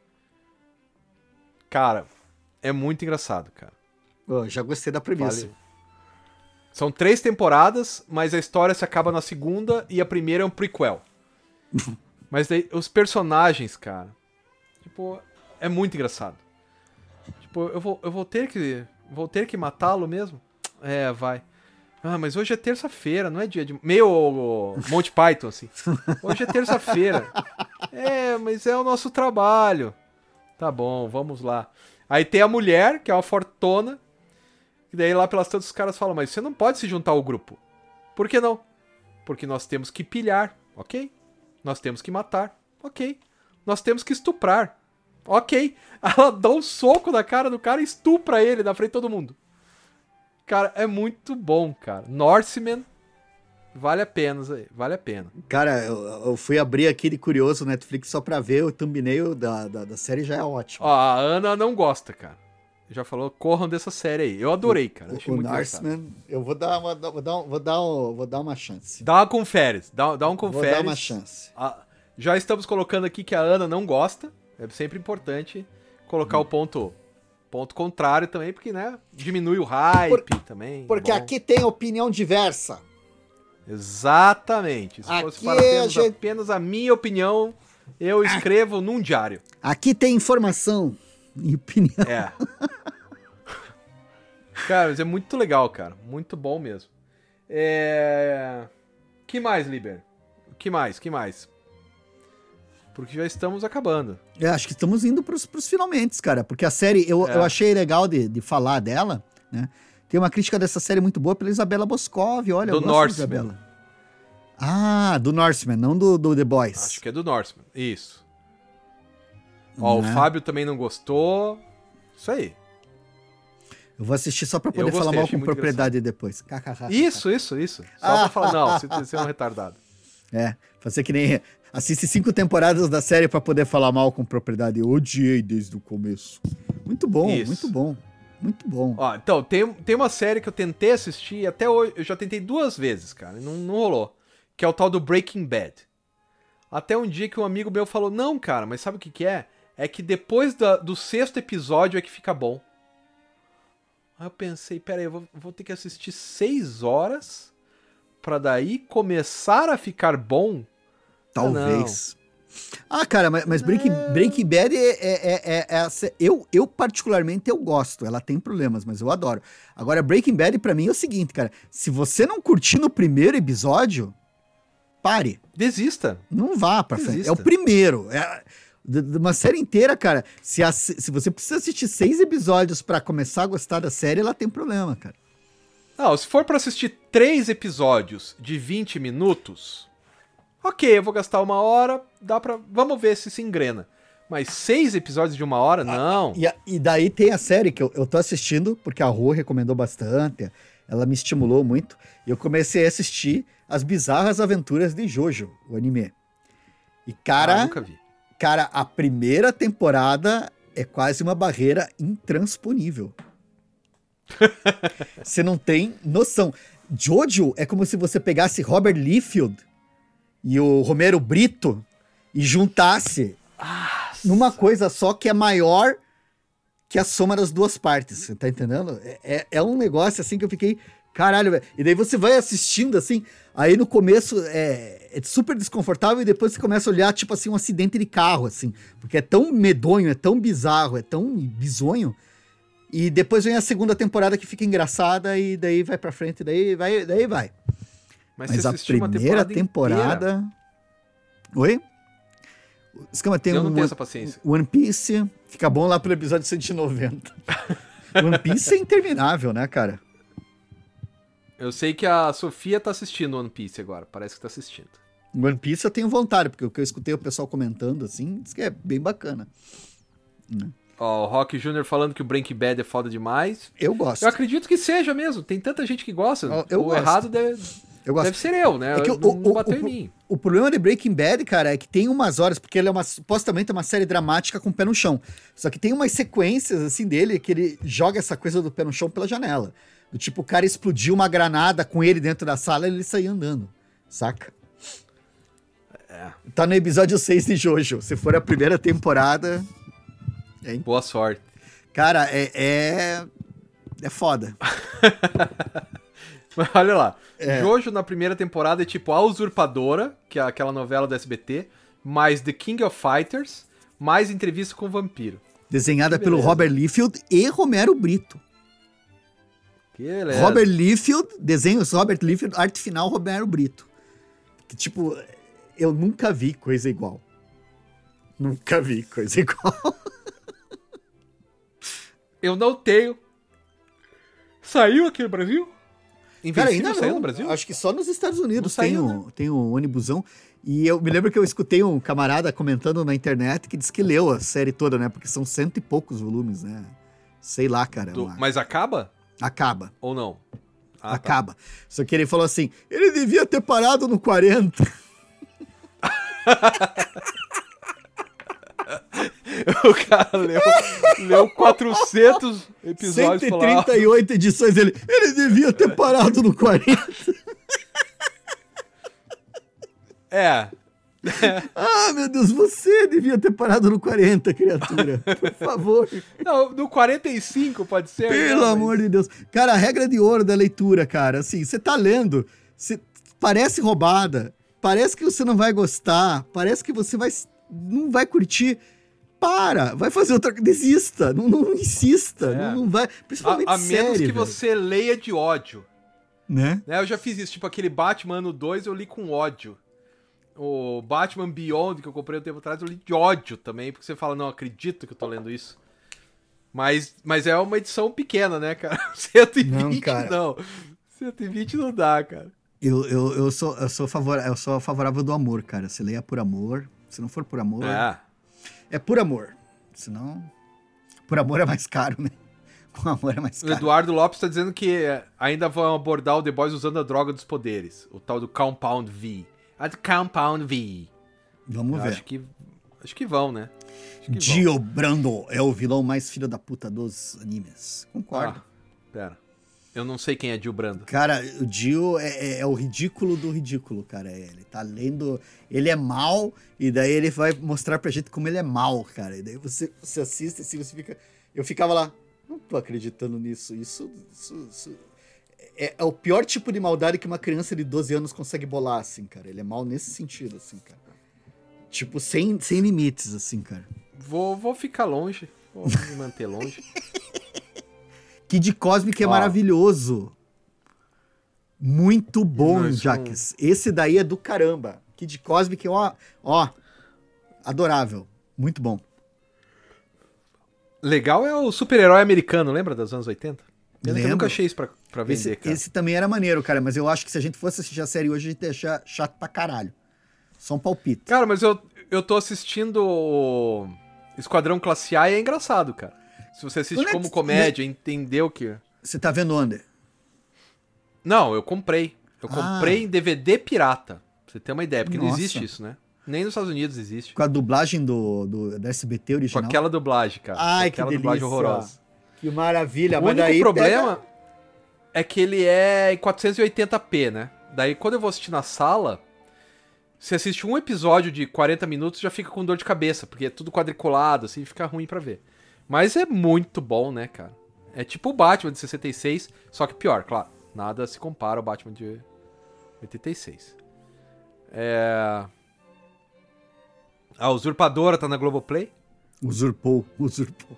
Cara, é muito engraçado, cara. Oh, já gostei da premissa. Vale. São três temporadas, mas a história se acaba na segunda e a primeira é um prequel. Mas daí, os personagens, cara, tipo, é muito engraçado. Tipo, eu vou, eu vou ter que, vou ter que matá-lo mesmo? É, vai. Ah, mas hoje é terça-feira, não é dia de... Meio Monty Python, assim. Hoje é terça-feira. É, mas é o nosso trabalho. Tá bom, vamos lá. Aí tem a mulher, que é uma fortuna. E daí lá pelas tantas os caras falam, mas você não pode se juntar ao grupo. Por que não? Porque nós temos que pilhar, ok? Nós temos que matar, ok? Nós temos que estuprar, ok? Ela dá um soco na cara do cara e estupra ele na frente de todo mundo. Cara, é muito bom, cara. Norseman, vale a pena, vale a pena. Cara, eu, eu fui abrir aqui de curioso no Netflix só pra ver o thumbnail da, da, da série, já é ótimo. Ó, a Ana não gosta, cara. Já falou, corram dessa série aí. Eu adorei, cara. O, Achei o muito engraçado. Norseman, eu vou dar uma, vou dar, vou dar, um- vou dar uma chance. Dá uma confere, dá, dá um Vou confere. dar uma chance. Ah, já estamos colocando aqui que a Ana não gosta. É sempre importante colocar Hum. o ponto, ponto contrário também, porque, né, diminui o hype também. Porque bom. aqui tem opinião diversa. Exatamente. Se Aqui fosse para termos a gente- apenas a minha opinião, eu escrevo num diário. Aqui tem informação e opinião. É. Cara, mas é muito legal, cara. Muito bom mesmo. É... Que mais, Liber? Que mais? Que mais? Porque já estamos acabando. Eu acho que estamos indo pros, pros finalmente, cara. Porque a série, eu, É. eu achei legal de, de falar dela, né? Tem uma crítica dessa série muito boa pela Isabela Boscov, olha, Do eu gosto Norseman. da Isabela. Ah, do Norseman, não do, do The Boys. Acho que é do Norseman. Isso. Ó, Né? o Fábio também não gostou. Isso aí. Eu vou assistir só pra Eu poder gostei, falar mal achei com muito propriedade depois. KKK. Isso, isso, isso. Só Ah, pra falar, não, ah, você, você é um retardado. É, fazer que nem... Assiste cinco temporadas da série pra poder falar mal com propriedade. Eu odiei desde o começo. Muito bom, Isso. muito bom. Muito bom. Ó, então, tem, tem uma série que eu tentei assistir, até hoje, eu já tentei duas vezes, cara, e não, não rolou. Que é o tal do Breaking Bad. Até um dia que um amigo meu falou, não, cara, mas sabe o que que é? É que depois da, do sexto episódio é que fica bom. Aí eu pensei, peraí, eu vou, vou ter que assistir seis horas pra daí começar a ficar bom? Talvez. Ah, cara, mas, mas Breaking, Breaking Bad é, é, é, é a sé- eu, eu particularmente eu gosto. Ela tem problemas, mas eu adoro. Agora, Breaking Bad pra mim é o seguinte, cara. Se você não curtir no primeiro episódio, pare. Desista. Não vá pra frente. Desista. É o primeiro. É, de, de uma série inteira, cara. Se, a- se você precisa assistir seis episódios pra começar a gostar da série, ela tem problema, cara. Não, se for pra assistir três episódios de vinte minutos, ok, eu vou gastar uma hora, dá pra... Vamos ver se se engrena. Mas seis episódios de uma hora, não. E, a- e daí tem a série que eu, eu tô assistindo, porque a Rô recomendou bastante, ela me estimulou muito, e eu comecei a assistir As Bizarras Aventuras de Jojo, o anime. E, cara, Ah, nunca vi. cara, a primeira temporada é quase uma barreira intransponível. Você não tem noção. Jojo é como se você pegasse Robert Liefeld e o Romero Brito e juntasse numa coisa só que é maior que a soma das duas partes, você tá entendendo? É, é, é um negócio assim que eu fiquei, caralho, velho. E daí você vai assistindo assim, aí no começo é, é super desconfortável e depois você começa a olhar tipo assim um acidente de carro, assim, porque é tão medonho, é tão bizarro, é tão bizonho. E depois vem a segunda temporada que fica engraçada e daí vai pra frente, daí vai, daí vai. Mas, Mas você a assistiu uma primeira temporada inteira. temporada... Oi? Escama tem Eu não um tenho essa paciência. One Piece, fica bom lá pro episódio cento e noventa. One Piece é interminável, né, cara? Eu sei que a Sofia tá assistindo One Piece agora, parece que tá assistindo. One Piece eu tenho vontade, porque o que eu escutei o pessoal comentando, assim, diz que é bem bacana. Ó, o Rock Júnior falando que o Breaking Bad é foda demais. Eu gosto. Eu acredito que seja mesmo, tem tanta gente que gosta. Eu- eu o gosto. errado deve, Eu gosto. deve ser eu, né? É que Eu- o- não, o- não o- bateu o- em mim. O problema de Breaking Bad, cara, é que tem umas horas, porque ele é uma, supostamente uma série dramática com o pé no chão. Só que tem umas sequências, assim, dele, que ele joga essa coisa do pé no chão pela janela. Do tipo, o cara explodiu uma granada com ele dentro da sala e ele saía andando. Saca? É. Tá no episódio seis de Jojo. Se for a primeira temporada... Boa sorte. Cara, é... É, é foda. Mas olha lá. É. Jojo na primeira temporada é tipo A Usurpadora, que é aquela novela do S B T, mais The King of Fighters, mais Entrevista com o Vampiro. Desenhada Que pelo beleza. Robert Liefeld e Romero Brito. Que beleza. Robert Liefeld, desenhos Robert Liefeld, arte final Romero Brito. Que, tipo, eu nunca vi coisa igual. Nunca vi coisa igual. Eu não tenho. Saiu aqui no Brasil? Cara, Invencível ainda saiu não. no Brasil? Acho que só nos Estados Unidos Não tem, saiu, o, tem o ônibusão. E eu me lembro que eu escutei um camarada comentando na internet que disse que leu a série toda, né? Porque são cento e poucos volumes, né? Sei lá, cara. Do- uma- Mas acaba? Acaba. Ou não? Ah, tá. acaba. Só que ele falou assim, ele devia ter parado no quarenta. O cara leu, leu quatrocentos episódios e falou, ah, cento e trinta e oito edições dele. Ele devia ter parado no quarenta. É. Ah, meu Deus, você devia ter parado no quarenta, criatura. Por favor. Não, no quarenta e cinco pode ser. Pelo né, amor de Deus. Cara, a regra de ouro da leitura, cara, assim, você tá lendo, você parece roubada, parece que você não vai gostar, parece que você vai, não vai curtir. Para, vai fazer outra coisa, desista, não, não insista, É. não, não vai, principalmente A, a menos série, que velho, você leia de ódio. né? Né? Eu já fiz isso, tipo aquele Batman ano dois eu li com ódio. O Batman Beyond, que eu comprei um tempo atrás, eu li de ódio também, porque você fala, não acredito que eu tô lendo isso. Mas, mas é uma edição pequena, né, cara? cento e vinte Não, cara. não. cento e vinte não dá, cara. Eu, eu, eu, sou, eu, sou favor, eu sou favorável do amor, cara. Você leia por amor. Se não for por amor. É, É. por amor. Senão, por amor é mais caro, né? Com amor é mais O caro. Eduardo Lopes tá dizendo que ainda vão abordar o The Boys usando a droga dos poderes. O tal do Compound V. A do Compound V. Vamos Eu ver. Acho que, acho que vão, né? Acho que vão. Dio Brando é o vilão mais filho da puta dos animes. Concordo. Ah, pera. Eu não sei quem é Dio Brando. Cara, o Dio é, é- é o ridículo do ridículo, cara. Ele tá lendo... Ele é mal, e daí ele vai mostrar pra gente como ele é mal, cara. E daí você, você assiste assim, você fica... Eu ficava lá, não tô acreditando nisso. Isso... isso, isso- É, é o pior tipo de maldade que uma criança de doze anos consegue bolar, assim, cara. Ele é mal nesse sentido, assim, cara. Tipo, sem, sem limites, assim, cara. Vou, vou ficar longe. Vou me manter longe. Kid Cosmic é Ó. maravilhoso. Muito bom, Não, isso Jaques. Esse daí é do caramba. Kid Cosmic, ó, ó, adorável. Muito bom. Legal é o super-herói americano, lembra dos anos oitenta? Pena que eu Lembro. nunca achei isso pra, pra vender, Esse, cara. esse também era maneiro, cara, mas eu acho que se a gente fosse assistir a série hoje, a gente ia achar chato pra caralho. Só um palpite. Cara, mas eu, eu tô assistindo o Esquadrão Classe A e é engraçado, cara. Se você assiste Onde é como que- comédia, entendeu que... Você tá vendo onde? Não, eu comprei. Eu Ah. comprei em D V D pirata. Pra você ter uma ideia, porque não Nossa. existe isso, né? Nem nos Estados Unidos existe. Com a dublagem do, do, da S B T Com original. aquela dublagem, cara. Ai, com aquela que dublagem delícia. horrorosa. Que maravilha. O mas único daí problema pega- é que ele é em quatrocentos e oitenta p, né? Daí quando eu vou assistir na sala, você assiste um episódio de quarenta minutos já fica com dor de cabeça, porque é tudo quadriculado, assim, fica ruim pra ver. Mas é muito bom, né, cara? É tipo o Batman de sessenta e seis, só que pior, claro. Nada se compara ao Batman de oitenta e seis. É... A Usurpadora tá na Globoplay? Usurpou, usurpou.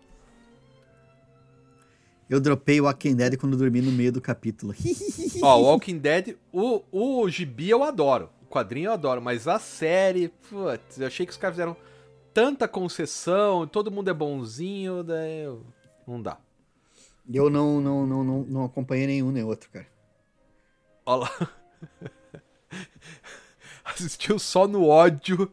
Eu dropei o Walking Dead quando dormi no meio do capítulo. Ó, o Walking Dead, o, o gibi eu adoro. O quadrinho eu adoro, mas a série, putz, eu achei que os caras fizeram tanta concessão, todo mundo é bonzinho, daí eu- não dá. Eu não, não, não, não, não acompanhei nenhum nem outro, cara. Ó lá. Assistiu só no ódio.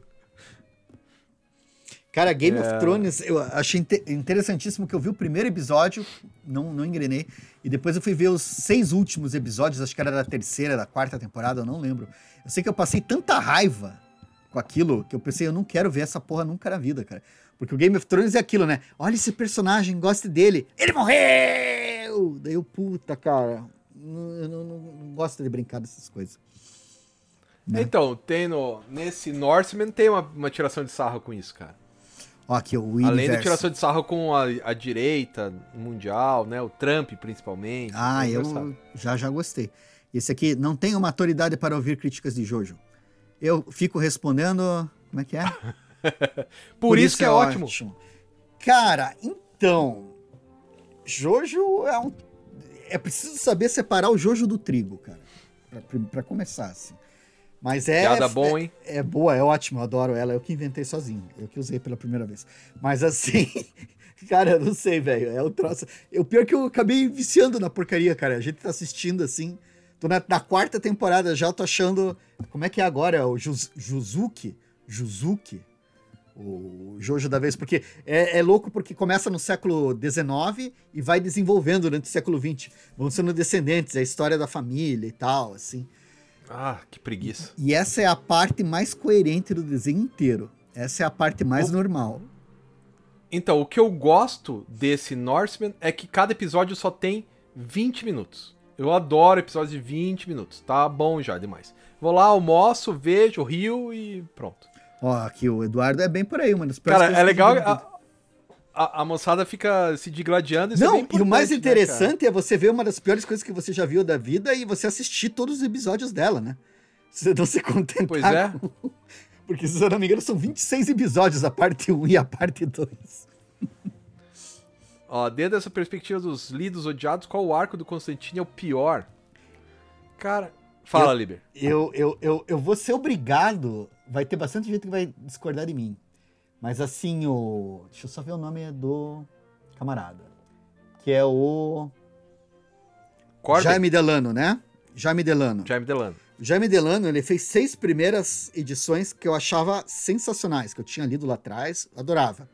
Cara, Game É. of Thrones, eu achei inte- interessantíssimo que eu vi o primeiro episódio, não, não engrenei, e depois eu fui ver os seis últimos episódios, acho que era da terceira, da quarta temporada, eu não lembro. Eu sei que eu passei tanta raiva com aquilo, que eu pensei, eu não quero ver essa porra nunca na vida, cara. Porque o Game of Thrones é aquilo, né? Olha esse personagem, goste dele. Ele morreu! Daí eu, puta, cara, não- eu não, não- não gosto de brincar dessas coisas. Né? Então, tem no, nesse Norseman tem uma, uma tiração de sarro com isso, cara. Ó, aqui, o Além da universo. tiração de sarro com a, a direita mundial, né? O Trump, principalmente. Ah, É eu engraçado. já já gostei. Esse aqui, não tenho uma autoridade para ouvir críticas de Jojo. Eu fico respondendo... Como é que é? Por, isso, que é, ótimo. Cara, então... Jojo é um... É preciso saber separar o Jojo do trigo, cara. Pra, pra começar, assim. Mas é... Piada bom, hein? É, é boa, é ótimo, eu adoro ela. Eu que inventei sozinho. Eu que usei pela primeira vez. Mas assim... Cara, eu não sei, velho. É o troço... O pior é que eu acabei viciando na porcaria, cara. A gente tá assistindo, assim... Tô na, na quarta temporada já, tô achando... Como é que é agora? O Juz, Juzuki? Juzuki? O Jojo da vez. Porque é, é louco porque começa no século dezenove e vai desenvolvendo durante o século vinte. Vão sendo descendentes, é a história da família e tal, assim. Ah, que preguiça. E essa é a parte mais coerente do desenho inteiro. Essa é a parte mais O- normal. Então, o que eu gosto desse Norseman é que cada episódio só tem vinte minutos. Eu adoro episódios de vinte minutos. Tá bom já, demais. Vou lá, almoço, vejo, rio e pronto. Ó, aqui o Eduardo é bem por aí, uma das piores Cara, coisas é que eu legal... já vi na vida. A, a, a moçada fica se digladiando. Isso é Não, bem e o importante, mais né, interessante é você ver uma das piores coisas que você já viu da vida e você assistir todos os episódios dela, né? Você não se contentar Pois é. com... Porque, se eu não me engano, são vinte e seis episódios, a parte um e a parte dois. Ó, dentro dessa perspectiva dos lidos odiados, qual o arco do Constantine é o pior? Cara, fala, Eu- Liber. Eu, eu, eu, eu vou ser obrigado, vai ter bastante gente que vai discordar de mim, mas assim, o... Deixa eu só ver o nome do camarada, que é o... Corbin? Jaime Delano, né? Jaime Delano. Jaime Delano. Jaime Delano, ele fez seis primeiras edições que eu achava sensacionais, que eu tinha lido lá atrás, adorava.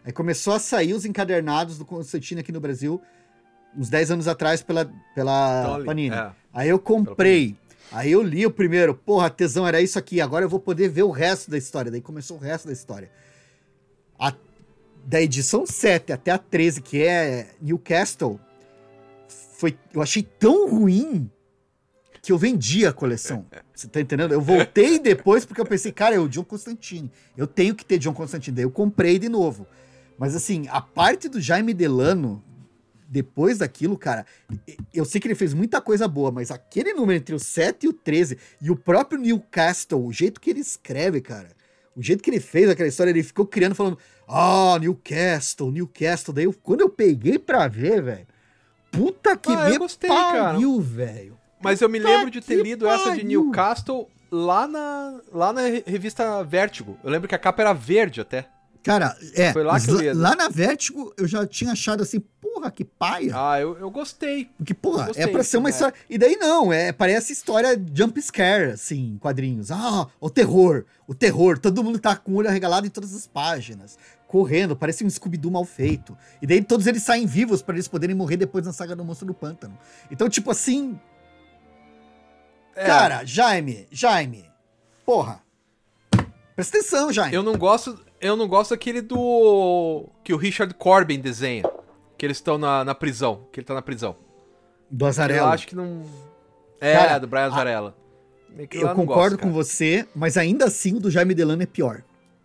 Aí começou a sair os encadernados do Constantine aqui no Brasil, uns dez anos atrás, pela, pela Então, ali, Panini. é. Aí eu comprei. Aí eu li o primeiro. Porra, tesão, era isso aqui. Agora eu vou poder ver o resto da história. Daí começou o resto da história. A, da edição sete até a treze, que é Newcastle, foi, eu achei tão ruim que eu vendi a coleção. Você tá entendendo? Eu voltei depois porque eu pensei, cara, é o John Constantine. Eu tenho que ter John Constantine. Daí eu comprei de novo. Mas assim, a parte do Jaime Delano, depois daquilo, cara, eu sei que ele fez muita coisa boa, mas aquele número entre o sete e o treze, e o próprio Newcastle, o jeito que ele escreve, cara, o jeito que ele fez aquela história, ele ficou criando, falando, ah, Newcastle, Newcastle. Daí, eu, quando eu peguei pra ver, velho, puta que Ah, eu me gostei, pariu, velho. Mas eu me Puta lembro de ter que lido essa de pariu. Newcastle lá na, lá na re- revista Vértigo. Eu lembro que a capa era verde até. Cara, é, Foi lá que eu li. lá na Vertigo eu já tinha achado assim, porra, que paia. Ah, eu, eu gostei. Porque, porra, eu gostei, é pra ser uma né? história. E daí não, é, parece história jump scare, assim, em quadrinhos. Ah, o terror, o terror. Todo mundo tá com o olho arregalado em todas as páginas, correndo, parece um Scooby-Doo mal feito. E daí todos eles saem vivos pra eles poderem morrer depois na saga do Monstro do Pântano. Então, tipo assim. É, Cara, Jaime, Jaime, porra. Presta atenção, Jaime. eu não gosto, eu não gosto daquele do que o Richard Corbin desenha, que eles estão na, na prisão, que ele tá na prisão. Do Eu Azarelo. acho que não. É, Cara, do Brian a- Azarella. Aquilo lá Eu eu não concordo gosto, com cara. você, mas ainda assim o do Jaime Delano é pior.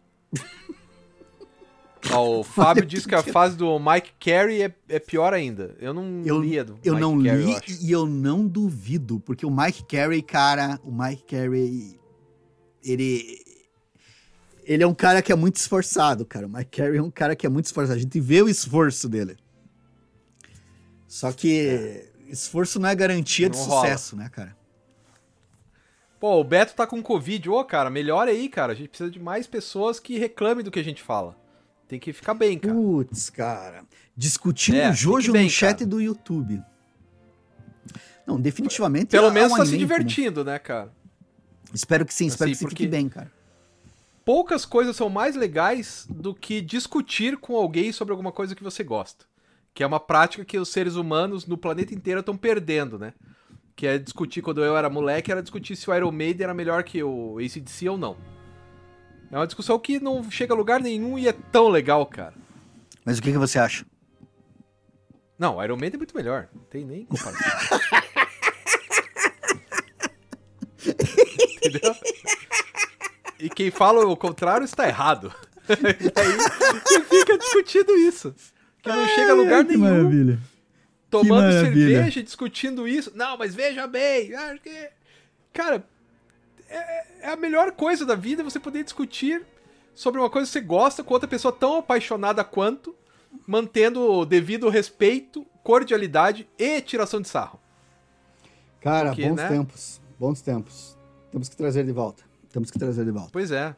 Ó, o Fábio disse que a fase do Mike Carey é, é pior ainda. Eu não Eu, lia do eu Mike não Carey, li eu acho. e eu não duvido, porque o Mike Carey, cara, o Mike Carey, ele ele é um cara que é muito esforçado, cara. O Mike Carey é um cara que é muito esforçado. A gente vê o esforço dele. Só que esforço não é garantia de Não rola. sucesso, né, cara? Pô, o Beto tá com Covid. Ô, cara, melhora aí, cara. A gente precisa de mais pessoas que reclamem do que a gente fala. Tem que ficar bem, cara. Putz, cara. Discutindo É, o Jojo fique bem, no chat cara. do YouTube. Não, definitivamente Pelo é menos um tá se anime comum. divertindo, né, cara? Espero que sim, espero Assim, que você porque- fique bem, cara. Poucas coisas são mais legais do que discutir com alguém sobre alguma coisa que você gosta. Que é uma prática que os seres humanos no planeta inteiro estão perdendo, né? Que é discutir, quando eu era moleque, era discutir se o Iron Maiden era melhor que o A C D C ou não. É uma discussão que não chega a lugar nenhum e é tão legal, cara. Mas o que, que você acha? Não, o Iron Maiden é muito melhor. Não tem nem comparação. Entendeu? E quem fala o contrário está errado. E aí você fica discutindo isso. Que não chega a lugar nenhum. maravilha. Tomando que maravilha. cerveja, discutindo isso. Não, mas veja bem. Acho que... Cara, é, é a melhor coisa da vida você poder discutir sobre uma coisa que você gosta com outra pessoa tão apaixonada quanto, mantendo o devido respeito, cordialidade e tiração de sarro. Cara, Porque, bons né? tempos. Bons tempos. Temos que trazer de volta. Temos que trazer de volta. Pois é.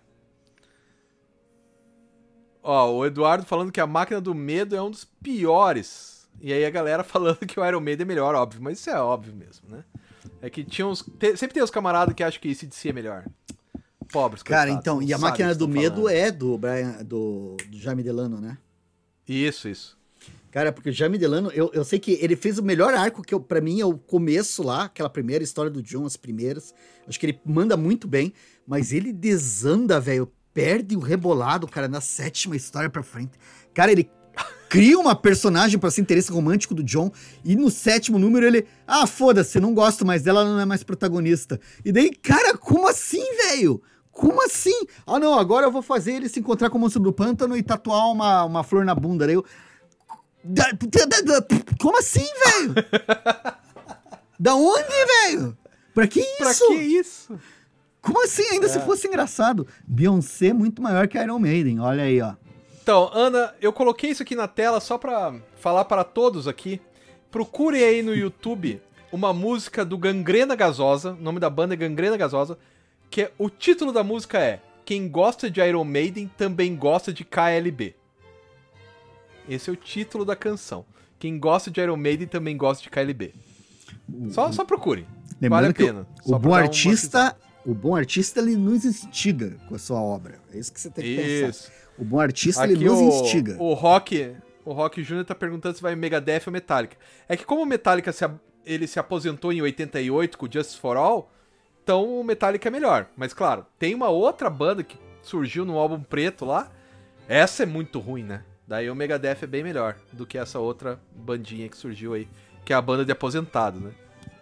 Ó, o Eduardo falando que a Máquina do Medo é um dos piores. E aí a galera falando que o Iron Maiden é melhor, óbvio. Mas isso é óbvio mesmo, né? É que tinha uns... te- sempre tem os camaradas que acham que A C D C é melhor. Pobres, Cara, coitados, então, não e a sabem Máquina o que do estão Medo falando. é do, Brian, do, do Jaime Delano, né? Isso, isso. Cara, porque o Jaime Delano, eu, eu sei que ele fez o melhor arco, que eu, pra mim é o começo lá, aquela primeira história do John, as primeiras. Acho que ele manda muito bem, mas ele desanda, velho, perde o rebolado, cara, na sétima história pra frente. Cara, ele cria uma personagem pra ser interesse romântico do John, e no sétimo número ele, ah, foda-se, não gosto mais dela, ela não é mais protagonista. E daí, cara, como assim, velho? Como assim? Ah, não, agora eu vou fazer ele se encontrar com o monstro do pântano e tatuar uma, uma flor na bunda. Daí eu... Da- da- da- da- Como assim, velho? Da onde, velho? Pra que isso? Pra que isso? Como assim? Ainda se fosse engraçado. Beyoncé muito maior que Iron Maiden. Olha aí, ó. Então, Ana, eu coloquei isso aqui na tela só pra falar para todos aqui. Procurem aí no YouTube uma música do Gangrena Gasosa. O nome da banda é Gangrena Gasosa. Que é, o título da música é Quem gosta de Iron Maiden também gosta de K L B. Esse é o título da canção. Quem gosta de Iron Maiden também gosta de K L B. Só, só procure. Lembrando Vale a que pena. o Só pra bom dar uma artista O bom artista, ele nos instiga com a sua obra. É isso que você tem que Isso. pensar. O bom artista, Aqui ele nos o, instiga. O Rock, o Rock Júnior tá perguntando se vai Megadeth ou Metallica. É que como o Metallica se, a- ele se aposentou em oitenta e oito com o Justice for All, então o Metallica é melhor. Mas claro, tem uma outra banda que surgiu no álbum preto lá. Essa é muito ruim, né? Daí o Megadeth é bem melhor do que essa outra bandinha que surgiu aí, que é a banda de aposentado, né?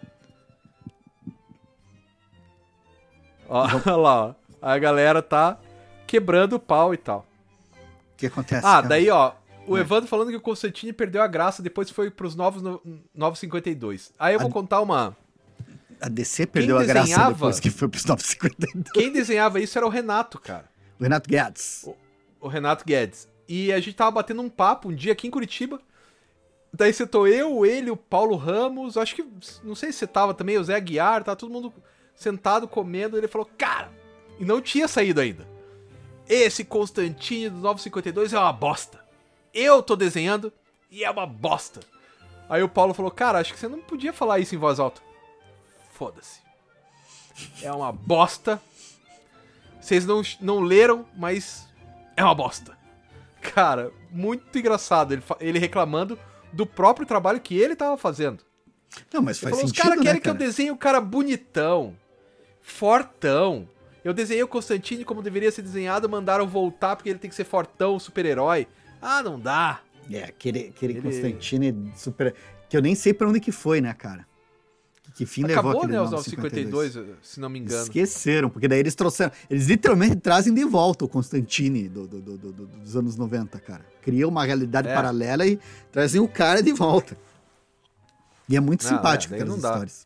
Ó, olha lá, ó. A galera tá quebrando o pau e tal. O que acontece? Ah, cara? daí, ó, o É. Evandro falando que o Constantine perdeu a graça, depois foi pros novos no- novos cinquenta e dois. Aí eu vou A- contar uma... A D C perdeu a desenhava- graça depois que foi pros novecentos e cinquenta e dois. Quem desenhava isso era o Renato, cara. O Renato Guedes. O Renato Guedes. E a gente tava batendo um papo um dia aqui em Curitiba. Daí citou eu, ele, o Paulo Ramos, acho que, não sei se você tava também, o Zé Aguiar, tava todo mundo sentado comendo, e ele falou, cara, e não tinha saído ainda. Esse Constantine do novecentos e cinquenta e dois é uma bosta. Eu tô desenhando e é uma bosta. Aí o Paulo falou, cara, acho que você não podia falar isso em voz alta. Foda-se. É uma bosta. Vocês não, não leram, mas é uma bosta. Cara, muito engraçado. Ele, fa- ele reclamando do próprio trabalho que ele tava fazendo. Não, mas Ele faz falou, os sentido, caras né, querem que cara? eu desenhe o cara bonitão, fortão. Eu desenhei o Constantine como deveria ser desenhado, mandaram voltar porque ele tem que ser fortão, super-herói. Ah, não dá. É, aquele, aquele Ele- Constantine super... Que eu nem sei pra onde que foi, né, cara? Que, que fim levou Acabou, aquele né, os novecentos e cinquenta e novecentos e cinquenta e dois, se não me engano. Esqueceram, porque daí eles trouxeram... Eles literalmente trazem de volta o Constantine do, do- do- do- do- dos anos noventa, cara. Criam uma realidade É. paralela e trazem o cara de volta. E é muito Ah, simpático é, daí aquelas não dá. histórias.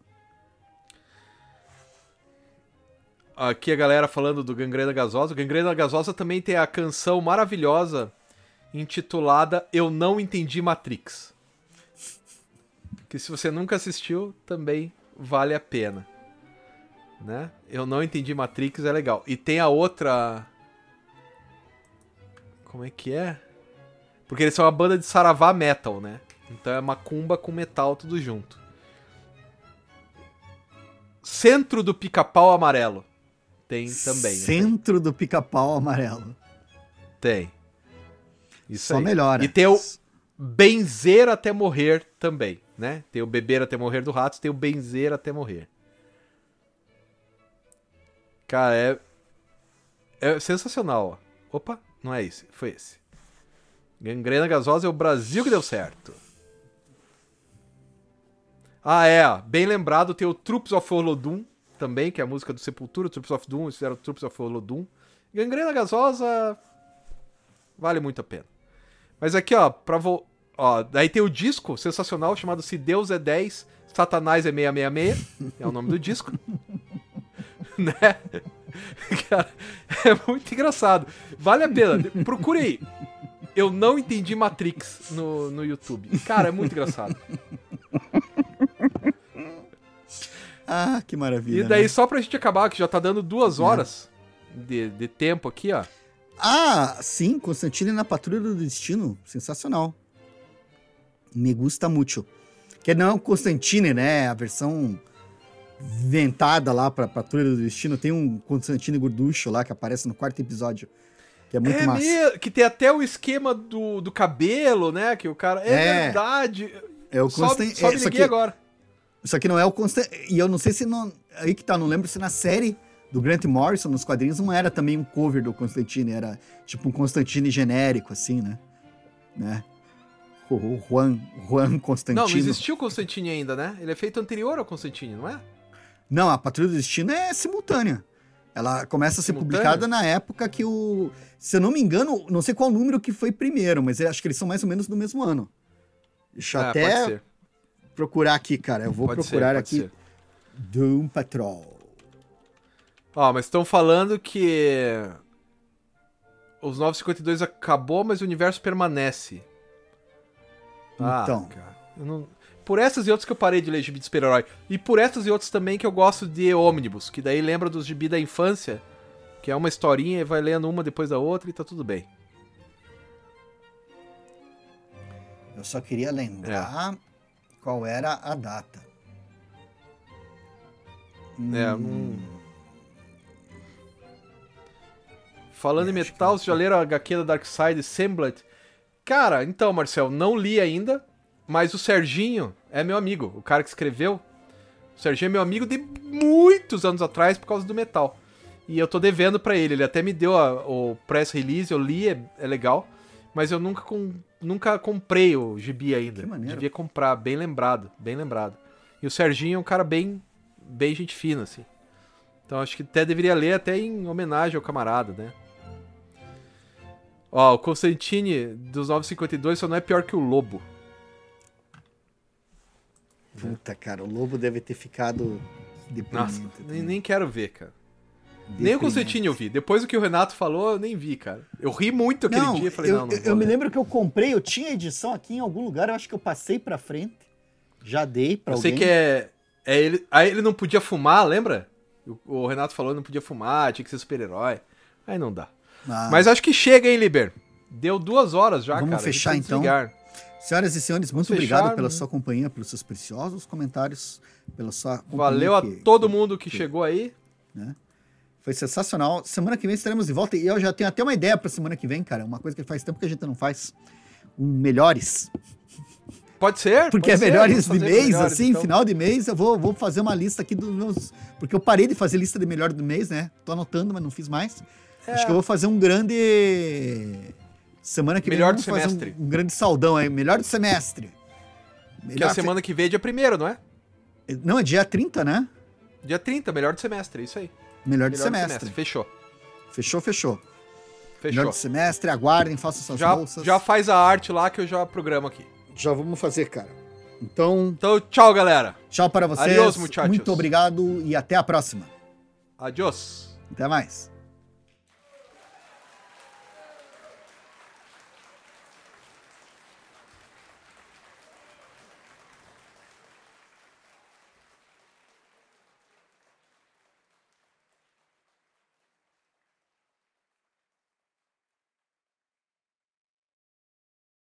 Aqui a galera falando do Gangrena Gasosa. O Gangrena Gasosa também tem a canção maravilhosa intitulada Eu Não Entendi Matrix. Que se você nunca assistiu, também vale a pena. Né? Eu Não Entendi Matrix é legal. E tem a outra... Como é que é? Porque eles são uma banda de saravá metal, né? Então é macumba com metal tudo junto. Centro do Pica-Pau Amarelo. Tem também. essa aí. Centro do Pica-Pau Amarelo. Tem. Isso Só aí. melhora. E tem o Benzer Até Morrer também, né? Tem o Beber Até Morrer do Ratos, tem o Benzer Até Morrer. Cara, é... É sensacional, ó. Opa, não é esse, foi esse. Gangrena Gasosa é o Brasil que deu certo. Ah, é, ó, bem lembrado, tem o Troops of Olodum também, que é a música do Sepultura, Troops of Doom, eles fizeram o Troops of Olodum. Gangrena Gasosa vale muito a pena. Mas aqui, ó, pra vo... ó, daí tem o disco sensacional chamado Se Deus é dez, Satanás é seiscentos e sessenta e seis, é o nome do disco. Né? Cara, é muito engraçado. Vale a pena, procure aí. Eu Não Entendi Matrix no, no YouTube. Cara, é muito engraçado. Ah, que maravilha. E daí, né? só pra gente acabar, que já tá dando duas horas de, de tempo aqui, ó. Ah, sim, Constantine na Patrulha do Destino. Sensacional. Me gusta muito. Que não é o Constantine, né? A versão inventada lá pra Patrulha do Destino. Tem um Constantine gorducho lá que aparece no quarto episódio. Que é muito é massa. mesmo, que tem até o esquema do, do cabelo, né? Que o cara. É, É. verdade. É o Só, Constan... só é, me só liguei que, agora. Só que não é o Constantine. E eu não sei se não. Aí que tá, não lembro se na série do Grant Morrison, nos quadrinhos, não era também um cover do Constantine. Era tipo um Constantine genérico, assim, né? né? O o Juan, Juan Constantino. Não, não existiu o Constantine ainda, né? Ele é feito anterior ao Constantine, não é? Não, a Patrulha do Destino é simultânea. Ela começa a ser Simultânea? publicada na época que o... Se eu não me engano, não sei qual número que foi primeiro, mas eu acho que eles são mais ou menos do mesmo ano. Deixa eu Ah, até pode ser. procurar aqui, cara. Eu vou Pode ser, procurar pode aqui. ser. Doom Patrol. Ó, mas estão falando que os novecentos e cinquenta e dois acabou, mas o universo permanece. Ah, Então. cara, eu não... Por essas e outras que eu parei de ler gibi de super-herói. E por essas e outras também que eu gosto de ônibus, que daí lembra dos gibi da infância, que é uma historinha e vai lendo uma depois da outra e tá tudo bem. Eu só queria lembrar qual era a data. É, Hum, não... Falando É, em acho metal, que- vocês já leram a agá quê da Darkseid, Semblant? Cara, então, Marcel, não li ainda, mas o Serginho é meu amigo, o cara que escreveu. O Serginho é meu amigo de muitos anos atrás por causa do metal. E eu tô devendo pra ele, ele até me deu a- o press release, eu li, é, é legal, mas eu nunca, com, nunca comprei o gibi ainda. Que maneiro. Devia comprar, bem lembrado, bem lembrado. E o Serginho é um cara bem, bem gente fina, assim. Então acho que até deveria ler até em homenagem ao camarada, né? Ó, o Constantine dos novecentos e cinquenta e dois só não é pior que o Lobo. Puta, cara, o Lobo deve ter ficado deprimente. Nossa, nem, também. nem quero ver, cara. Nem o Deprimente. Constantine eu vi. Depois do que o Renato falou, eu nem vi, cara. Eu ri muito aquele Não, dia e falei, eu, não, não eu, vou eu me ler. lembro que eu comprei, eu tinha edição aqui em algum lugar, eu acho que eu passei pra frente. Já dei pra Eu alguém. sei que é, é ele. Aí ele não podia fumar, lembra? O, o Renato falou que não podia fumar, tinha que ser super-herói. Aí não dá. Ah, Mas acho que chega, hein, Liber? Deu duas horas já, Vamos cara. A gente fechar, tem que então? desligar. Senhoras e senhores, muito Vamos obrigado fechar, pela né? sua companhia, pelos seus preciosos comentários, pela sua companhia. Valeu a que- todo mundo que chegou aí. Foi sensacional. Semana que vem estaremos de volta e eu já tenho até uma ideia pra semana que vem, cara. Uma coisa que faz tempo que a gente não faz. Um melhores. Pode ser? Porque pode é ser, melhores vamos de fazer mês, melhores, assim, então. final de mês, eu vou, vou fazer uma lista aqui dos meus. Porque eu parei de fazer lista de melhor do mês, né? Tô anotando, mas não fiz mais. É. Acho que eu vou fazer um grande. Semana que Melhor vem do vamos fazer semestre. um, um grande saldão aí. Melhor do semestre. Que Melhor a semana que vem é dia primeiro, não é? fe- Não, é dia trinta, né? Dia trinta, melhor do semestre, isso aí. Melhor do Melhor do semestre. Fechou. Fechou, fechou. Melhor Fechou. do semestre, aguardem, façam suas Já, bolsas. já faz a arte lá que eu já programo aqui. Já vamos fazer, cara. Então, Então, tchau, galera. tchau para vocês. Adiós, muchachos. Muito obrigado e até a próxima. Adiós. Até mais.